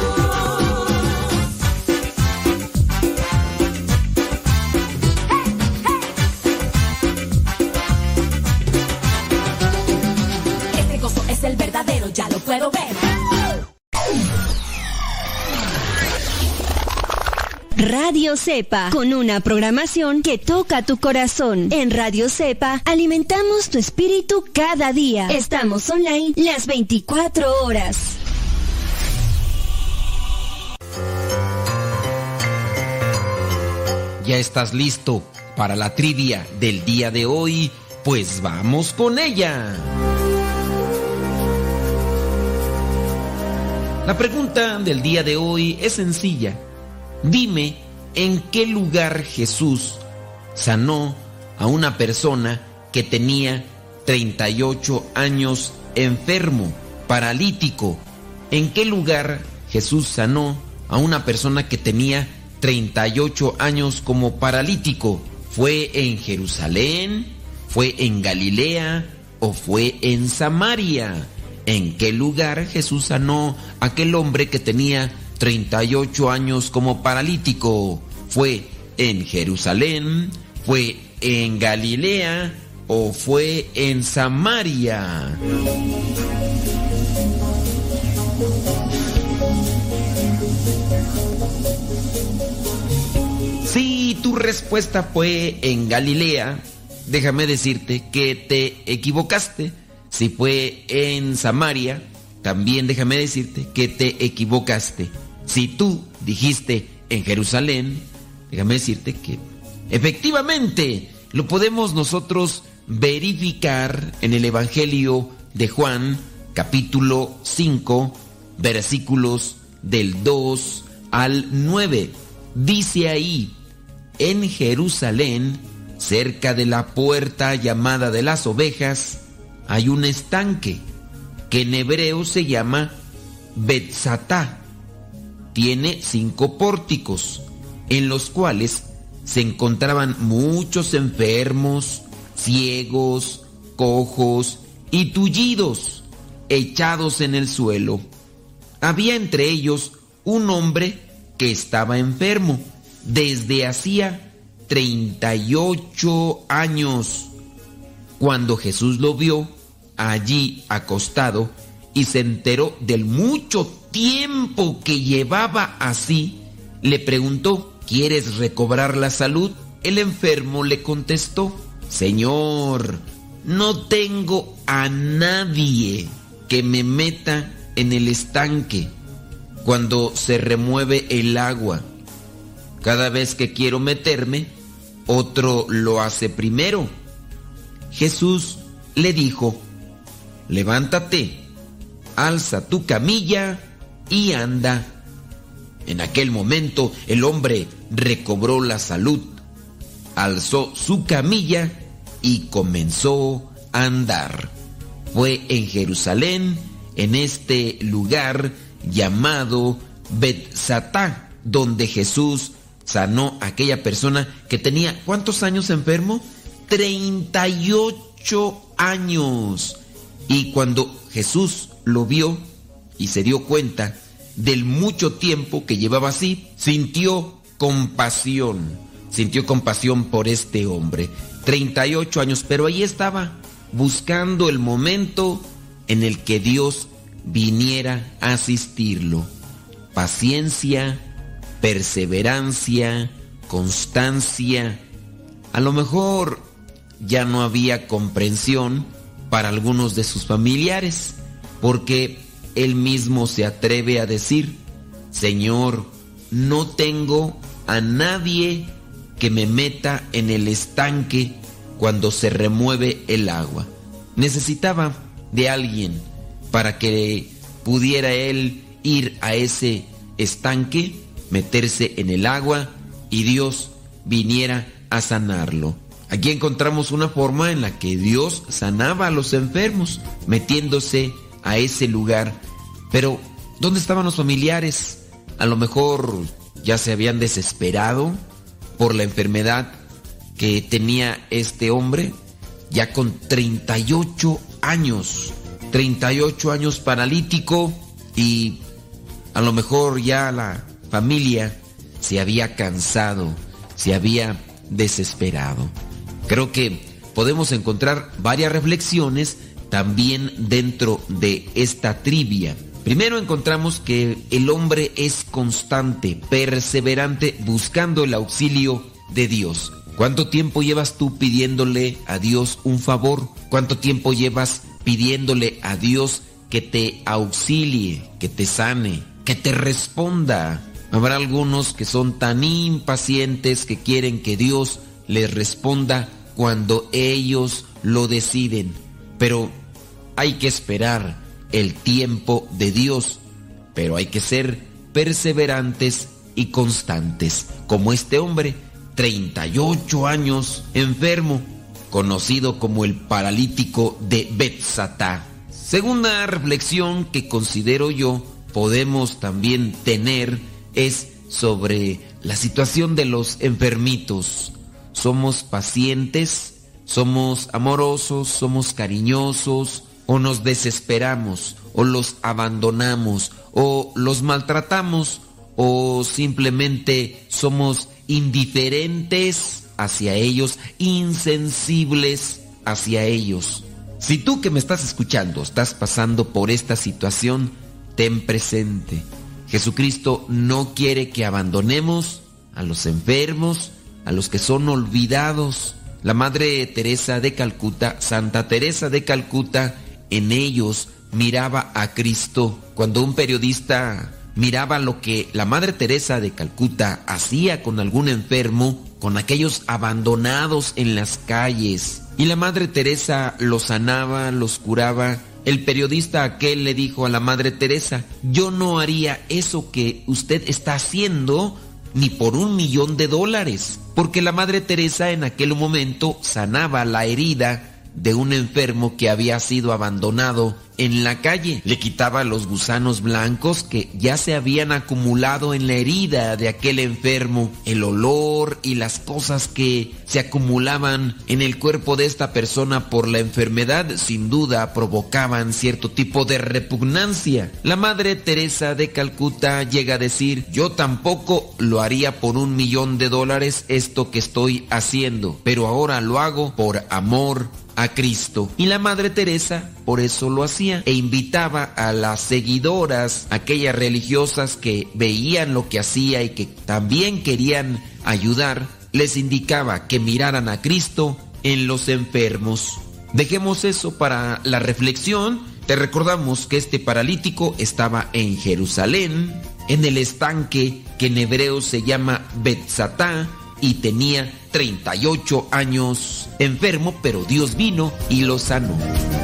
Este gozo es el verdadero, ya lo puedo ver. Radio Cepa, con una programación que toca tu corazón. En Radio Cepa alimentamos tu espíritu cada día. Estamos online las veinticuatro horas. ¿Ya estás listo para la trivia del día de hoy? Pues vamos con ella. La pregunta del día de hoy es sencilla. Dime, ¿en qué lugar Jesús sanó a una persona que tenía treinta y ocho años enfermo, paralítico? ¿En qué lugar Jesús sanó a una persona que tenía treinta y ocho años como paralítico? ¿Fue en Jerusalén? ¿Fue en Galilea? ¿O fue en Samaria? ¿En qué lugar Jesús sanó a aquel hombre que tenía treinta y ocho años como paralítico? ¿Fue en Jerusalén? ¿Fue en Galilea? ¿O fue en Samaria? Si tu respuesta fue en Galilea, déjame decirte que te equivocaste. Si fue en Samaria, también déjame decirte que te equivocaste. Si tú dijiste en Jerusalén, déjame decirte que efectivamente lo podemos nosotros verificar en el Evangelio de Juan, capítulo cinco, versículos del dos al nueve. Dice ahí: en Jerusalén, cerca de la puerta llamada de las ovejas, hay un estanque que en hebreo se llama Betzatá. Tiene cinco pórticos, en los cuales se encontraban muchos enfermos, ciegos, cojos y tullidos, echados en el suelo. Había entre ellos un hombre que estaba enfermo desde hacía treinta y ocho años. Cuando Jesús lo vio allí acostado y se enteró del mucho tiempo que llevaba así, le preguntó: ¿quieres recobrar la salud? El enfermo le contestó: Señor, no tengo a nadie que me meta en el estanque cuando se remueve el agua. Cada vez que quiero meterme, otro lo hace primero. Jesús le dijo: levántate, alza tu camilla y anda. En aquel momento el hombre recobró la salud, alzó su camilla y comenzó a andar. Fue en Jerusalén, en este lugar llamado Betsatá, donde Jesús sanó a aquella persona que tenía, ¿cuántos años enfermo? treinta y ocho años. Y cuando Jesús lo vio y se dio cuenta del mucho tiempo que llevaba así, sintió compasión, sintió compasión por este hombre. treinta y ocho años, pero ahí estaba, buscando el momento en el que Dios viniera a asistirlo. Paciencia, perseverancia, constancia. A lo mejor ya no había comprensión para algunos de sus familiares, porque él mismo se atreve a decir: Señor, no tengo a nadie que me meta en el estanque cuando se remueve el agua. Necesitaba de alguien para que pudiera él ir a ese estanque, meterse en el agua y Dios viniera a sanarlo. Aquí encontramos una forma en la que Dios sanaba a los enfermos, metiéndose a ese lugar. Pero, ¿dónde estaban los familiares? A lo mejor ya se habían desesperado por la enfermedad que tenía este hombre, ya con treinta y ocho años, treinta y ocho años paralítico, y a lo mejor ya la familia se había cansado, se había desesperado. Creo que podemos encontrar varias reflexiones también dentro de esta trivia. Primero encontramos que el hombre es constante, perseverante, buscando el auxilio de Dios. ¿Cuánto tiempo llevas tú pidiéndole a Dios un favor? ¿Cuánto tiempo llevas pidiéndole a Dios que te auxilie, que te sane, que te responda? Habrá algunos que son tan impacientes que quieren que Dios les responda cuando ellos lo deciden. Pero hay que esperar el tiempo de Dios, pero hay que ser perseverantes y constantes, como este hombre, treinta y ocho años enfermo, conocido como el paralítico de Betsatá. Segunda reflexión que considero yo podemos también tener es sobre la situación de los enfermitos. ¿Somos pacientes? ¿Somos amorosos? ¿Somos cariñosos? ¿O nos desesperamos? ¿O los abandonamos? ¿O los maltratamos? ¿O simplemente somos indiferentes hacia ellos, insensibles hacia ellos? Si tú que me estás escuchando estás pasando por esta situación, ten presente: Jesucristo no quiere que abandonemos a los enfermos, a los que son olvidados. La Madre Teresa de Calcuta, Santa Teresa de Calcuta, en ellos miraba a Cristo. Cuando un periodista miraba lo que la Madre Teresa de Calcuta hacía con algún enfermo, con aquellos abandonados en las calles, y la Madre Teresa los sanaba, los curaba, el periodista aquel le dijo a la Madre Teresa: yo no haría eso que usted está haciendo ni por un millón de dólares. Porque la Madre Teresa en aquel momento sanaba la herida de un enfermo que había sido abandonado en la calle. Le quitaba los gusanos blancos que ya se habían acumulado en la herida de aquel enfermo, el olor y las cosas que se acumulaban en el cuerpo de esta persona por la enfermedad, sin duda provocaban cierto tipo de repugnancia. La Madre Teresa de Calcuta llega a decir: yo tampoco lo haría por un millón de dólares esto que estoy haciendo, pero ahora lo hago por amor a Cristo. Y la Madre Teresa por eso lo hacía, e invitaba a las seguidoras, aquellas religiosas que veían lo que hacía y que también querían ayudar, les indicaba que miraran a Cristo en los enfermos. Dejemos eso para la reflexión Te recordamos que este paralítico estaba en Jerusalén, en el estanque que en hebreo se llama Betzatá, y tenía treinta y ocho años enfermo, pero Dios vino y lo sanó.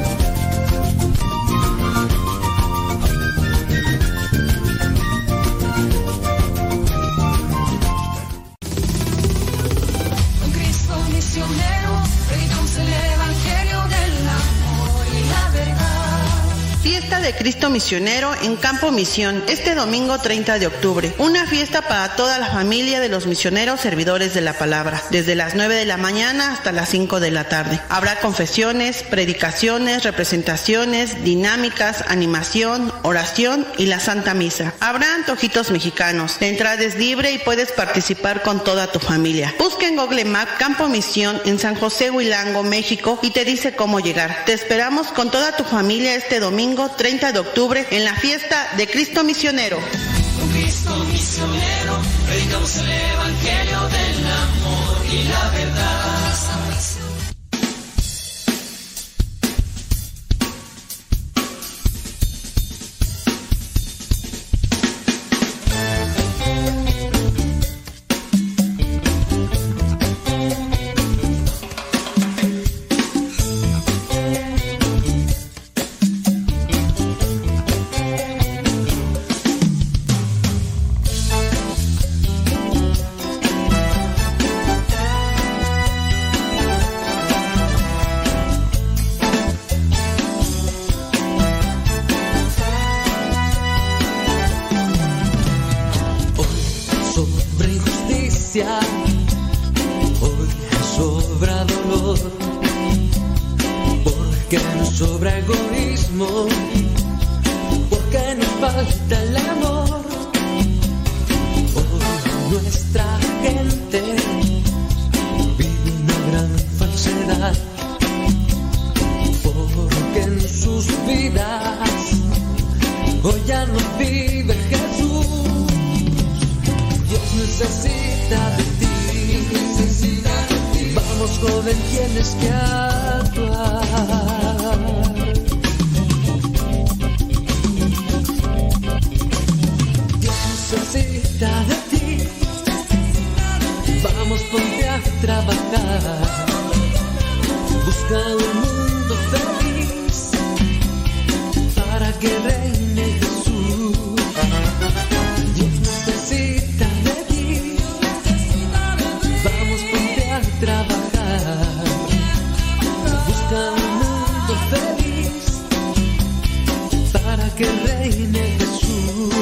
Un Cristo misionero, predicamos el evangelio del amor y la verdad. Fiesta de Cristo Misionero en Campo Misión, este domingo treinta de octubre. Una fiesta para toda la familia de los misioneros servidores de la palabra, desde las nueve de la mañana hasta las cinco de la tarde. Habrá confesiones, predicaciones, representaciones, dinámicas, animación, oración y la Santa Misa. Habrá antojitos mexicanos. La entrada es libre y puedes participar con toda tu familia. Busca en Google Maps Campo Misión en San José Huilango, México, y te dice cómo llegar. Te esperamos con toda tu familia este domingo treinta de octubre en la fiesta de Cristo Misionero. Un Cristo misionero, predicamos el evangelio del amor y la verdad. Hoy sobra dolor, porque nos sobra egoísmo, porque nos falta el amor. Hoy nuestra gente vive una gran falsedad, porque en sus vidas hoy ya no vive Jesús. Dios necesita de ti, necesita de ti. Vamos, joven, tienes que actuar. Dios necesita de ti. Vamos, ponte a trabajar. Busca un mundo feliz para que reine Jesús. Dios necesita de ti. Vamos, ponte a trabajar. Busca un mundo feliz para que reine Jesús.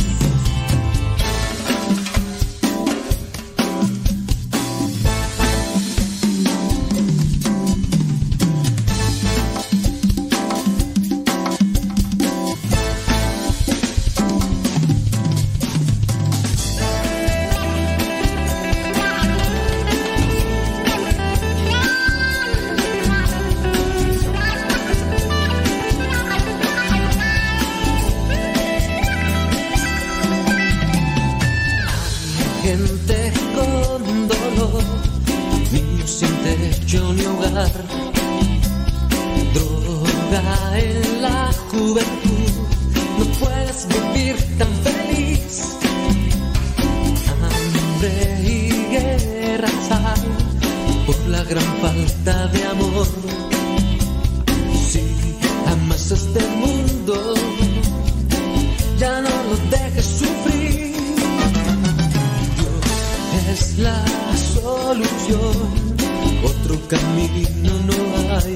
Gente con dolor, niños sin techo ni hogar, droga en la juventud, no puedes vivir tan feliz. Hambre y guerras hay por la gran falta de amor. Si amas este mundo, ya no lo dejes sufrir. Es la solución, otro camino no hay.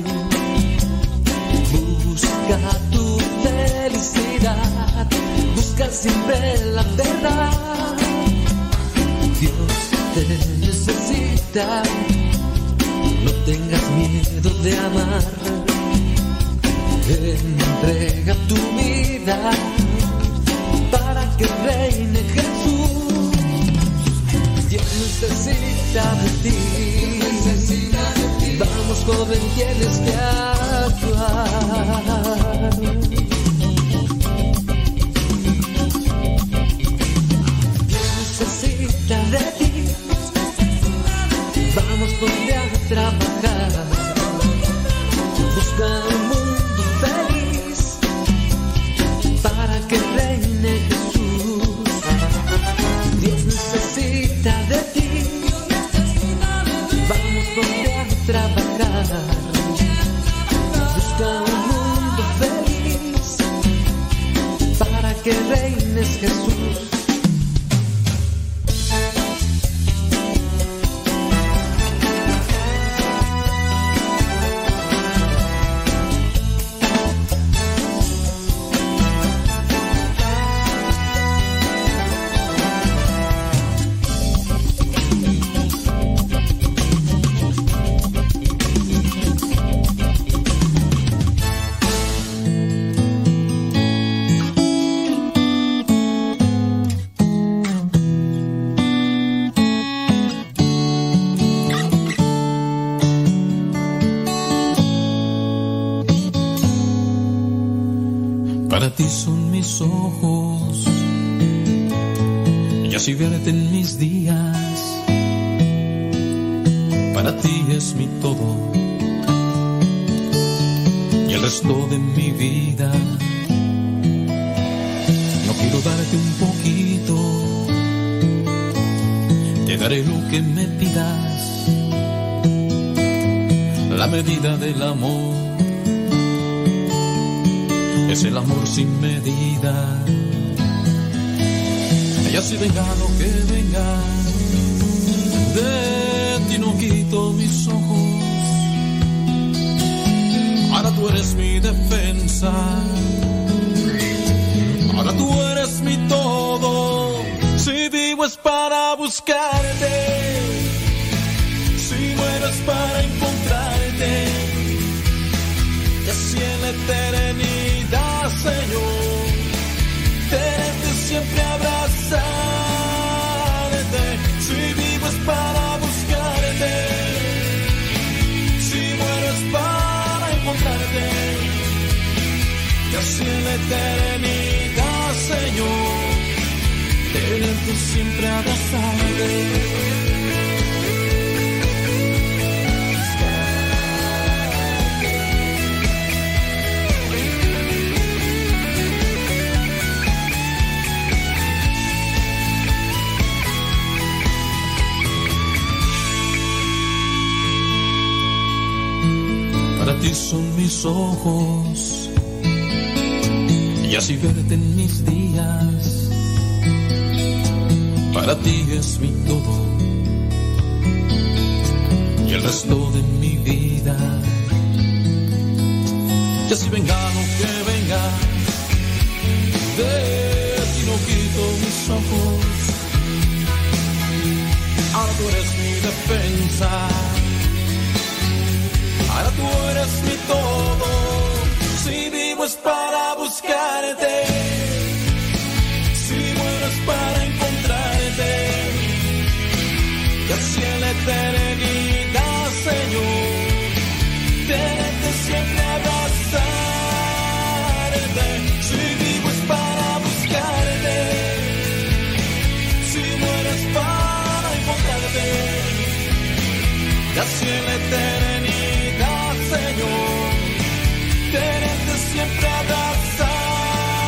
Busca tu felicidad, busca siempre la verdad. Dios te necesita, no tengas miedo de amar. Entrega tu vida para que reine Jesús. Dios necesita de ti, necesita de ti. Vamos, joven, tienes que actuar. Dios necesita de ti. Vamos, ponte a trabajar. Busca un mundo feliz que reines, Jesús. Para ti son mis ojos, y así verte en mis días. Para ti es mi todo, y el resto de mi vida. No quiero darte un poquito, te daré lo que me pidas, la medida del amor. Es el amor sin medida. Y así venga lo que venga, de ti no quito mis ojos. Ahora tú eres mi defensa, ahora tú eres mi todo. Si vivo es para buscarte, si muero es para encontrarte. Y así en la eternidad, Señor, tenerte siempre abrazarte. Si vivo es para buscarte, si muero es para encontrarte. Y así en la eternidad, Señor, tenerte siempre abrazarte. Para ti son mis ojos, y así verte en mis días. Para ti es mi todo, y el resto de mi vida. Y así venga lo que venga, de ti no quito mis ojos. Ahora tú eres mi defensa, ahora tú eres mi todo. Si vivo es para buscarte, si muero es para encontrarte. Y así en la eternidad, Señor, tenerte siempre abrazarte. Si vivo es para buscarte, si muero es para encontrarte. Y así en la eternidad, Señor, tenerte siempre abrazarte.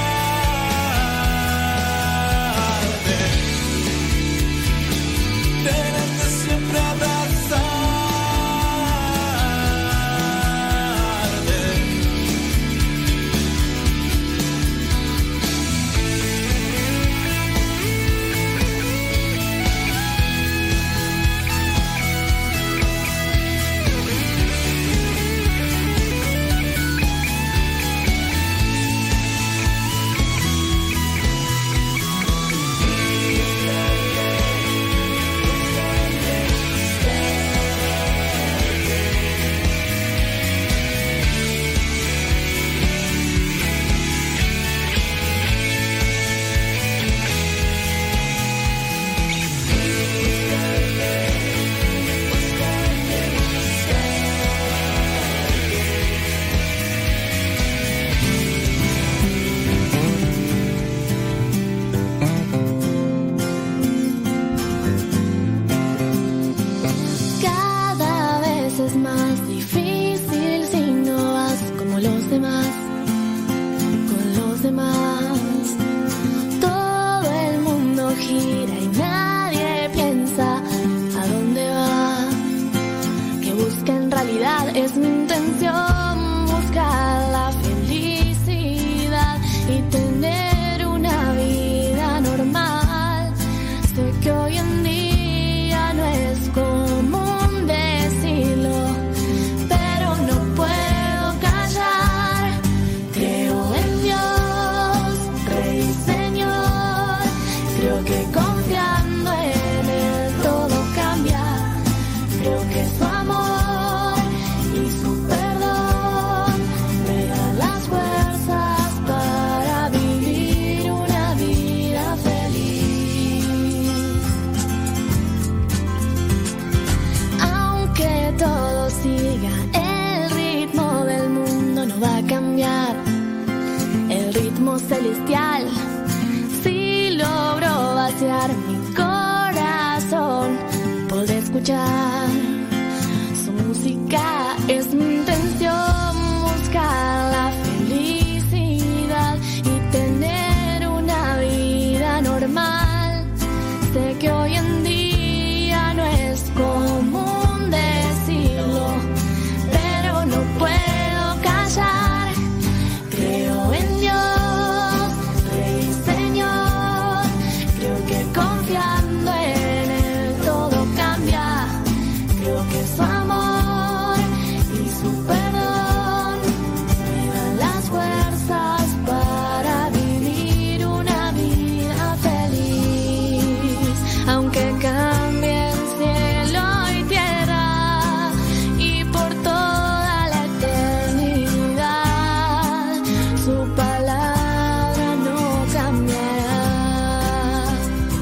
celestial. Si logro vaciar mi corazón, podré escuchar su música. Es mi intención buscar la felicidad y tener una vida normal. Sé que hoy en día no es común decirlo, pero no puedo callar. Creo en Dios, Rey y Señor. Creo que confiando en Él todo cambia. Creo que su amor y su perdón me dan las fuerzas para vivir una vida feliz. Aunque cambie el cielo y tierra y por toda la eternidad, su palabra no cambiará.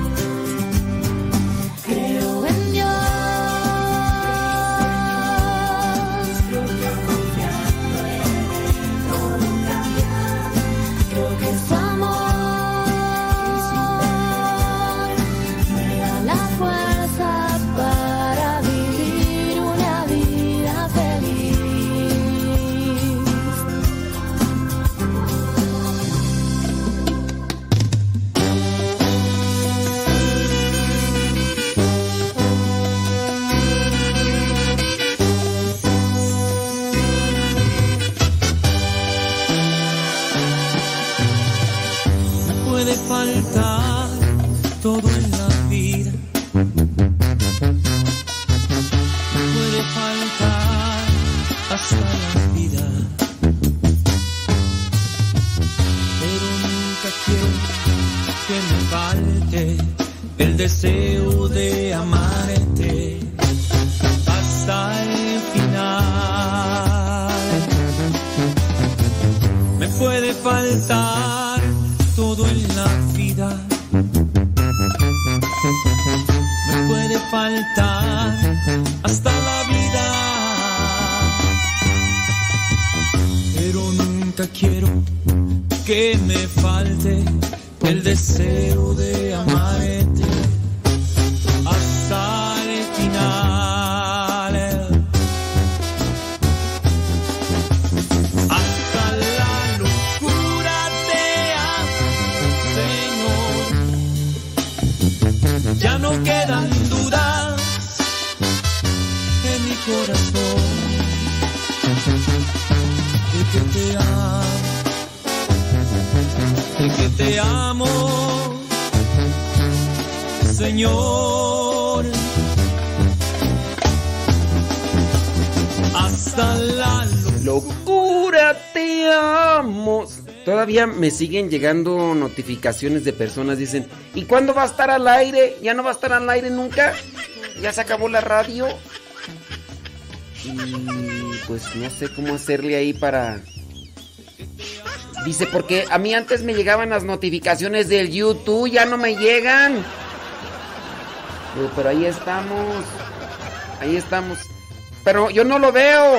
Creo en Dios, creo que confiando en Él todo cambia. Creo que su amor me da la fuerza para vivir una vida feliz. Me puede faltar todo en la vida. Me puede faltar hasta la vida. Pero nunca quiero que me falte el deseo de amarte hasta el final. Me puede faltar todo en la vida. Me puede faltar hasta la vida. Pero nunca quiero que me falte el deseo de amarte hasta el final. Hasta la locura te amo, Señor. Ya no quedan dudas en mi corazón de que te amo, de que te amo, Señor. Hasta la locura te amo. Todavía me siguen llegando notificaciones de personas, dicen, ¿y cuándo va a estar al aire? ¿Ya no va a estar al aire nunca? ¿Ya se acabó la radio? Y pues no sé cómo hacerle ahí para... Dice, porque a mí antes me llegaban las notificaciones del YouTube, ya no me llegan. Pero, pero ahí estamos, ahí estamos. Pero yo no lo veo.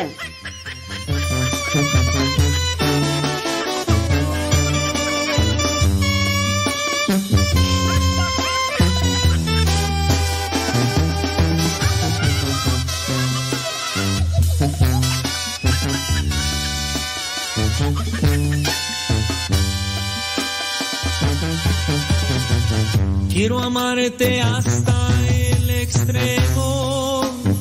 Quiero amarte hasta el extremo,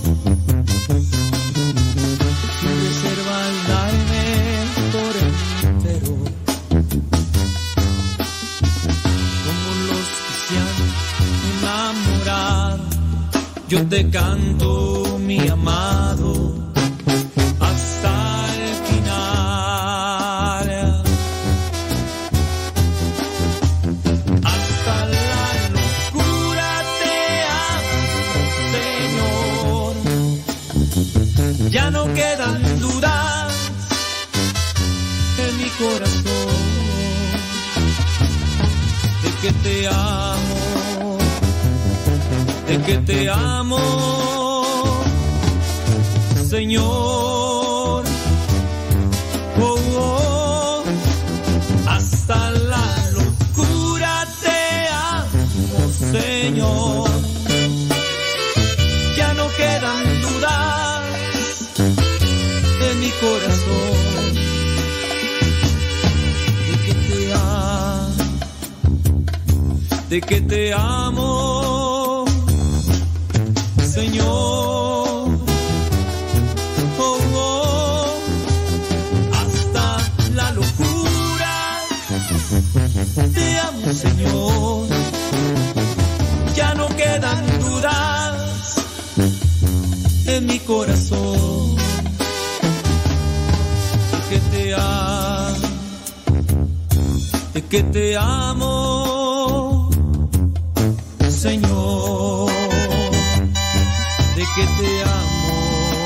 sin reservas darme por entero, como los que se han enamorado. Yo te canto, mi amado, hasta el final. Hasta la locura te amo, Señor. Ya no quedan dudas en mi corazón de que te amo, de que te amo, Señor. Oh, oh, hasta la locura de que te amo, Señor. Oh, oh, hasta la locura. Te amo, Señor. Ya no quedan dudas en mi corazón. De que te amo, de que te amo, Señor. De que te amo,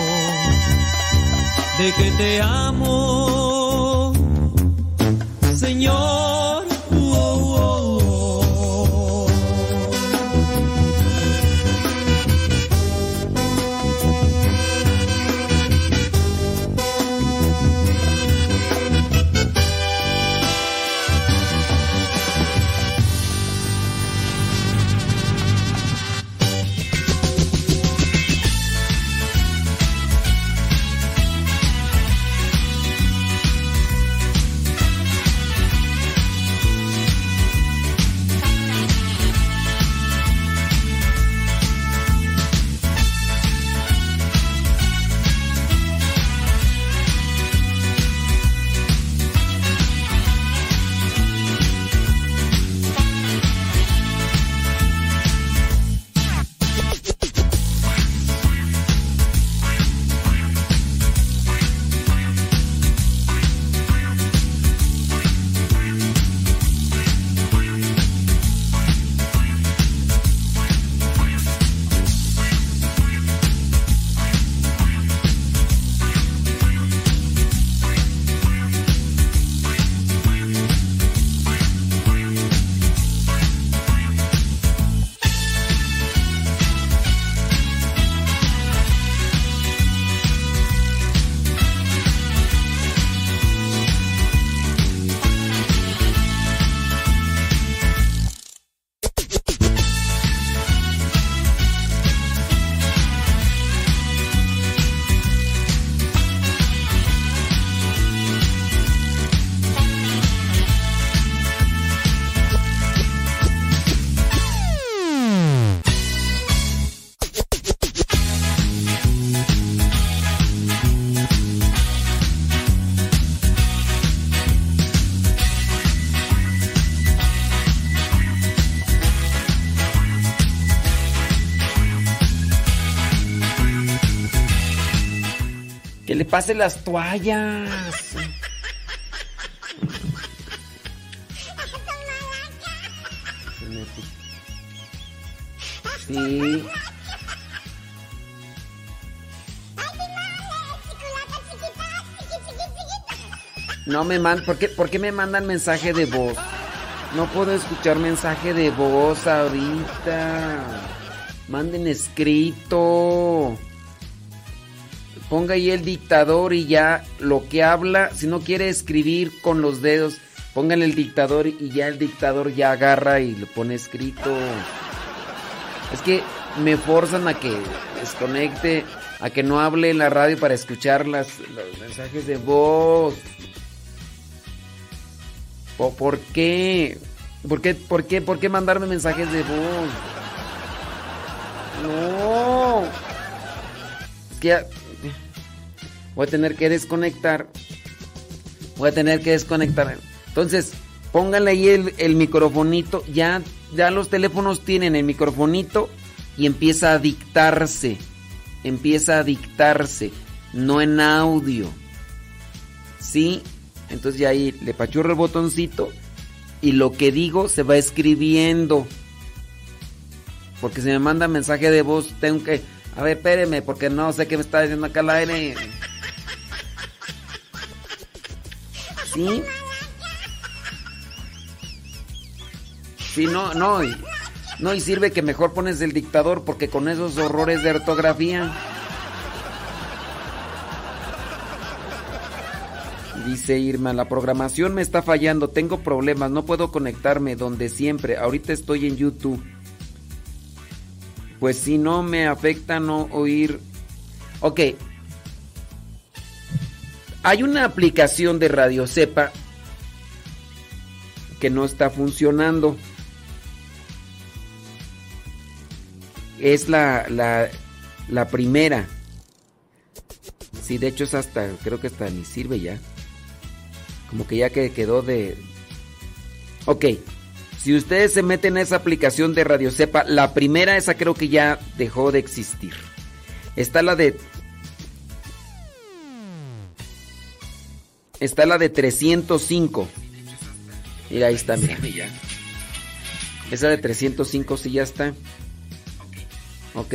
de que te amo, Señor. Oh, oh, oh. Que le pase las toallas. Sí. No me mandan, ¿por qué, ¿por qué me mandan mensaje de voz? No puedo escuchar mensaje de voz ahorita. Manden escrito. Ponga ahí el dictador y ya lo que habla, si no quiere escribir con los dedos, póngale el dictador y ya el dictador ya agarra y lo pone escrito. Es que me forzan a que desconecte, a que no hable en la radio para escuchar las, los mensajes de voz. ¿Por qué? ¿Por qué? ¿Por qué? ¿Por qué mandarme mensajes de voz? No. Es que ya voy a tener que desconectar. Voy a tener que desconectar. Entonces, pónganle ahí el, el microfonito. Ya, ya los teléfonos tienen el microfonito y empieza a dictarse. Empieza a dictarse. No en audio. ¿Sí? Entonces ya ahí le pachurro el botoncito y lo que digo se va escribiendo. Porque si me manda mensaje de voz, tengo que... A ver, espéreme, porque no sé qué me está diciendo acá al aire. ¿Sí? Sí, no, no. Y, no, y sirve que mejor pones el dictador porque con esos horrores de ortografía... Dice Irma, la programación me está fallando, tengo problemas, no puedo conectarme donde siempre, ahorita estoy en YouTube. Pues si no me afecta no oír. Ok. Hay una aplicación de Radio Cepa que no está funcionando. es la, la, la primera. Sí, de hecho es hasta, creo que hasta ni sirve ya. Como que ya que quedó de... Ok, si ustedes se meten a esa aplicación de Radio Cepa, la primera, esa creo que ya dejó de existir. Está la de... Está la de trescientos cinco. Y ahí está, mira. Esa de trescientos cinco sí ya está. Ok.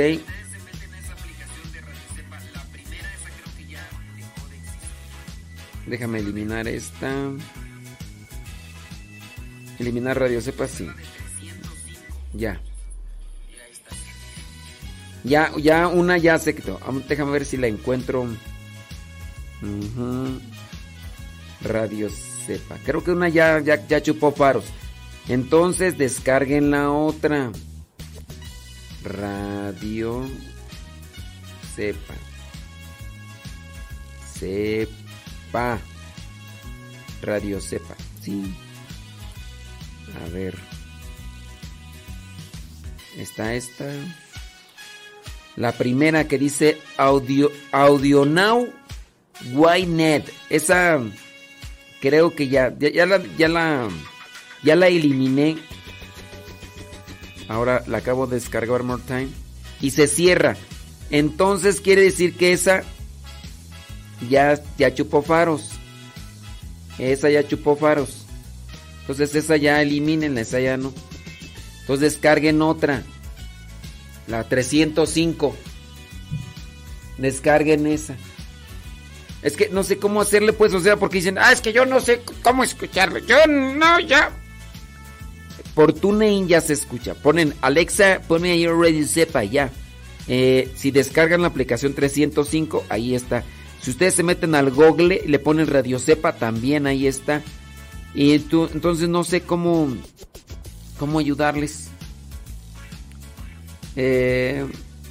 Déjame eliminar esta. Eliminar Radio Cepa, sí. Ya. Ya, ya una ya se quitó. Déjame ver si la encuentro. Uh-huh. Radio Cepa. Creo que una ya, ya, ya chupó faros. Entonces descarguen la otra. Radio Cepa. Cepa. Radio Cepa. Sí. A ver. Está esta. La primera que dice Audio AudioNow Ynet. Esa creo que ya ya, ya la ya la ya la eliminé. Ahora la acabo de descargar one more time y se cierra. Entonces quiere decir que esa ya ya chupó faros. Esa ya chupó faros. Entonces esa ya elimínenla, esa ya no. Entonces descarguen otra. La trescientos cinco. Descarguen esa. Es que no sé cómo hacerle, pues, o sea, porque dicen, ah, es que yo no sé cómo escucharlo. Yo no, ya. Por TuneIn ya se escucha. Ponen, Alexa, ponme ahí Radio Cepa, ya. Eh, si descargan la aplicación trescientos cinco, ahí está. Si ustedes se meten al Google y le ponen Radio Cepa, también ahí está. Y tú, entonces no sé cómo, cómo ayudarles. Eh,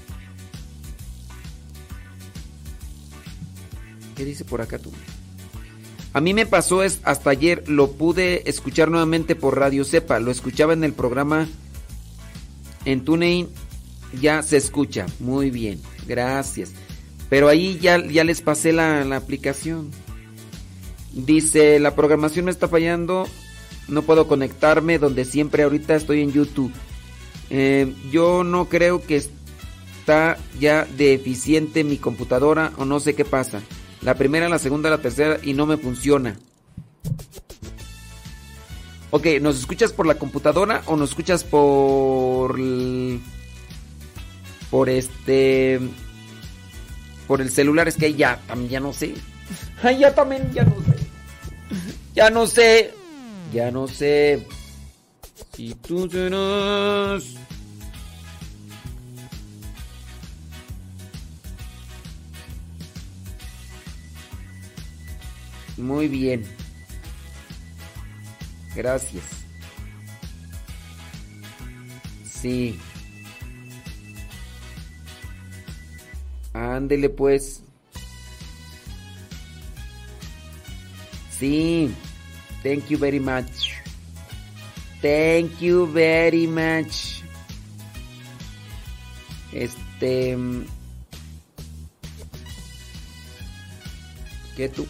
¿Qué dice por acá tú? A mí me pasó es hasta ayer, lo pude escuchar nuevamente por Radio Cepa. Lo escuchaba en el programa en TuneIn. Ya se escucha. Muy bien. Gracias. Pero ahí ya, ya les pasé la, la aplicación. Dice, la programación me está fallando. No puedo conectarme donde siempre ahorita estoy en YouTube. Eh, yo no creo que está ya deficiente mi computadora o no sé qué pasa. La primera, la segunda, la tercera y no me funciona. Ok, ¿nos escuchas por la computadora o nos escuchas por... El, por este... por el celular? Es que ya, también ya no sé. Ay, ya también, ya no sé. Ya no sé. Ya no sé. Si tú serás... Muy bien. Gracias. Sí. Ándele pues. Sí. Thank you very much. Thank you very much. Este... ¿Qué tú?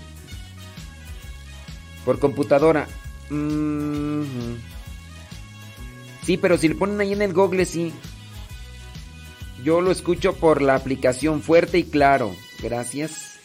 Por computadora. Mm-hmm. Sí, pero si le ponen ahí en el Google, sí. Yo lo escucho por la aplicación Fuerte y Claro. Gracias.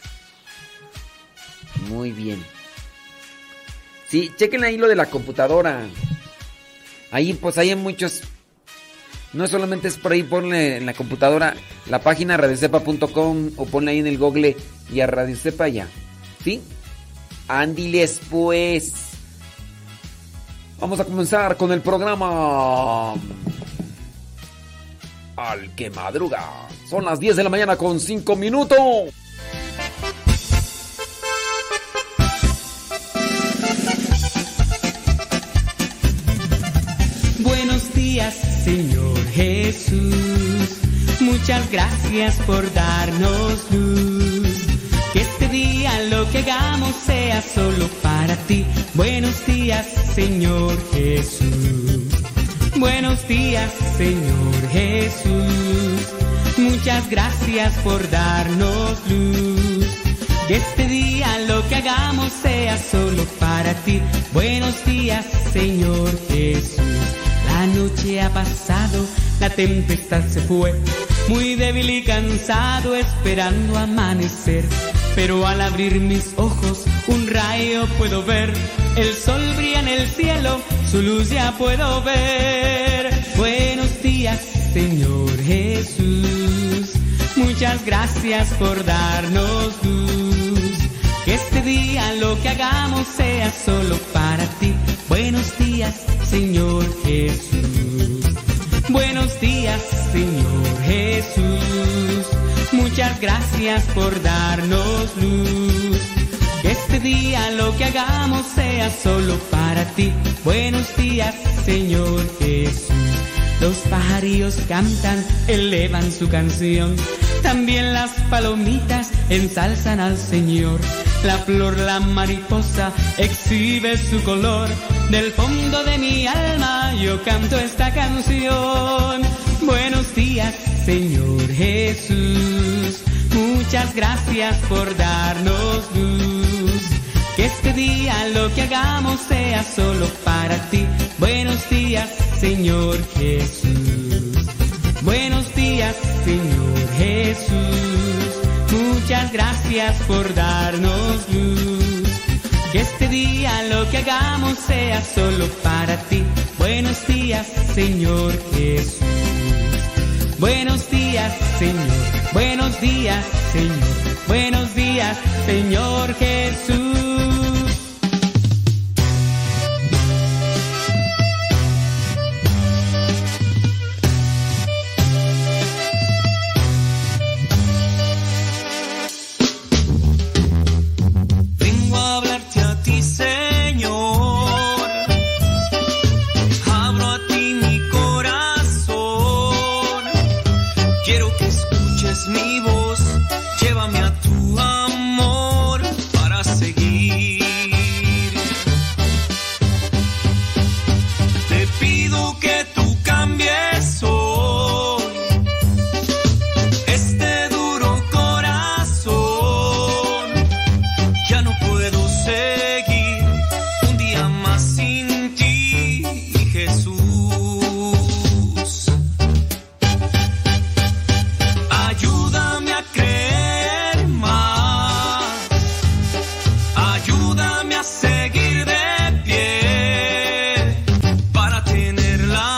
Muy bien. Sí, chequen ahí lo de la computadora. Ahí, pues ahí hay muchos. No solamente es por ahí, ponle en la computadora la página radio cepa punto com o ponle ahí en el Google y a Radio Cepa ya. ¿Sí? Andiles pues. Vamos a comenzar con el programa Al que madruga. Son las diez de la mañana con cinco minutos. Buenos días, Señor Jesús. Muchas gracias por darnos luz. Que este día lo que hagamos sea solo para ti. Buenos días, Señor Jesús. Buenos días, Señor Jesús. Muchas gracias por darnos luz. Que este día lo que hagamos sea solo para ti. Buenos días, Señor Jesús. La noche ha pasado, la tempestad se fue. Muy débil y cansado esperando amanecer. Pero al abrir mis ojos un rayo puedo ver. El sol brilla en el cielo, su luz ya puedo ver. Buenos días, Señor Jesús. Muchas gracias por darnos luz. Que este día lo que hagamos sea solo para ti. Buenos días, Señor Jesús. Buenos días, Señor Jesús. Muchas gracias por darnos luz. Que este día lo que hagamos sea solo para ti. Buenos días, Señor Jesús. Los pajarillos cantan, elevan su canción. También las palomitas ensalzan al Señor. La flor, la mariposa, exhibe su color. Del fondo de mi alma yo canto esta canción. Buenos días, Señor Jesús. Muchas gracias por darnos luz. Que este día lo que hagamos sea solo para ti. Buenos días, Señor Jesús. Buenos días, Señor Jesús. Muchas gracias por darnos luz. Que este día lo que hagamos sea solo para ti. Buenos días, Señor Jesús. Buenos días, Señor. Buenos días, Señor. Buenos días, Señor Jesús. Mi voz, llévame a tu amor para seguir. Te pido que tú cambies hoy este duro corazón. Ya no puedo seguir un día más sin ti, Jesús. Ayúdame a seguir de pie para tener la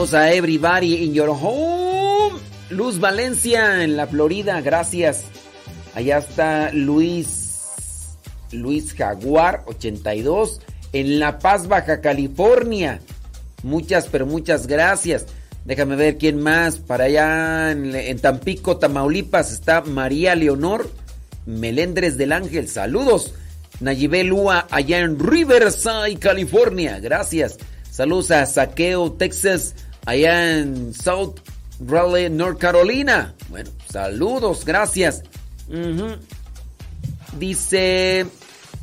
Saludos a everybody in your home. Luz Valencia en la Florida, gracias. Allá está Luis, Luis Jaguar ochenta y dos en La Paz, Baja California. Muchas, pero muchas gracias. Déjame ver quién más. Para allá en, en Tampico, Tamaulipas, está María Leonor Melendres del Ángel. Saludos. Nayibel Lua allá en Riverside, California. Gracias. Saludos a Saqueo, Texas, allá en South Raleigh, North Carolina. Bueno, saludos, gracias. Uh-huh. Dice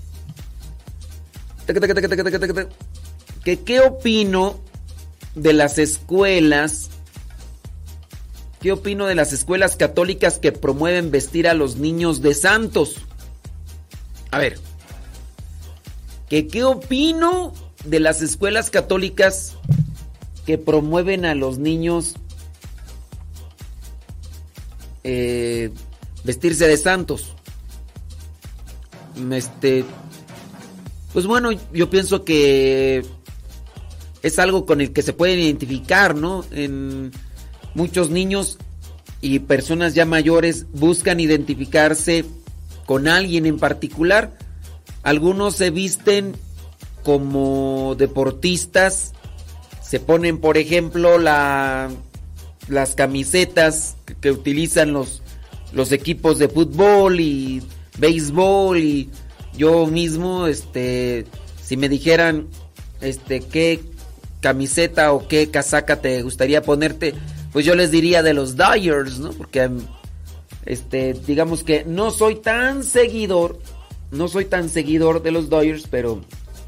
que qué opino de las escuelas, qué opino de las escuelas católicas que promueven vestir a los niños de santos. A ver, que qué opino de las escuelas católicas que promueven a los niños eh, vestirse de santos. Este, pues bueno, yo pienso que es algo con el que se pueden identificar, ¿no? En muchos niños y personas ya mayores buscan identificarse con alguien en particular. Algunos se visten como deportistas, se ponen, por ejemplo, la, las camisetas que, que utilizan los, los equipos de fútbol y béisbol, y yo mismo, este, si me dijeran, este, qué camiseta o qué casaca te gustaría ponerte, pues yo les diría de los Dodgers, ¿no? Porque, este, digamos que no soy tan seguidor, no soy tan seguidor de los Dodgers, pero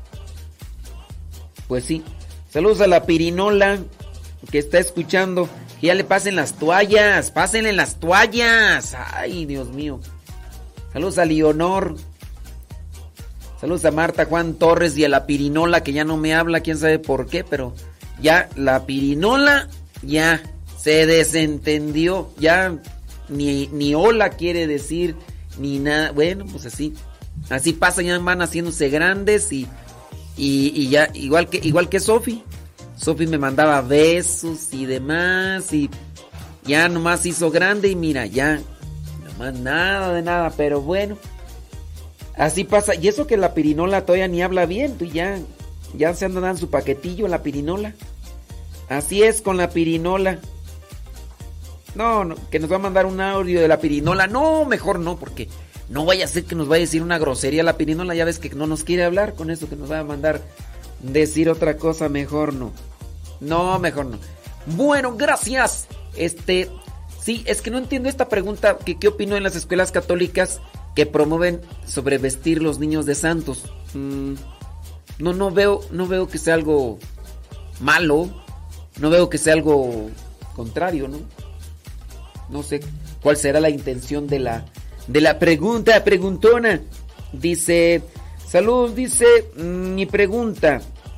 pues sí. Saludos a la Pirinola que está escuchando. Que ya le pasen las toallas. Pásenle las toallas. Ay, Dios mío. Saludos a Leonor. Saludos a Marta Juan Torres y a la Pirinola que ya no me habla. Quién sabe por qué, pero ya la Pirinola ya se desentendió. Ya ni, ni hola quiere decir ni nada. Bueno, pues así. Así pasa, ya van haciéndose grandes y... Y, y ya, igual que igual que Sofi. Sofi me mandaba besos y demás. Y ya nomás hizo grande. Y mira, ya. Nomás nada de nada. Pero bueno. Así pasa. Y eso que la Pirinola todavía ni habla bien. Tú ya. Ya se anda dando su paquetillo la Pirinola. Así es con la Pirinola. No, no, que nos va a mandar un audio de la Pirinola. No, mejor no, porque no vaya a ser que nos vaya a decir una grosería la Pirinola. Ya ves que no nos quiere hablar con eso, que nos va a mandar decir otra cosa. Mejor no. No, mejor no. Bueno, gracias. Este, sí, es que no entiendo esta pregunta. Que, ¿Qué opino en las escuelas católicas que promueven sobre vestir los niños de santos? Mm, no, no veo, no veo que sea algo malo. No veo que sea algo contrario, ¿no? No sé cuál será la intención de la de la pregunta, preguntona. Dice, saludos, dice, mi pregunta.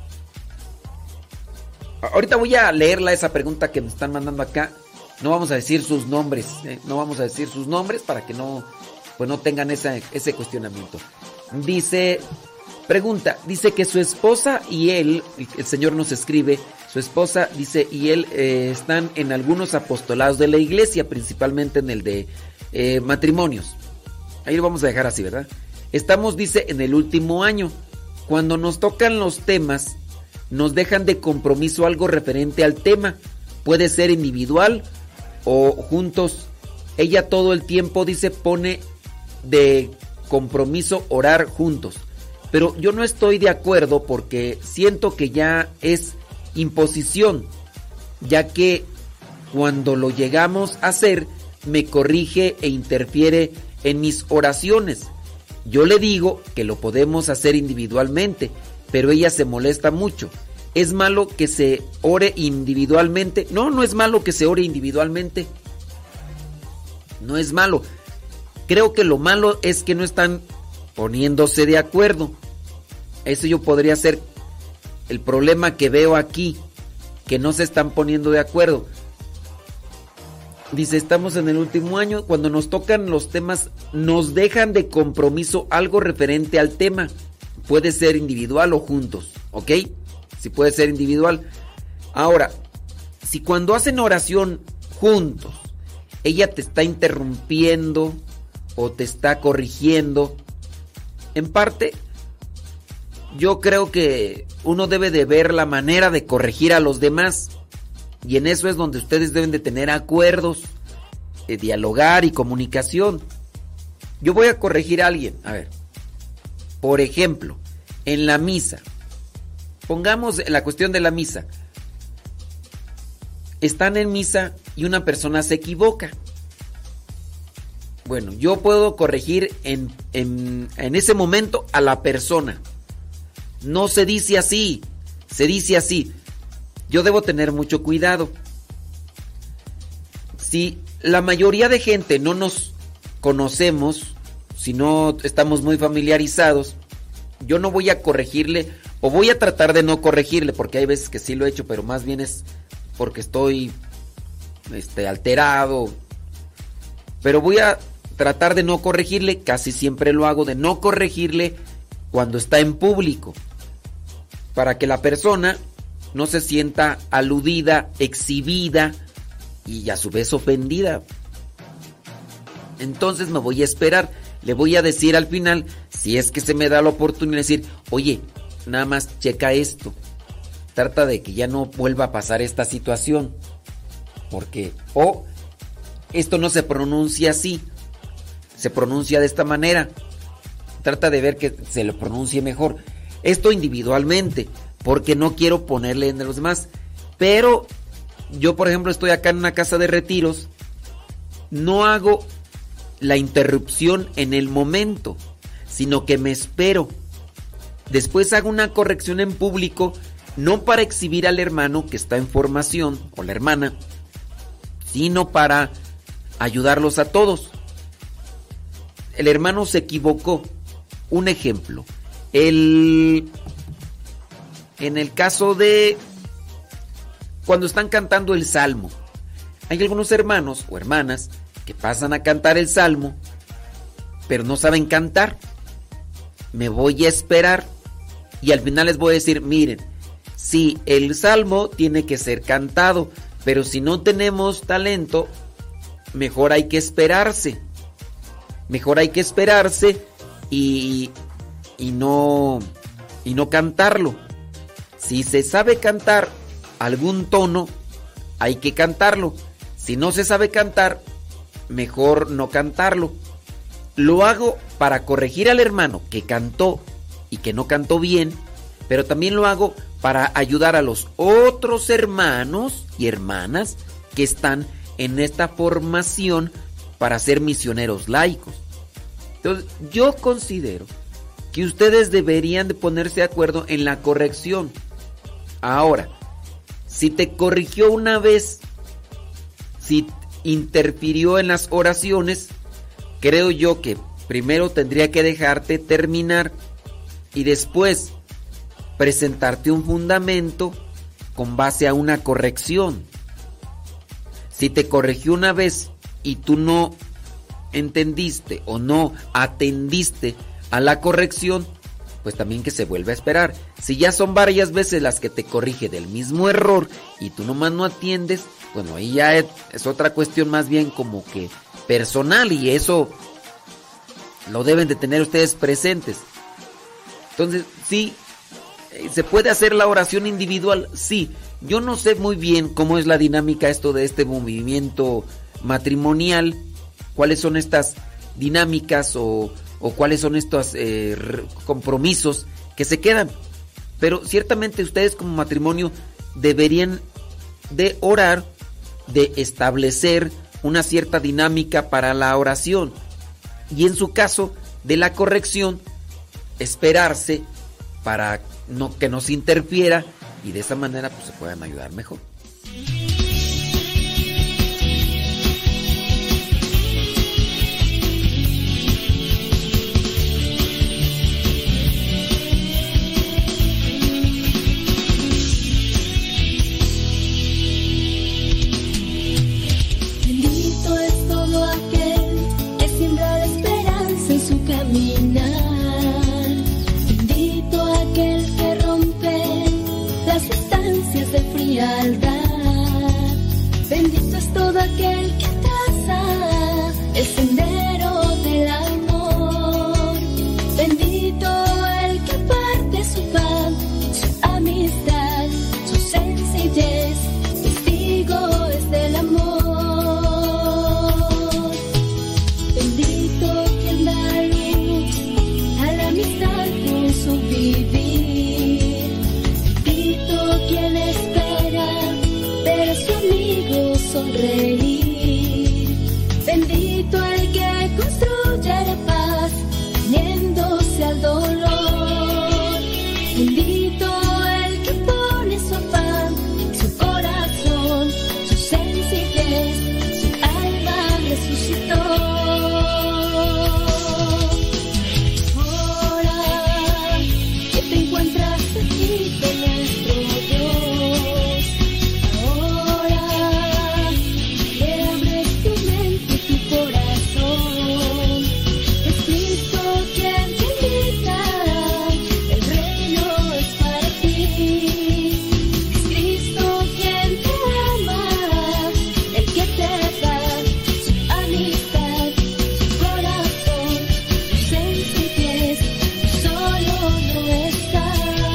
Ahorita voy a leerla esa pregunta que me están mandando acá. No vamos a decir sus nombres, ¿eh? No vamos a decir sus nombres para que no, pues no tengan esa, ese cuestionamiento. Dice, pregunta, dice que su esposa y él, el señor nos escribe, su esposa, dice, y él eh, están en algunos apostolados de la iglesia, principalmente en el de eh, matrimonios. Ahí lo vamos a dejar así, ¿verdad? Estamos, dice, en el último año. Cuando nos tocan los temas, nos dejan de compromiso algo referente al tema. Puede ser individual o juntos. Ella todo el tiempo, dice, pone de compromiso orar juntos. Pero yo no estoy de acuerdo porque siento que ya es imposición, ya que cuando lo llegamos a hacer me corrige e interfiere en mis oraciones. Yo le digo que lo podemos hacer individualmente, pero ella se molesta mucho. ¿Es malo que se ore individualmente? No, no es malo que se ore individualmente. No es malo. Creo que lo malo es que no están poniéndose de acuerdo. Eso yo podría ser el problema que veo aquí, que no se están poniendo de acuerdo. Dice, estamos en el último año, cuando nos tocan los temas, nos dejan de compromiso algo referente al tema. Puede ser individual o juntos, ¿ok? Si puede ser individual. Ahora, si cuando hacen oración juntos, ella te está interrumpiendo o te está corrigiendo, en parte, yo creo que uno debe de ver la manera de corregir a los demás. Y en eso es donde ustedes deben de tener acuerdos, de dialogar y comunicación. Yo voy a corregir a alguien. A ver, por ejemplo, en la misa. Pongamos la cuestión de la misa. Están en misa y una persona se equivoca. Bueno, yo puedo corregir en, en, en ese momento a la persona. No se dice así, se dice así. Yo debo tener mucho cuidado. Si la mayoría de gente no nos conocemos, si no estamos muy familiarizados, yo no voy a corregirle, o voy a tratar de no corregirle, porque hay veces que sí lo he hecho, pero más bien es porque estoy este, alterado. Pero voy a tratar de no corregirle, casi siempre lo hago, de no corregirle cuando está en público, para que la persona no se sienta aludida, exhibida y a su vez ofendida. Entonces me voy a esperar, le voy a decir al final, si es que se me da la oportunidad de decir, oye, nada más checa esto, trata de que ya no vuelva a pasar esta situación, porque o esto no se pronuncia así, se pronuncia de esta manera, trata de ver que se lo pronuncie mejor. Esto individualmente, porque no quiero ponerle en los demás. Pero yo, por ejemplo, estoy acá en una casa de retiros, no hago la interrupción en el momento, sino que me espero. Después hago una corrección en público, no para exhibir al hermano que está en formación, o la hermana, sino para ayudarlos a todos. El hermano se equivocó. Un ejemplo. El... En el caso de cuando están cantando el salmo, hay algunos hermanos o hermanas que pasan a cantar el salmo, pero no saben cantar. Me voy a esperar y al final les voy a decir, miren, sí, el salmo tiene que ser cantado, pero si no tenemos talento, mejor hay que esperarse. Mejor hay que esperarse y, y no y no cantarlo. Si se sabe cantar algún tono, hay que cantarlo. Si no se sabe cantar, mejor no cantarlo. Lo hago para corregir al hermano que cantó y que no cantó bien, pero también lo hago para ayudar a los otros hermanos y hermanas que están en esta formación para ser misioneros laicos. Entonces, yo considero que ustedes deberían de ponerse de acuerdo en la corrección. Ahora, si te corrigió una vez, si interfirió en las oraciones, creo yo que primero tendría que dejarte terminar y después presentarte un fundamento con base a una corrección. Si te corrigió una vez y tú no entendiste o no atendiste a la corrección, pues también que se vuelve a esperar. Si ya son varias veces las que te corrige del mismo error y tú nomás no atiendes, bueno, ahí ya es, es otra cuestión más bien como que personal, y eso lo deben de tener ustedes presentes. Entonces, sí, ¿se puede hacer la oración individual? Sí. Yo no sé muy bien cómo es la dinámica esto de este movimiento matrimonial, cuáles son estas dinámicas o... o cuáles son estos eh, compromisos que se quedan. Pero ciertamente ustedes como matrimonio deberían de orar, de establecer una cierta dinámica para la oración. Y en su caso de la corrección, esperarse para no, que no se interfiera y de esa manera pues, se puedan ayudar mejor. Frialdad. todo aquel que traza el sendero del amor. Bendito el que parte su pan, su amistad, su sencillez, testigo es del amor. Bendito quien da luz a la amistad con su vivir. Bendito quien espera ver a su amigo sonreír. Bendito el que construye la paz, uniéndose al dolor. Bendito el que pone su afán, su corazón, su sencillez, su alma resucitó. Ahora que te encuentras aquí con nuestro Dios, ahora que abres tu mente y tu corazón, es Cristo quien te invita, el reino es para ti. Es Cristo quien te ama, el que te da su amistad, su corazón, su sencillez, solo no estás.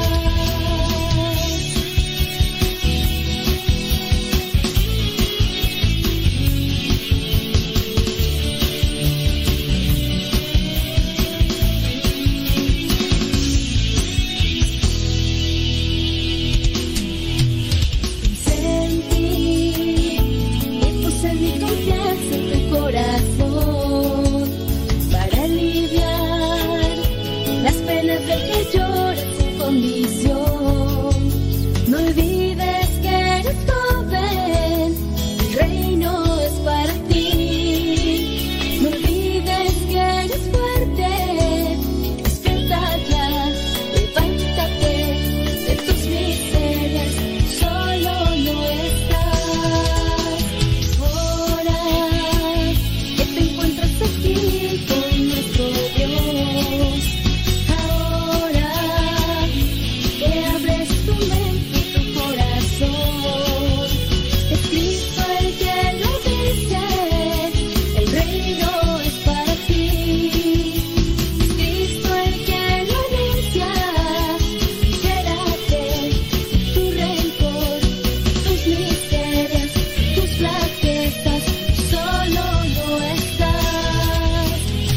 Pensé en ti y puse mi confianza en tu corazón para aliviar las penas del que llora sin condición. No olvides que eres joven, el reino es para ti. No olvides que eres fuerte, despierta ya, levántate de tus miserias, solo no estás. Ahora que te encuentras aquí con nuestro Dios, ahora que abres tu mente y tu corazón, es Cristo el que lo dice, el reino es para ti. Es Cristo el que lo anuncia, libérate de tu rencor, tus miserias, tus flaquezas, solo no estás.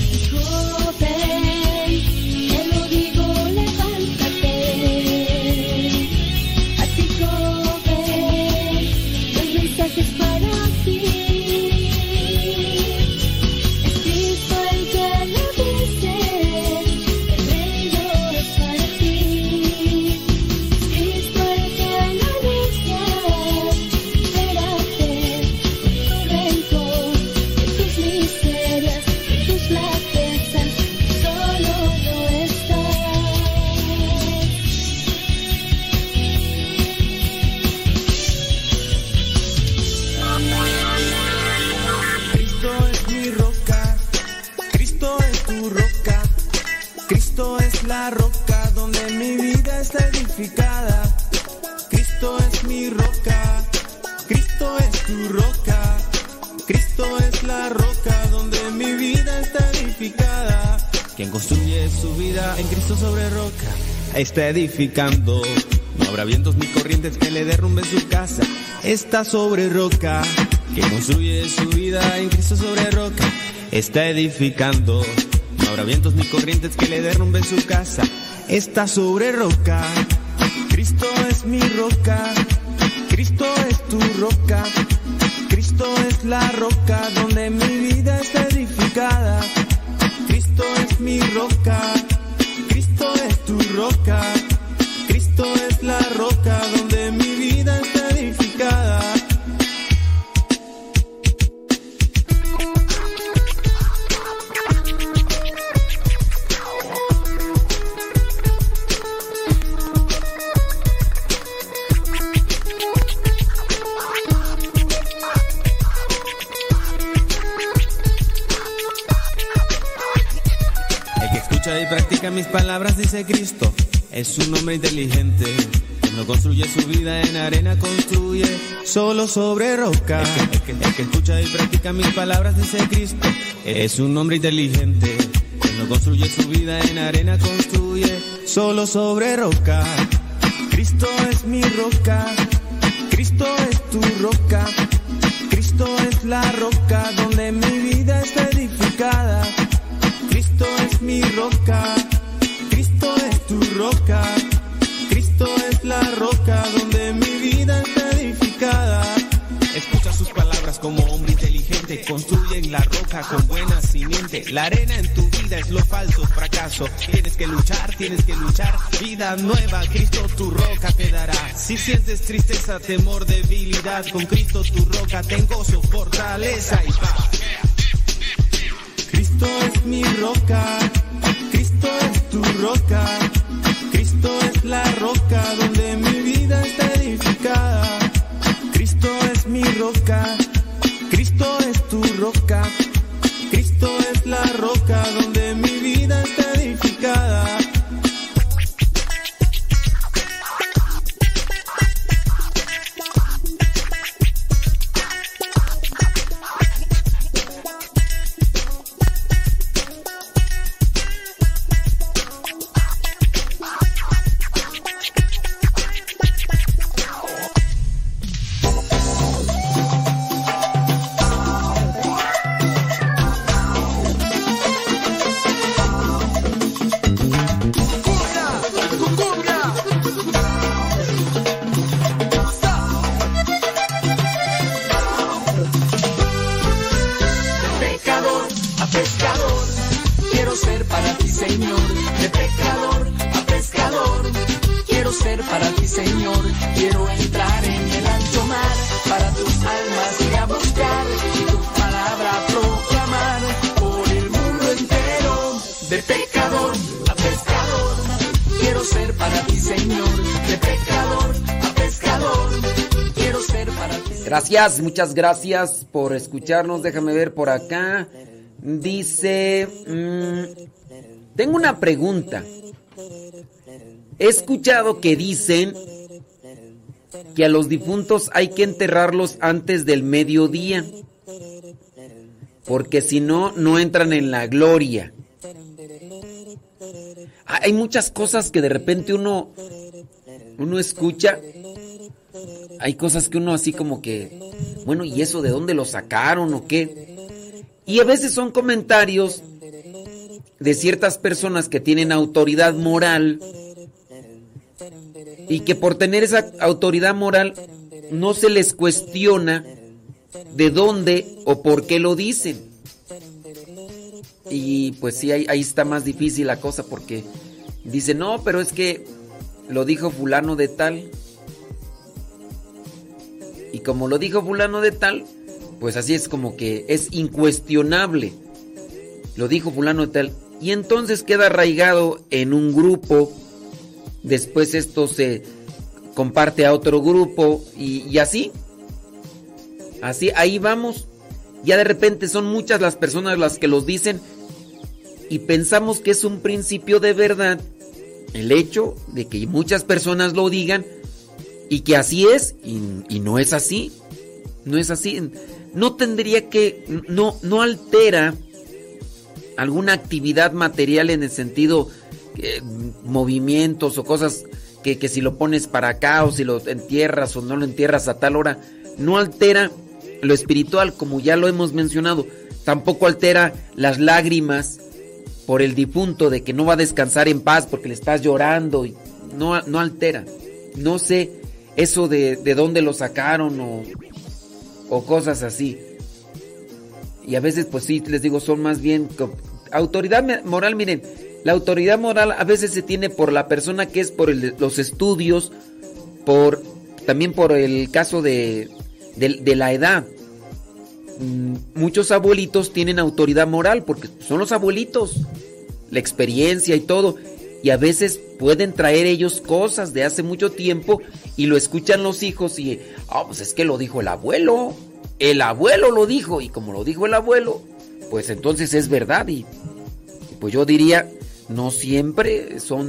Joven, te lo digo, levántate. A ti, joven, el mensaje es para ti. Es Cristo el que lo dice, el reino es para ti. Es Cristo el que lo anuncia, libérate de tu rencor, de tus miserias, de tus flaquezas, solo no estás. Cristo es mi roca, Cristo es tu roca, Cristo es la roca donde mi vida está edificada. Cristo es mi roca, Cristo es tu roca, Cristo es la roca donde mi vida está edificada. Quien construye su vida en Cristo sobre roca está edificando. No habrá vientos ni corrientes que le derrumben su casa, está sobre roca. Quien construye su vida en Cristo sobre roca está edificando. No habrá vientos ni corrientes que le derrumben su casa, está sobre roca. Cristo es mi roca, Cristo es tu roca, Cristo es la roca donde mi vida está edificada. Cristo es mi roca, Cristo es tu roca, Cristo es la roca donde mi vida está edificada. escucha y practica mis palabras, dice Cristo. Es un hombre inteligente, que El no construye su vida en arena, construye solo sobre roca. El que, el que, el que escucha y practica mis palabras dice Cristo es un hombre inteligente. El no construye su vida en arena, construye solo sobre roca. Cristo es mi roca, Cristo es tu roca. Cristo es la roca donde mi vida está edificada. Cristo es mi roca, Cristo es tu roca. Cristo es la roca donde mi vida está edificada. Escucha sus palabras como hombre inteligente. Construye en la roca con buena simiente. La arena en tu vida es lo falso, fracaso. Tienes que luchar, tienes que luchar. Vida nueva, Cristo tu roca te dará. Si sientes tristeza, temor, debilidad, con Cristo tu roca ten gozo, fortaleza y paz. Cristo es mi roca, Cristo es tu roca. Cristo es la roca donde mi vida está edificada. Cristo es mi roca, Cristo es tu roca. Cristo es la roca donde mi vida está edificada. Gracias, muchas gracias por escucharnos. Déjame ver por acá. Dice, mmm, tengo una pregunta. He escuchado que dicen que a los difuntos hay que enterrarlos antes del mediodía, porque si no, no entran en la gloria. Hay muchas cosas que de repente uno, uno escucha. Hay cosas que uno así como que, bueno, ¿y eso de dónde lo sacaron o qué? Y a veces son comentarios de ciertas personas que tienen autoridad moral y que por tener esa autoridad moral no se les cuestiona de dónde o por qué lo dicen. Y pues sí, ahí, ahí está más difícil la cosa porque dicen, no, pero es que lo dijo fulano de tal. Y como lo dijo fulano de tal, pues así es como que es incuestionable. Lo dijo fulano de tal. Y entonces queda arraigado en un grupo. Después esto se comparte a otro grupo. Y, y así. Así, ahí vamos. Ya de repente son muchas las personas las que los dicen. Y pensamos que es un principio de verdad. El hecho de que muchas personas lo digan. Y que así es, y, y no es así, no es así. No tendría que, no, no altera alguna actividad material en el sentido, eh, movimientos o cosas que, que si lo pones para acá o si lo entierras o no lo entierras a tal hora, no altera lo espiritual como ya lo hemos mencionado. Tampoco altera las lágrimas por el difunto de que no va a descansar en paz porque le estás llorando. Y no, no altera, no sé. Eso de, de dónde lo sacaron o, o cosas así. Y a veces, pues sí, les digo, son más bien... Autoridad moral, miren, la autoridad moral a veces se tiene por la persona que es por el, los estudios, por también por el caso de, de, de la edad. Muchos abuelitos tienen autoridad moral porque son los abuelitos, la experiencia y todo. Y a veces pueden traer ellos cosas de hace mucho tiempo y lo escuchan los hijos y, ah, oh, pues es que lo dijo el abuelo, el abuelo lo dijo y como lo dijo el abuelo, pues entonces es verdad y, y pues yo diría, no siempre son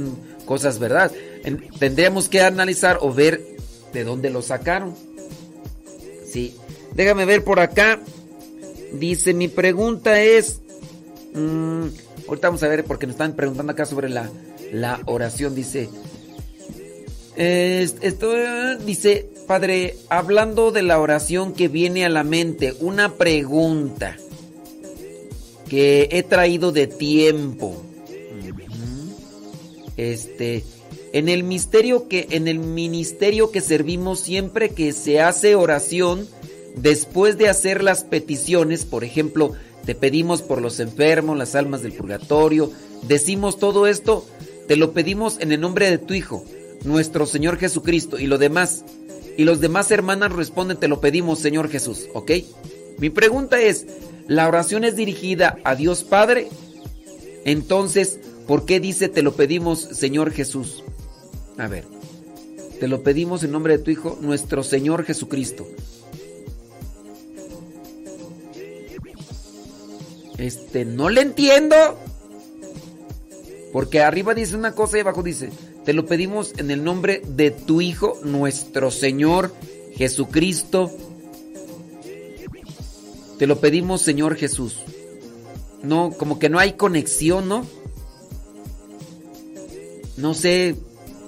cosas, ¿verdad? En- tendríamos que analizar o ver de dónde lo sacaron. Sí. Déjame ver por acá. Dice, mi pregunta es... mmm, ahorita vamos a ver porque nos están preguntando acá sobre la, la oración. Dice... eh, esto eh, dice, padre, hablando de la oración que viene a la mente, una pregunta que he traído de tiempo. Este, en el misterio que en el ministerio que servimos, siempre que se hace oración, después de hacer las peticiones, por ejemplo, te pedimos por los enfermos, las almas del purgatorio, decimos todo esto, te lo pedimos en el nombre de tu Hijo, nuestro Señor Jesucristo, y lo demás, y los demás hermanas responden, te lo pedimos, Señor Jesús, ¿ok? Mi pregunta es, ¿la oración es dirigida a Dios Padre? Entonces, ¿por qué dice te lo pedimos, Señor Jesús? A ver, te lo pedimos en nombre de tu Hijo, nuestro Señor Jesucristo. Este, no le entiendo. Porque arriba dice una cosa y abajo dice, te lo pedimos en el nombre de tu Hijo, nuestro Señor Jesucristo. Te lo pedimos, Señor Jesús. No, como que no hay conexión, ¿no? No sé.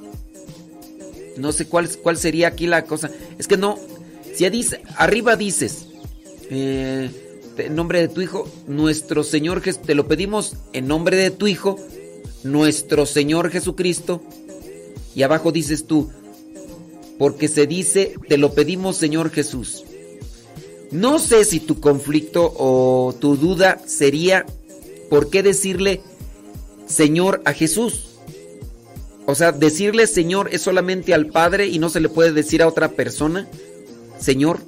No sé cuál, cuál sería aquí la cosa. Es que no. Si dice, arriba dices, eh, en nombre de tu Hijo, nuestro Señor Jesucristo. Te lo pedimos en nombre de tu Hijo, nuestro Señor Jesucristo. Y abajo dices tú, porque se dice, te lo pedimos, Señor Jesús. No sé si tu conflicto o tu duda sería, ¿por qué decirle Señor a Jesús? O sea, decirle Señor es solamente al Padre y no se le puede decir a otra persona, Señor.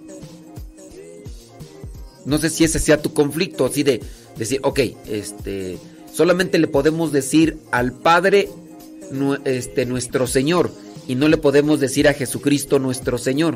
No sé si ese sea tu conflicto, así de decir, ok, este, solamente le podemos decir al Padre este, nuestro Señor y no le podemos decir a Jesucristo nuestro Señor.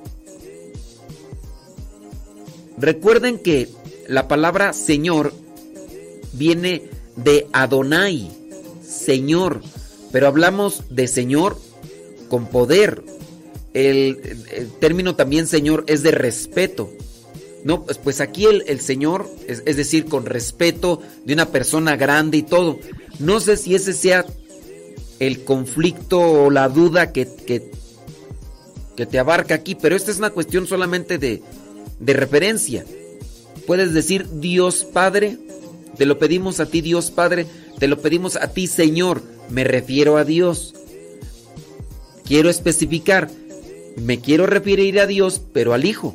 Recuerden que la palabra Señor viene de Adonai, Señor, pero hablamos de Señor con poder. El, el término también Señor es de respeto. No, pues, pues aquí el, el Señor, es, es decir, con respeto de una persona grande y todo. No sé si ese sea el conflicto o la duda que, que, que te abarca aquí, pero esta es una cuestión solamente de, de referencia. Puedes decir Dios Padre, te lo pedimos a ti Dios Padre, te lo pedimos a ti Señor, me refiero a Dios. Quiero especificar, me quiero referir a Dios, pero al Hijo.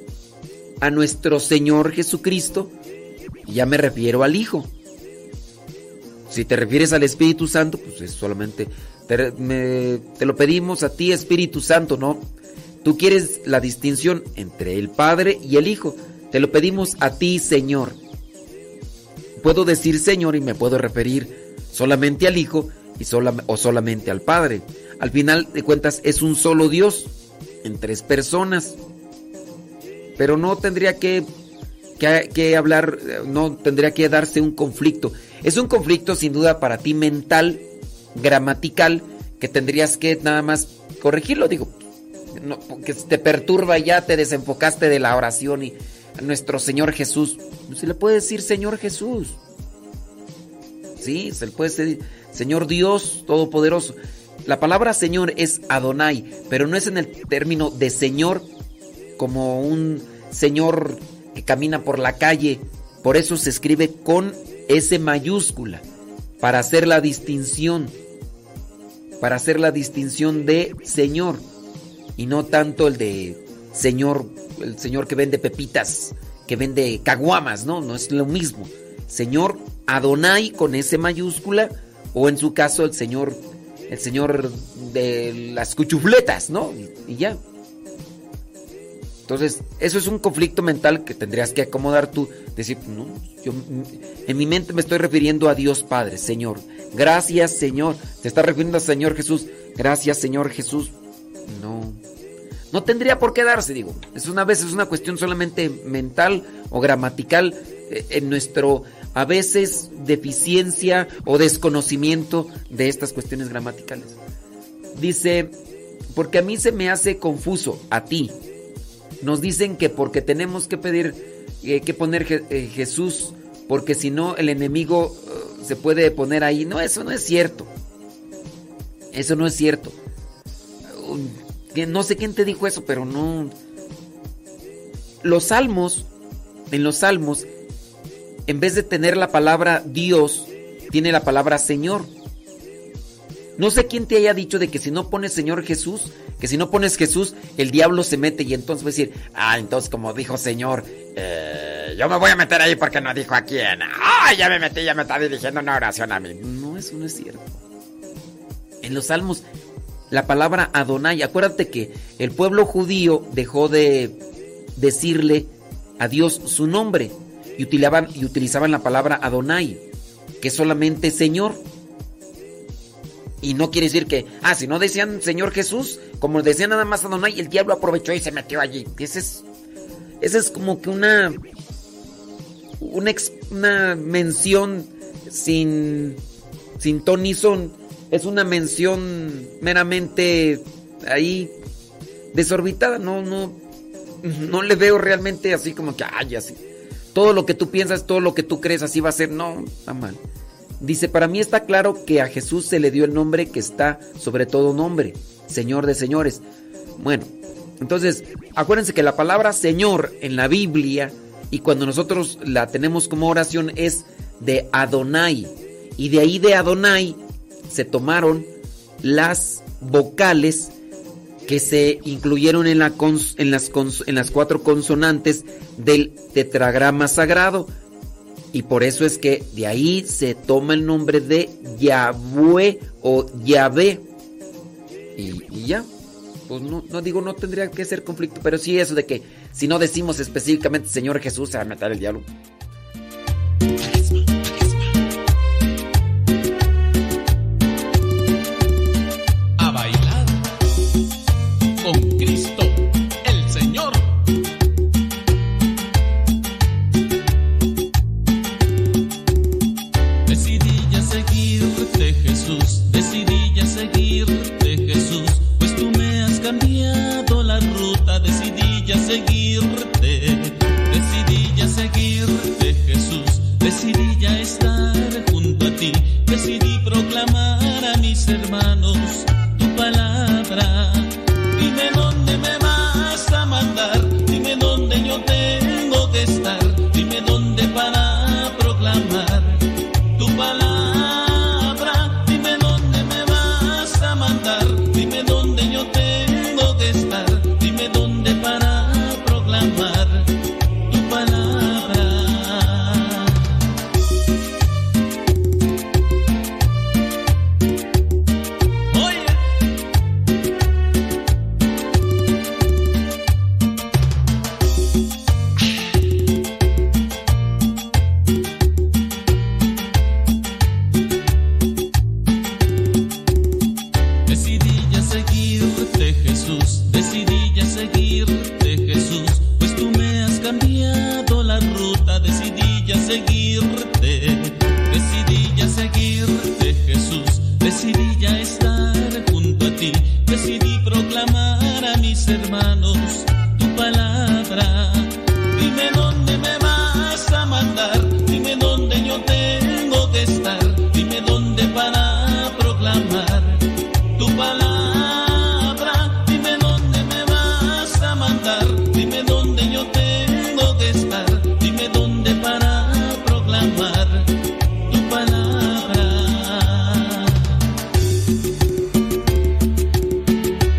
A nuestro Señor Jesucristo, ya me refiero al Hijo. Si te refieres al Espíritu Santo, pues es solamente, te, me, te lo pedimos a ti Espíritu Santo, ¿no? Tú quieres la distinción entre el Padre y el Hijo, te lo pedimos a ti Señor. Puedo decir Señor y me puedo referir solamente al Hijo y sola, o solamente al Padre. Al final de cuentas es un solo Dios en tres personas. Pero no tendría que, que, que hablar, no tendría que darse un conflicto. Es un conflicto sin duda para ti mental, gramatical, que tendrías que nada más corregirlo. Digo, no, porque te perturba y ya te desenfocaste de la oración y a nuestro Señor Jesús. Se le puede decir Señor Jesús. Sí, se le puede decir Señor Dios Todopoderoso. La palabra Señor es Adonai, pero no es en el término de Señor como un señor que camina por la calle. Por eso se escribe con S mayúscula, para hacer la distinción, para hacer la distinción de Señor, y no tanto el de Señor, el Señor que vende pepitas, que vende caguamas, no, no es lo mismo. Señor Adonai con S mayúscula, o en su caso el Señor, el Señor de las cuchufletas, ¿no? Y, y ya. Entonces, eso es un conflicto mental que tendrías que acomodar tú. Decir, no, yo en mi mente me estoy refiriendo a Dios Padre, Señor. Gracias, Señor. Te estás refiriendo a Señor Jesús. Gracias, Señor Jesús. No. No tendría por qué darse, digo. Es una vez, es una cuestión solamente mental o gramatical. En nuestro a veces deficiencia o desconocimiento de estas cuestiones gramaticales. Dice, porque a mí se me hace confuso, a ti. Nos dicen que porque tenemos que pedir, eh, que poner Je- eh, Jesús, porque si no el enemigo uh, se puede poner ahí. No, eso no es cierto. Eso no es cierto. Uh, que no sé quién te dijo eso, pero no. Los salmos, en los salmos, en vez de tener la palabra Dios, tiene la palabra Señor. No sé quién te haya dicho de que si no pones Señor Jesús, que si no pones Jesús, el diablo se mete y entonces va a decir, ah, entonces como dijo Señor, eh, yo me voy a meter ahí porque no dijo a quién. Ah, ya me metí, ya me está dirigiendo una oración a mí. No, eso no es cierto. En los salmos, la palabra Adonai, acuérdate que el pueblo judío dejó de decirle a Dios su nombre y utilizaban, y utilizaban la palabra Adonai, que es solamente Señor. Y no quiere decir que, ah, si no decían Señor Jesús, como decían nada más Adonai, el diablo aprovechó y se metió allí. Ese es, ese es como que una, una, ex, una mención sin, sin ton ni son. Es una mención meramente ahí desorbitada. No, no, no le veo realmente así como que, ay, así. Todo lo que tú piensas, todo lo que tú crees, así va a ser. No, está mal. Dice, para mí está claro que a Jesús se le dio el nombre que está sobre todo nombre, Señor de señores. Bueno, entonces, acuérdense que la palabra Señor en la Biblia, y cuando nosotros la tenemos como oración, es de Adonai. Y de ahí de Adonai se tomaron las vocales que se incluyeron en, la cons, en, las, cons, en las cuatro consonantes del tetragrama sagrado. Y por eso es que de ahí se toma el nombre de Yahweh o Yahvé. Y, y ya, pues no, no digo, no tendría que ser conflicto, pero sí eso de que si no decimos específicamente Señor Jesús, se va a meter el diablo. A bailar con Cristo, el Señor. Decidí ya seguirte, Jesús, decidí ya seguirte, Jesús, pues tú me has cambiado la ruta, decidí ya seguirte, decidí ya seguirte, Jesús, decidí ya estar junto a ti, decidí proclamar a mis hermanos tu palabra. Dime dónde me vas a mandar, dime dónde yo tengo que estar, dime dónde para proclamar tu palabra, dime dónde me vas a mandar, dime dónde yo tengo que estar, dime dónde para proclamar tu palabra. Oye, decidí ya seguirte, Jesús, decidí ya seguirte, Jesús, pues tú me has cambiado la ruta, decidí ya seguirte, decidí ya seguirte, Jesús, decidí ya estar junto a ti, decidí proclamar a mis hermanos tu palabra. Dime dónde me vas a mandar, dime dónde yo tengo que estar, dime dónde para proclamar tu palabra, dime dónde me vas a mandar, dime dónde yo tengo que estar, dime dónde para proclamar tu palabra.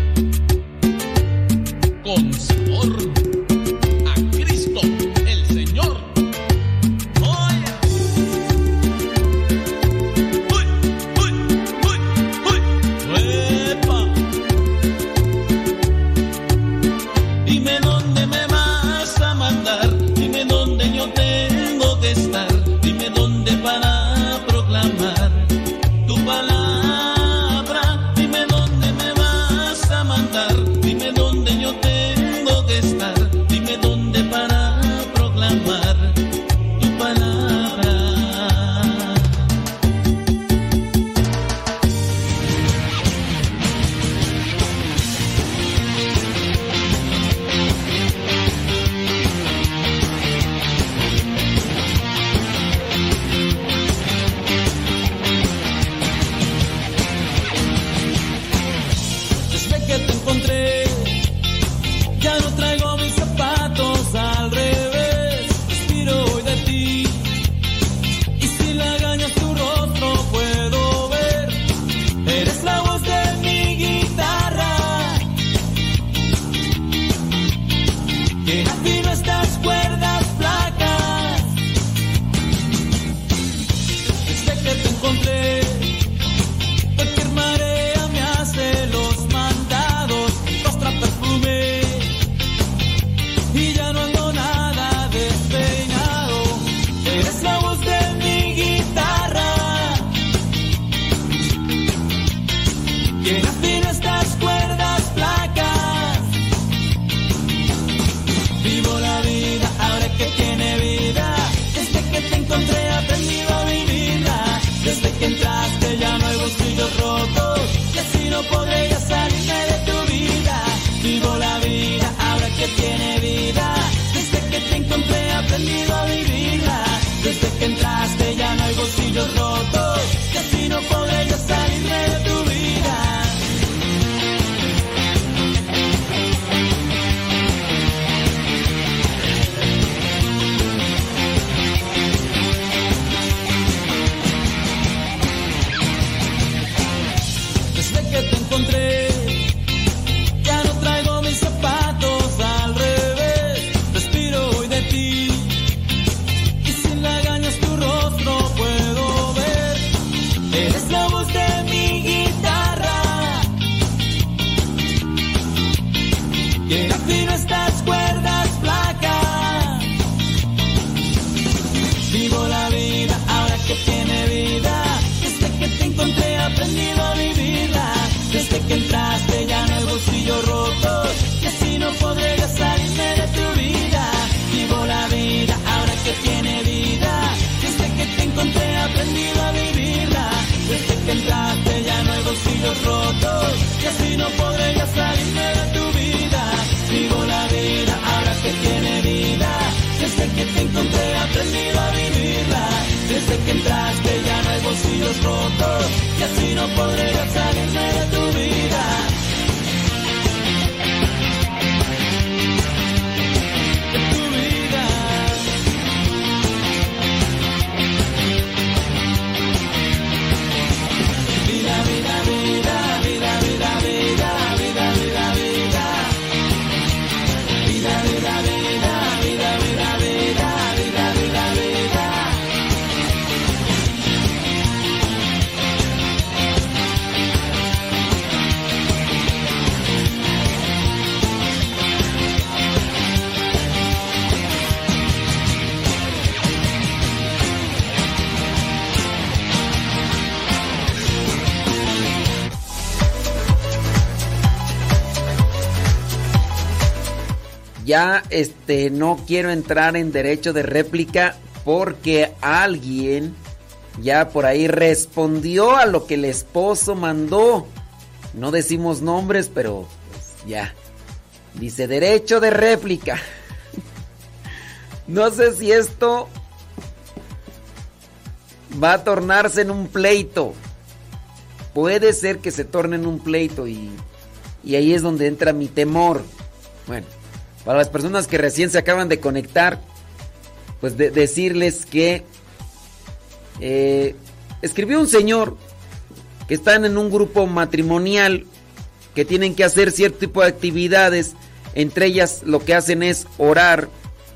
Eres la voz de mi guitarra, que afino estas cuerdas flacas. Desde que te encontré, cualquier marea me hace los mandados, rostra perfume y ya no ando nada despeinado. Eres la voz de mi guitarra, quien afina estas cuerdas flacas. Vivo la vida ahora que tiene vida, desde que te encontré he aprendido a vivirla. Desde que entraste ya no hay bolsillos rotos, y así no podré ya salirme de tu vida. Vivo la vida ahora que tiene vida, desde que te encontré he aprendido a vivirla. Desde que entraste ya no hay bolsillos rotos, y así no podré ya salirme de tu vida. Desde que te encontré ya no traigo mis zapatos al revés, respiro hoy de ti y sin lagañas tu rostro puedo ver. Eres la voz de mi guitarra, que afino estas cuerdas flacas. Vivo la vida ahora que tiene vida, desde que te encontré he aprendido a vivirla. Desde que entraste ya no hay bolsillos rotos, y así no podré ya salirme de tu vida. Vivo la vida ahora que tiene vida, desde que te encontré he aprendido a vivirla. Desde que entraste ya no hay bolsillos rotos, y así no podré ya salirme de tu vida. Vivo la vida ahora que tiene vida, desde que te encontré he aprendido a vivirla. Desde que entraste ya no hay bolsillos rotos, y así no podré ya salirme de tu vida. De tu vida. Vida, vida, vida, vida, vida, vida, vida, vida, vida. Vida, vida, vida, vida, vida, vida, vida, vida, vida. Ya este no quiero entrar en derecho de réplica porque alguien ya por ahí respondió a lo que el esposo mandó. No decimos nombres, pero pues, ya. Dice derecho de réplica. No sé si esto va a tornarse en un pleito. Puede ser que se torne en un pleito y, y ahí es donde entra mi temor. Bueno, para las personas que recién se acaban de conectar, pues de decirles que eh, escribió un señor que están en un grupo matrimonial que tienen que hacer cierto tipo de actividades. Entre ellas lo que hacen es orar.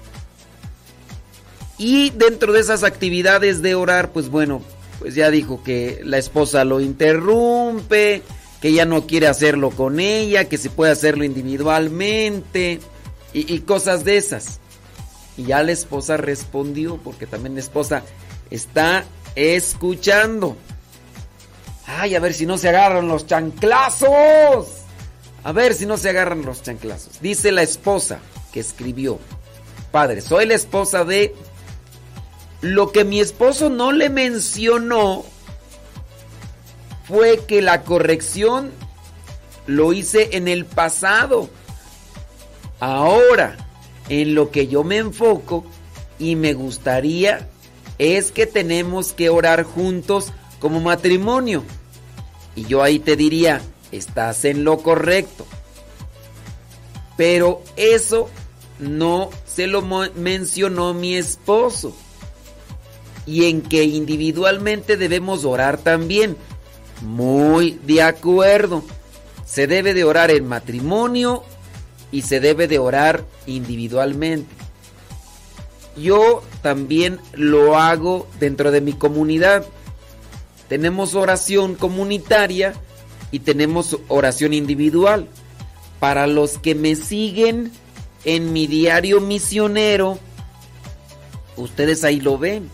Y dentro de esas actividades de orar, pues bueno, pues ya dijo que la esposa lo interrumpe, que ya no quiere hacerlo con ella, que se puede hacerlo individualmente y, y cosas de esas. Y ya la esposa respondió, porque también la esposa está escuchando. Ay, a ver si no se agarran los chanclazos. A ver si no se agarran los chanclazos. Dice la esposa que escribió: padre, soy la esposa de... Lo que mi esposo no le mencionó fue que la corrección lo hice en el pasado. Ahora, en lo que yo me enfoco y me gustaría es que tenemos que orar juntos como matrimonio. Y yo ahí te diría, estás en lo correcto. Pero eso no se lo mencionó mi esposo. Y en que individualmente debemos orar también. Muy de acuerdo. Se debe de orar en matrimonio y se debe de orar individualmente. Yo también lo hago dentro de mi comunidad. Tenemos oración comunitaria y tenemos oración individual. Para los que me siguen en mi diario misionero, ustedes ahí lo ven.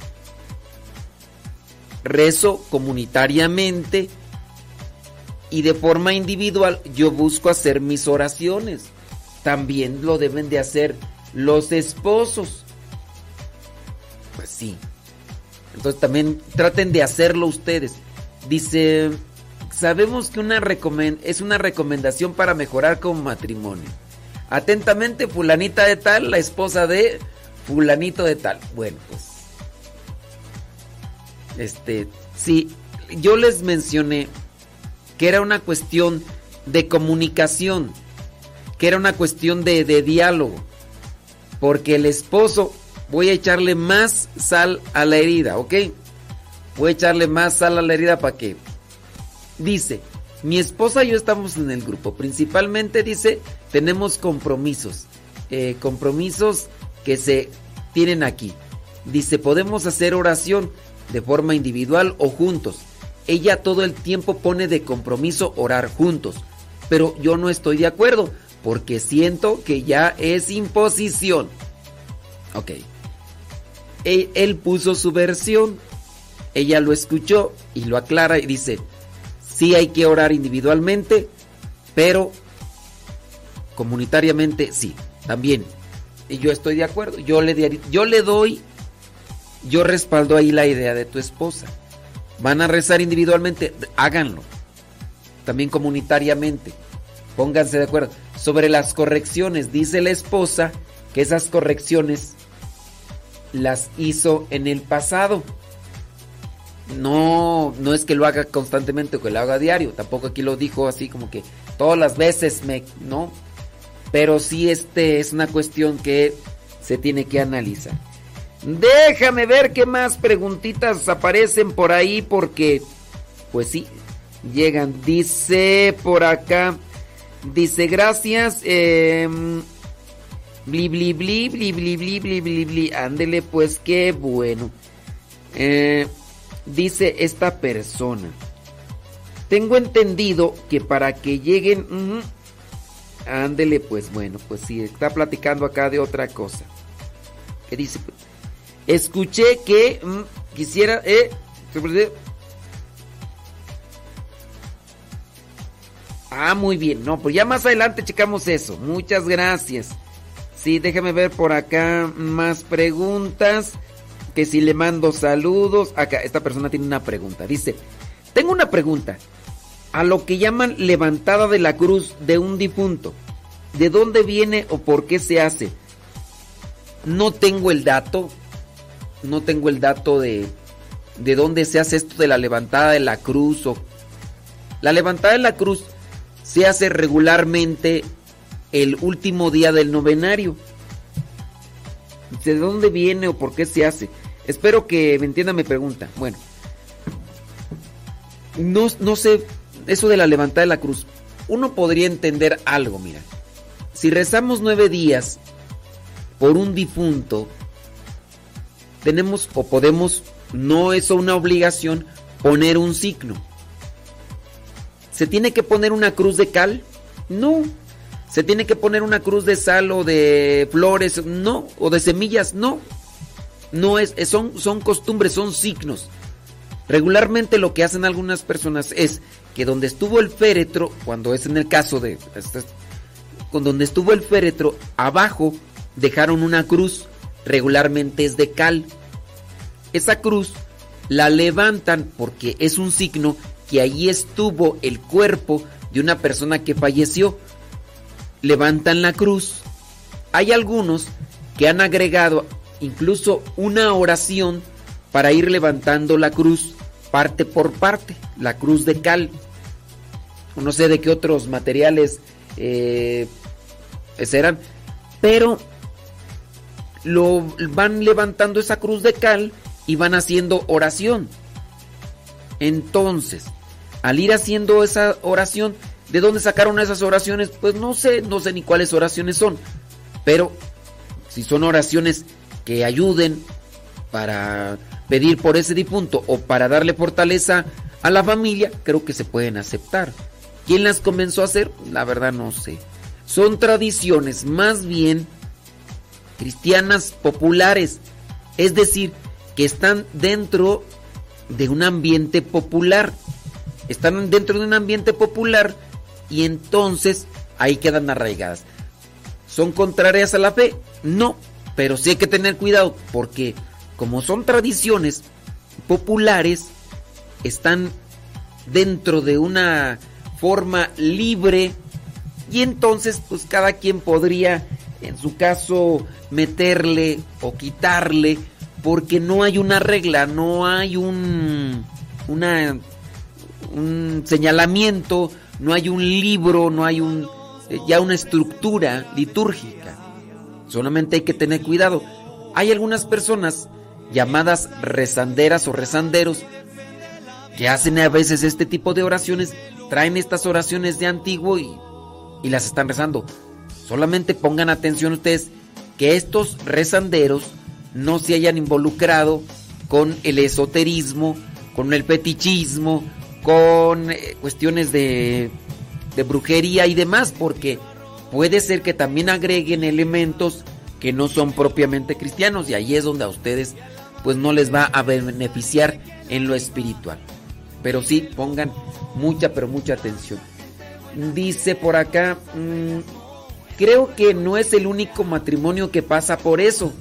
Rezo comunitariamente y de forma individual yo busco hacer mis oraciones. También lo deben de hacer los esposos. Pues sí. Entonces también traten de hacerlo ustedes. Dice, sabemos que una recomend- es una recomendación para mejorar como matrimonio. Atentamente, fulanita de tal, la esposa de fulanito de tal. Bueno, pues Este, sí, yo les mencioné que era una cuestión de comunicación, que era una cuestión de, de diálogo, porque el esposo, voy a echarle más sal a la herida, ¿ok? Voy a echarle más sal a la herida para que, dice, mi esposa y yo estamos en el grupo, principalmente dice, tenemos compromisos, eh, compromisos que se tienen aquí. Dice, podemos hacer oración de forma individual o juntos. Ella todo el tiempo pone de compromiso orar juntos, pero yo no estoy de acuerdo porque siento que ya es imposición. Ok. Él, él puso su versión, ella lo escuchó y lo aclara y dice, sí hay que orar individualmente, pero comunitariamente sí, también. Y yo estoy de acuerdo, yo le, yo le doy Yo respaldo ahí la idea de tu esposa. Van a rezar individualmente, háganlo. También comunitariamente. Pónganse de acuerdo. Sobre las correcciones, dice la esposa que esas correcciones las hizo en el pasado. No, no es que lo haga constantemente o que lo haga a diario. Tampoco aquí lo dijo así como que todas las veces me, no. Pero sí este es una cuestión que se tiene que analizar. Déjame ver qué más preguntitas aparecen por ahí porque, pues sí, llegan. Dice por acá, dice gracias, eh, bli bli bli bli bli bli bli bli bli, ándele pues qué bueno. Eh, dice esta persona, tengo entendido que para que lleguen, uh, ándele pues bueno, pues sí, está platicando acá de otra cosa. ¿Qué dice? Escuché que mmm, quisiera... Eh, ah, muy bien. No, pues ya más adelante checamos eso. Muchas gracias. Sí, déjame ver por acá más preguntas. Que si le mando saludos. Acá, esta persona tiene una pregunta. Dice, tengo una pregunta. A lo que llaman levantada de la cruz de un difunto, ¿de dónde viene o por qué se hace? No tengo el dato. No tengo el dato de, de dónde se hace esto de la levantada de la cruz. O... La levantada de la cruz se hace regularmente el último día del novenario. ¿De dónde viene o por qué se hace? Espero que me entienda mi pregunta. Bueno, no, no sé, eso de la levantada de la cruz. Uno podría entender algo, mira. Si rezamos nueve días por un difunto, tenemos o podemos, no es una obligación, poner un signo. ¿Se tiene que poner una cruz de cal? No. ¿Se tiene que poner una cruz de sal o de flores? No. ¿O de semillas? No. No es, son, son costumbres, son signos. Regularmente lo que hacen algunas personas es que donde estuvo el féretro, cuando es en el caso de, con donde estuvo el féretro, abajo dejaron una cruz. Regularmente es de cal. Esa cruz la levantan porque es un signo que allí estuvo el cuerpo de una persona que falleció. Levantan la cruz. Hay algunos que han agregado incluso una oración para ir levantando la cruz parte por parte, la cruz de cal. No sé de qué otros materiales eh, serán, pero lo van levantando esa cruz de cal y van haciendo oración. Entonces, al ir haciendo esa oración, ¿de dónde sacaron esas oraciones? Pues no sé, no sé ni cuáles oraciones son. Pero si son oraciones que ayuden para pedir por ese difunto o para darle fortaleza a la familia, creo que se pueden aceptar. ¿Quién las comenzó a hacer? La verdad no sé. Son tradiciones más bien cristianas populares, es decir, que están dentro de un ambiente popular. Están dentro de un ambiente popular y entonces ahí quedan arraigadas. ¿Son contrarias a la fe? No, pero sí hay que tener cuidado porque como son tradiciones populares, están dentro de una forma libre y entonces pues cada quien podría en su caso meterle o quitarle porque no hay una regla, no hay un una un señalamiento, no hay un libro, no hay un ya una estructura litúrgica. Solamente hay que tener cuidado. Hay algunas personas llamadas rezanderas o rezanderos que hacen a veces este tipo de oraciones, traen estas oraciones de antiguo y, y las están rezando. Solamente pongan atención ustedes que estos rezanderos no se hayan involucrado con el esoterismo, con el fetichismo, con eh, cuestiones de, de brujería y demás, porque puede ser que también agreguen elementos que no son propiamente cristianos y ahí es donde a ustedes pues no les va a beneficiar en lo espiritual. Pero sí, pongan mucha, pero mucha atención. Dice por acá, mmm, creo que no es el único matrimonio que pasa por eso.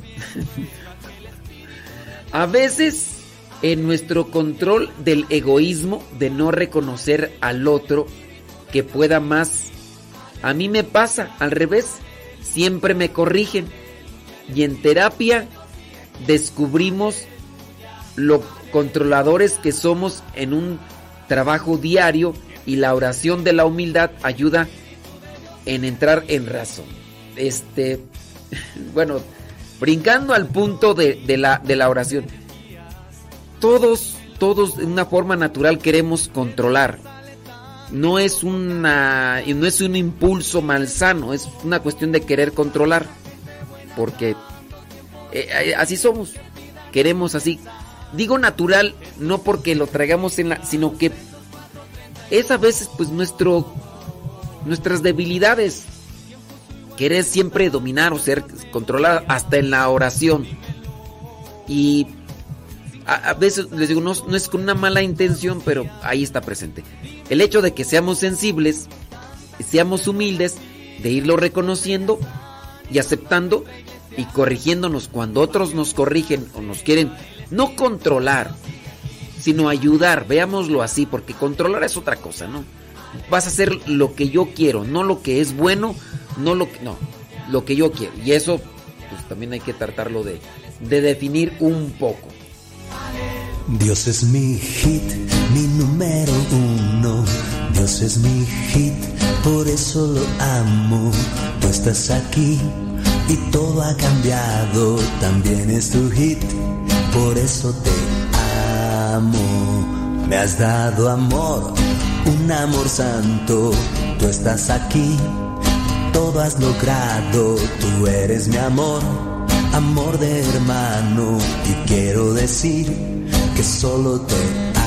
A veces, en nuestro control del egoísmo, de no reconocer al otro que pueda más, a mí me pasa al revés, siempre me corrigen. Y en terapia descubrimos lo controladores que somos en un trabajo diario y la oración de la humildad ayuda en entrar en razón. Este, bueno, brincando al punto de, de, la, de la oración. Todos, todos de una forma natural queremos controlar. No es una, no es un impulso malsano, es una cuestión de querer controlar. Porque eh, así somos, queremos así. Digo natural, no porque lo traigamos en la, sino que es a veces pues nuestro, nuestras debilidades. Querer siempre dominar o ser controlado hasta en la oración. Y a, a veces les digo, no, no es con una mala intención, pero ahí está presente. El hecho de que seamos sensibles, seamos humildes, de irlo reconociendo y aceptando y corrigiéndonos cuando otros nos corrigen o nos quieren no controlar, sino ayudar. Veámoslo así, porque controlar es otra cosa, ¿no? Vas a hacer lo que yo quiero, no lo que es bueno, no lo que, no, lo que yo quiero. Y eso, pues también hay que tratarlo de, de definir un poco. Dios es mi hit, mi número uno. Dios es mi hit, por eso lo amo. Tú estás aquí y todo ha cambiado. También es tu hit, por eso te amo. Me has dado amor, un amor santo. Tú estás aquí, todo has logrado. Tú eres mi amor, amor de hermano. Y quiero decir que solo te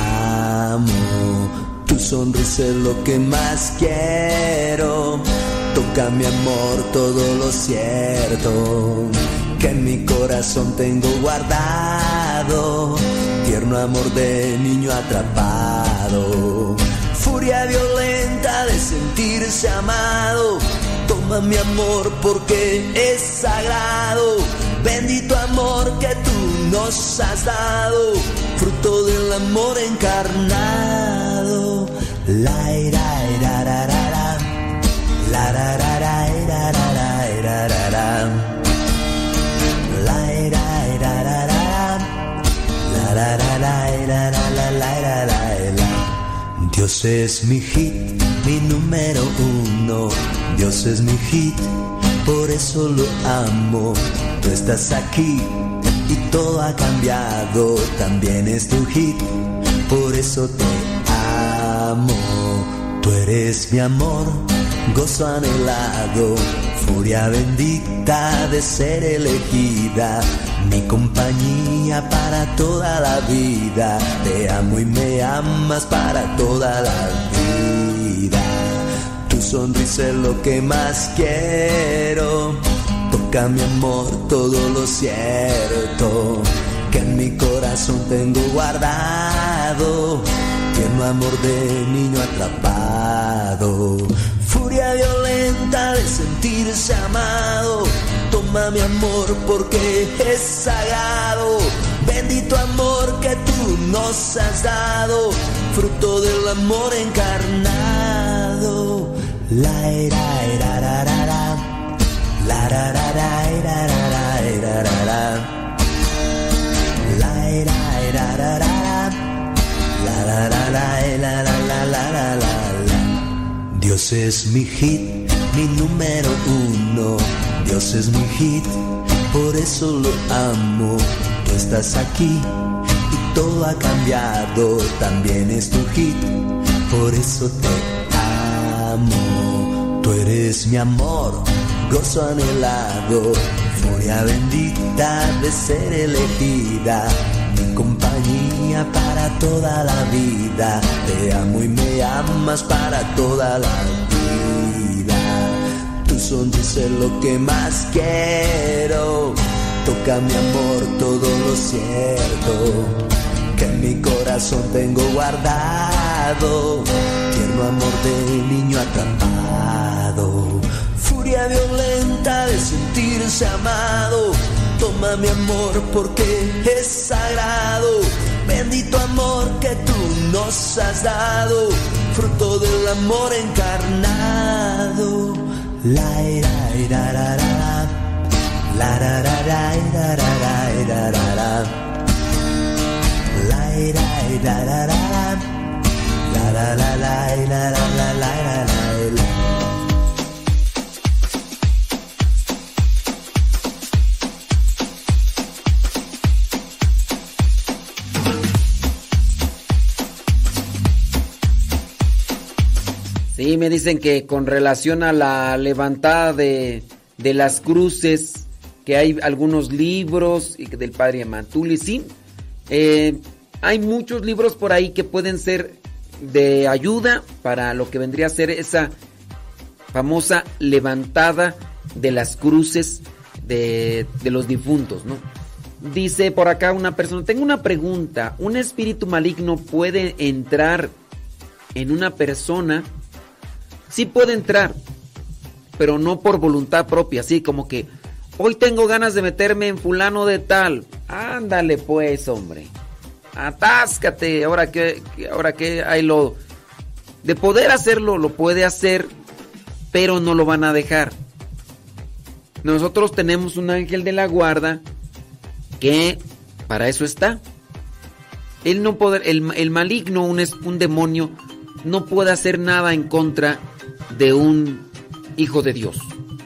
amo. Tu sonrisa es lo que más quiero. Toca mi amor todo lo cierto que en mi corazón tengo guardado. Tierno amor de niño atrapado. Furia violenta de sentirse amado. Toma mi amor porque es sagrado. Bendito amor que tú nos has dado. Fruto del amor encarnado. La ira ira ra ra ra. La ra ra ra ira ra ra ira ra ra. La ira ira ra ra ra. La ra ra ra ira ra la la ira ra la. Dios es mi hit, mi número uno. Dios es mi hit, por eso lo amo. Tú estás aquí y todo ha cambiado. También es tu hit, por eso te amo. amo. Tú eres mi amor, gozo anhelado, furia bendita de ser elegida, mi compañía para toda la vida. Te amo y me amas para toda la vida. Tu sonrisa es lo que más quiero. Toca mi amor todo lo cierto que en mi corazón tengo guardado. Tierno amor de niño atrapado, furia violenta de sentirse amado. Toma mi amor porque es sagrado. Bendito amor que tú nos has dado, fruto del amor encarnado. La era era ra ra ra, la ra ra ra era ra ra era ra ra, la era era ra ra. La la la la la la la la la la. Dios es mi hit, mi número uno. Dios es mi hit, por eso lo amo. Tú estás aquí y todo ha cambiado. También es tu hit, por eso te amo. Tú eres mi amor, gozo anhelado, furia bendita de ser elegida, mi compañía para toda la vida. Te amo y me amas para toda la vida. Tu sonrisa es lo que más quiero. Toca mi amor todo lo cierto que en mi corazón tengo guardado. Tierno amor de niño atrapado, furia violenta de sentirse amado. Toma mi amor porque es sagrado. Bendito amor que tú nos has dado, fruto del amor encarnado. La era ira ra ra, la ra ra ra ira ra ra ira ra ra, la ira ira ra ra, la la la la ira ra la la la la. Sí, me dicen que con relación a la levantada de, de las cruces, que hay algunos libros y que del padre Amantuli, sí, eh, hay muchos libros por ahí que pueden ser de ayuda para lo que vendría a ser esa famosa levantada de las cruces de, de los difuntos, ¿no? Dice por acá una persona, tengo una pregunta, ¿un espíritu maligno puede entrar en una persona? Sí puede entrar, pero no por voluntad propia, así como que hoy tengo ganas de meterme en fulano de tal. Ándale pues, hombre. Atáscate, ahora que ahora que hay lo de poder hacerlo, lo puede hacer, pero no lo van a dejar. Nosotros tenemos un ángel de la guarda que para eso está. Él no puede, el, el maligno, un, un demonio, no puede hacer nada en contra de un hijo de Dios.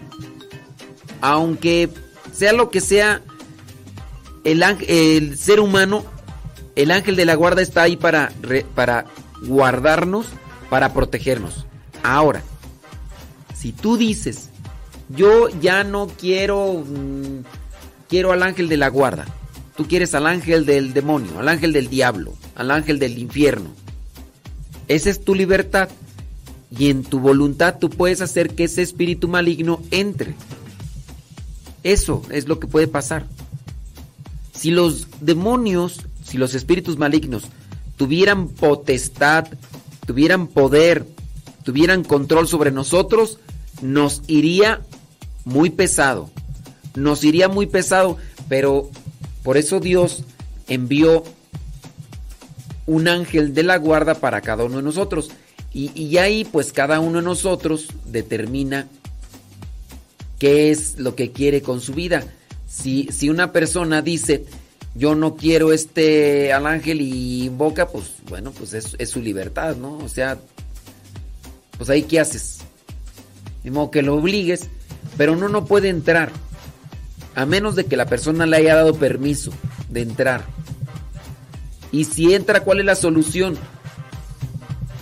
Aunque sea lo que sea el, el ser humano, el ángel de la guarda está ahí para, para guardarnos, para protegernos. Ahora, si tú dices, yo ya no quiero, mmm, quiero al ángel de la guarda, tú quieres al ángel del demonio, al ángel del diablo, al ángel del infierno, esa es tu libertad. Y en tu voluntad tú puedes hacer que ese espíritu maligno entre. Eso es lo que puede pasar. Si los demonios, si los espíritus malignos tuvieran potestad, tuvieran poder, tuvieran control sobre nosotros, nos iría muy pesado. Nos iría muy pesado, pero por eso Dios envió un ángel de la guarda para cada uno de nosotros. Y, y ahí pues cada uno de nosotros determina qué es lo que quiere con su vida. Si, si una persona dice, yo no quiero este al ángel y invoca, pues bueno, pues es, es su libertad, ¿no? O sea, pues ahí ¿qué haces? De modo que lo obligues, pero no, no puede entrar, a menos de que la persona le haya dado permiso de entrar. Y si entra, ¿cuál es la solución?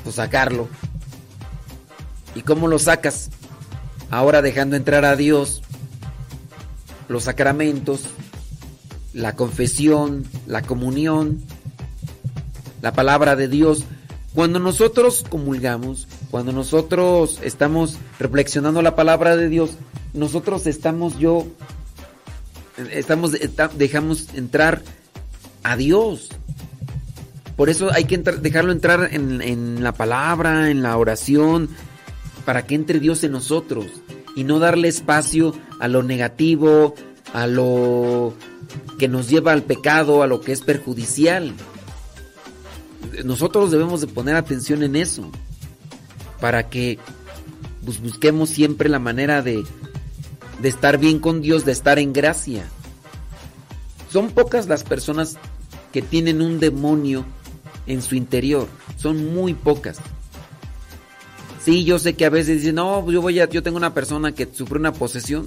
pues sacarlo. ¿Y cómo lo sacas? Ahora dejando entrar a Dios, los sacramentos, la confesión, la comunión, la palabra de Dios. Cuando nosotros comulgamos, cuando nosotros estamos reflexionando la palabra de Dios, nosotros estamos yo, estamos, dejamos entrar a Dios. Por eso hay que entrar, dejarlo entrar en, en la palabra, en la oración, para que entre Dios en nosotros y no darle espacio a lo negativo, a lo que nos lleva al pecado, a lo que es perjudicial. Nosotros debemos de poner atención en eso para que pues, busquemos siempre la manera de, de estar bien con Dios, de estar en gracia. Son pocas las personas que tienen un demonio en su interior, son muy pocas. Sí, yo sé que a veces dicen, no, yo voy a, yo tengo una persona que sufrió una posesión.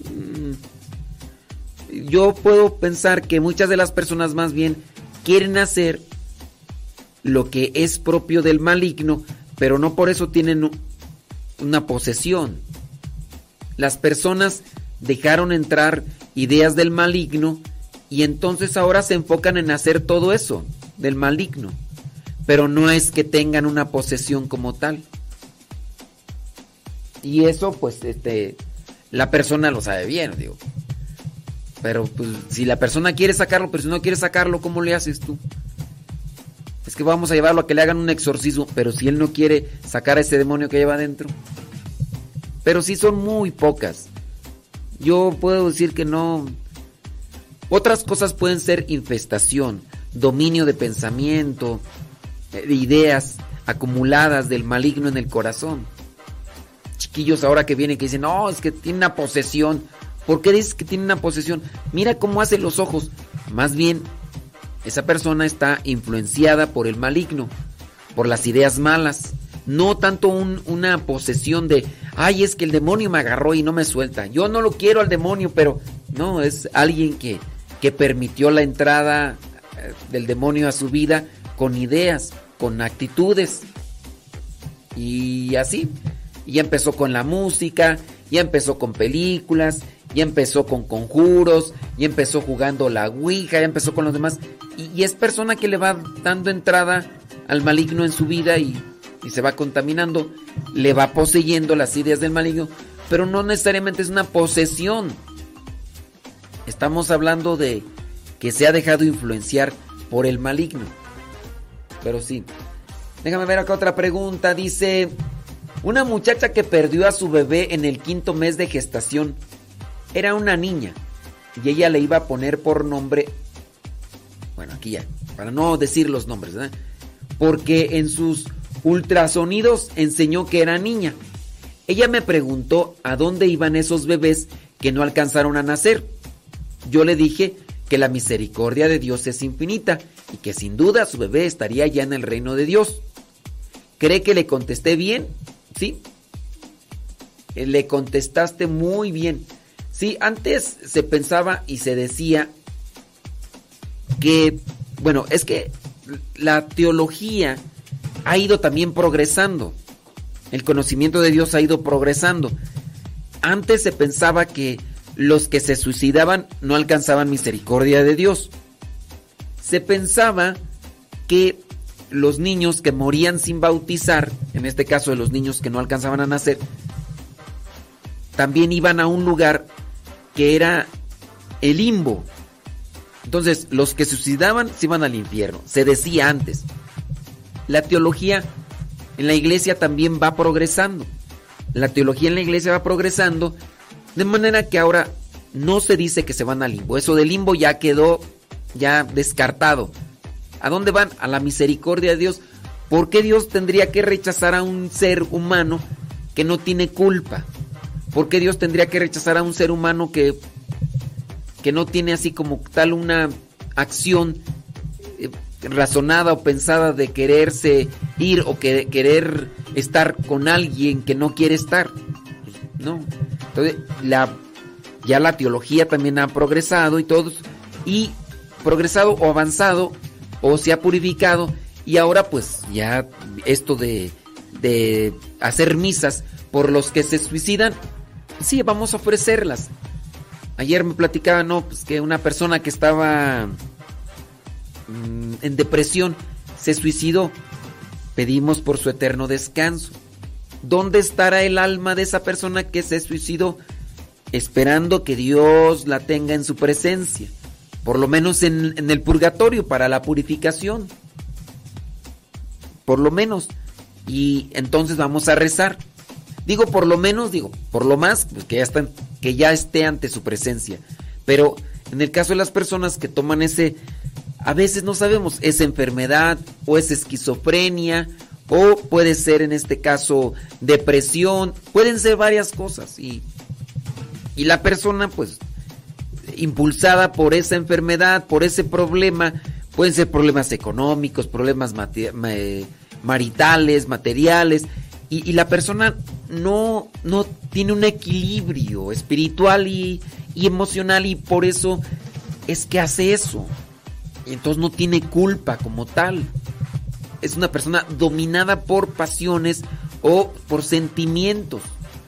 Yo puedo pensar que muchas de las personas más bien quieren hacer lo que es propio del maligno, pero no por eso tienen una posesión. Las personas dejaron entrar ideas del maligno y entonces ahora se enfocan en hacer todo eso del maligno, pero no es que tengan una posesión como tal. Y eso pues este la persona lo sabe bien, digo. Pero pues si la persona quiere sacarlo, pero si no quiere sacarlo, ¿cómo le haces tú? Es que vamos a llevarlo a que le hagan un exorcismo, pero si él no quiere sacar a ese demonio que lleva adentro. Pero sí son muy pocas. Yo puedo decir que no. Otras cosas pueden ser infestación, dominio de pensamiento, de ideas acumuladas del maligno en el corazón. Chiquillos ahora que vienen que dicen, no, es que tiene una posesión. ¿Por qué dices que tiene una posesión? Mira cómo hace los ojos. Más bien, esa persona está influenciada por el maligno, por las ideas malas. No tanto un, una posesión de, ay, es que el demonio me agarró y no me suelta. Yo no lo quiero al demonio, pero no, es alguien que, que permitió la entrada del demonio a su vida con ideas, con actitudes. Y así, ya empezó con la música, ya empezó con películas, ya empezó con conjuros, ya empezó jugando la ouija, ya empezó con los demás. Y, y es persona que le va dando entrada al maligno en su vida y, y se va contaminando, le va poseyendo las ideas del maligno, pero no necesariamente es una posesión. Estamos hablando de que se ha dejado influenciar por el maligno. Pero sí. Déjame ver acá otra pregunta. Dice, una muchacha que perdió a su bebé en el quinto mes de gestación. Era una niña y ella le iba a poner por nombre, bueno, aquí ya, para no decir los nombres, ¿verdad? Porque en sus ultrasonidos enseñó que era niña. Ella me preguntó a dónde iban esos bebés que no alcanzaron a nacer. Yo le dije que la misericordia de Dios es infinita y que sin duda su bebé estaría ya en el reino de Dios. ¿Cree que le contesté bien? Sí. Le contestaste muy bien. Sí, antes se pensaba y se decía que, bueno, es que la teología ha ido también progresando. El conocimiento de Dios ha ido progresando. Antes se pensaba que los que se suicidaban no alcanzaban misericordia de Dios. Se pensaba que los niños que morían sin bautizar, en este caso de los niños que no alcanzaban a nacer, también iban a un lugar que era el limbo. Entonces, los que se suicidaban se iban al infierno. Se decía antes. La teología en la iglesia también va progresando. La teología en la iglesia va progresando, de manera que ahora no se dice que se van al limbo. Eso del limbo ya quedó ya descartado. ¿A dónde van? A la misericordia de Dios. ¿Por qué Dios tendría que rechazar a un ser humano que no tiene culpa? ¿Por qué Dios tendría que rechazar a un ser humano que, que no tiene así como tal una acción eh, razonada o pensada de quererse ir o que, querer estar con alguien que no quiere estar? No. Entonces, la, ya la teología también ha progresado y todos, y progresado o avanzado o se ha purificado, y ahora pues ya esto de de hacer misas por los que se suicidan, sí, vamos a ofrecerlas. Ayer me platicaba, no, pues que una persona que estaba mmm, en depresión se suicidó. Pedimos por su eterno descanso. ¿Dónde estará el alma de esa persona que se suicidó? Esperando que Dios la tenga en su presencia, por lo menos en, en el purgatorio, para la purificación, por lo menos. Y entonces vamos a rezar. Digo por lo menos, digo por lo más, pues que ya están, que ya esté ante su presencia. Pero en el caso de las personas que toman ese, a veces no sabemos, es enfermedad o es esquizofrenia o puede ser en este caso depresión, pueden ser varias cosas y y la persona pues impulsada por esa enfermedad, por ese problema, pueden ser problemas económicos, problemas mate- ma- maritales, materiales, y, y la persona no, no tiene un equilibrio espiritual y, y emocional, y por eso es que hace eso. Y entonces no tiene culpa como tal. Es una persona dominada por pasiones o por sentimientos.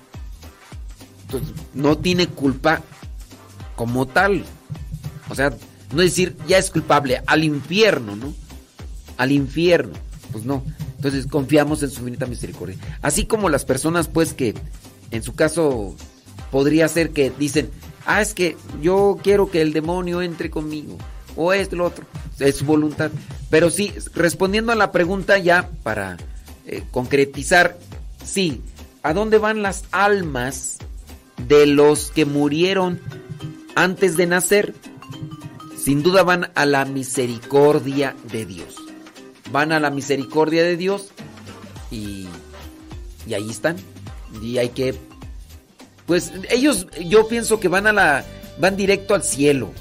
Entonces no tiene culpa como tal. O sea, no decir ya es culpable, al infierno, ¿no? Al infierno. Pues no. Entonces confiamos en su infinita misericordia. Así como las personas pues que en su caso podría ser que dicen, ah, es que yo quiero que el demonio entre conmigo, o esto, lo otro, es su voluntad. Pero sí, respondiendo a la pregunta ya para eh, concretizar, sí, ¿a dónde van las almas de los que murieron antes de nacer? Sin duda van a la misericordia de Dios. Van a la misericordia de Dios y, y ahí están. Y hay que, pues ellos, yo pienso que van a la, van directo al cielo.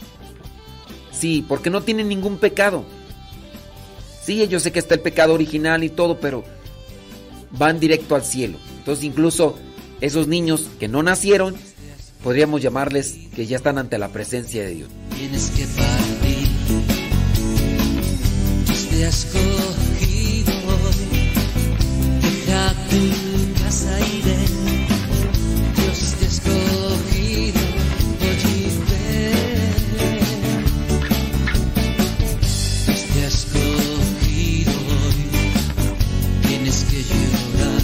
Sí, porque no tienen ningún pecado. Sí, yo sé que está el pecado original y todo, pero van directo al cielo. Entonces incluso esos niños que no nacieron, podríamos llamarles que ya están ante la presencia de Dios. Tienes que partir, Dios te ha escogido, deja tu casa y ven, Dios te ha escogido, oye y ven, Dios te ha escogido hoy, tienes que llorar,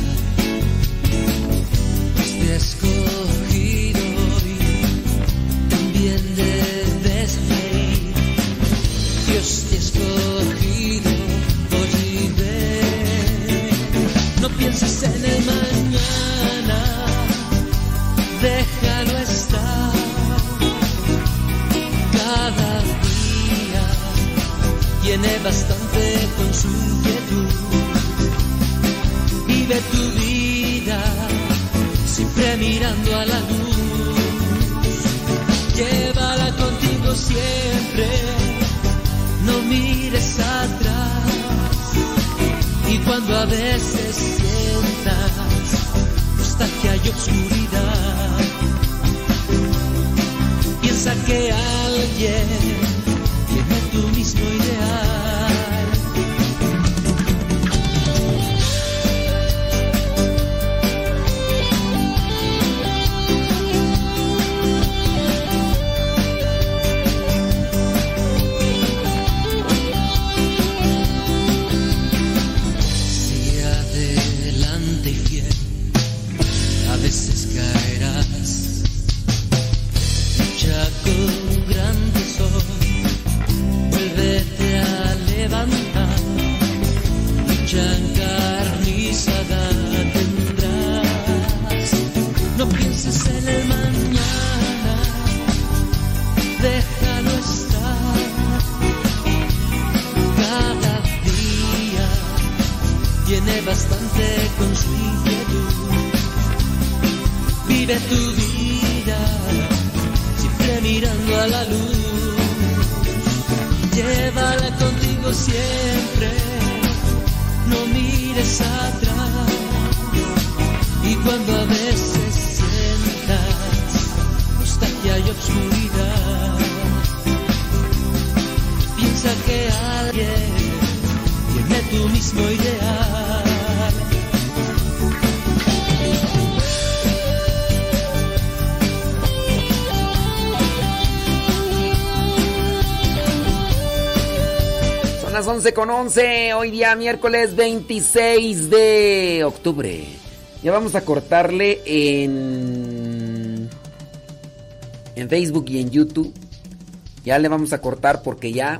Dios te ha escogido hoy, también debes reír, Dios te ha escogido, oye y ven, no pienses en el mañana, déjalo estar, cada día tiene bastante con su inquietud, vive tu vida siempre mirando a la luz, llévala contigo siempre, no mires atrás, y cuando a veces sientas hasta que hay oscuridad, piensa que alguien tiene tu mismo ideal. Con gran tesoro, vuélvete a levantar, lucha encarnizada tendrás, no pienses en el mañana, déjalo estar, cada día tiene bastante con su inquietud, vive tu vida mirando a la luz, llévala contigo siempre, no mires atrás, y cuando a veces sientas nostalgia y obscuridad, piensa que alguien tiene tu mismo ideal, las once con once, hoy día miércoles veintiséis de octubre. Ya vamos a cortarle en, en Facebook y en YouTube. Ya le vamos a cortar porque ya,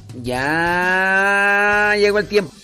ya llegó el tiempo.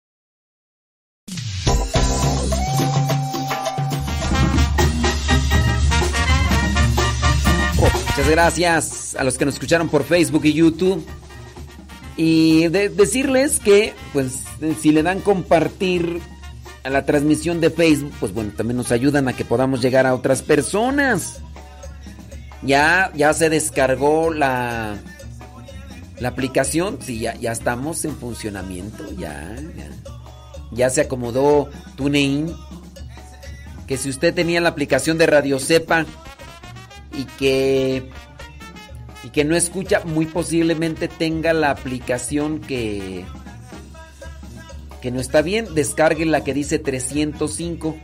Muchas gracias a los que nos escucharon por Facebook y YouTube. Y de decirles que, pues, si le dan compartir a la transmisión de Facebook, pues bueno, también nos ayudan a que podamos llegar a otras personas. Ya, ya se descargó la, la aplicación, sí, ya, ya estamos en funcionamiento, ya, ya. Ya se acomodó TuneIn. Que si usted tenía la aplicación de Radio Cepa y que y que no escucha, muy posiblemente tenga la aplicación que que no está bien. Descargue la que dice trescientos cinco.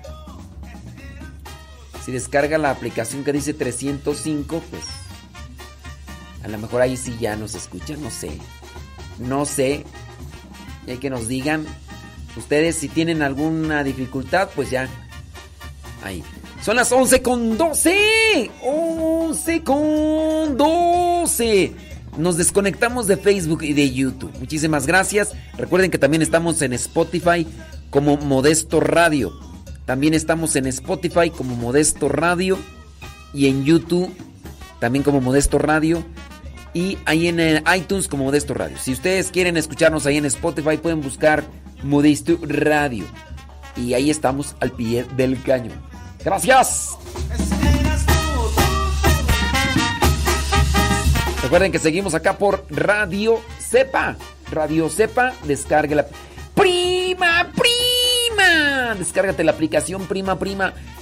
Si descarga la aplicación que dice trescientos cinco, pues a lo mejor ahí sí ya nos escucha, no sé. No sé. Y hay que nos digan ustedes si tienen alguna dificultad, pues ya ahí. Son las once con doce. once con doce. Nos desconectamos de Facebook y de YouTube. Muchísimas gracias. Recuerden que también estamos en Spotify como Modesto Radio. También estamos en Spotify como Modesto Radio. Y en YouTube también como Modesto Radio. Y ahí en iTunes como Modesto Radio. Si ustedes quieren escucharnos ahí en Spotify, pueden buscar Modesto Radio. Y ahí estamos al pie del cañón. Gracias. Recuerden que seguimos acá por Radio Cepa. Radio Cepa, descárguela. Prima, prima. Descárgate la aplicación Prima, prima.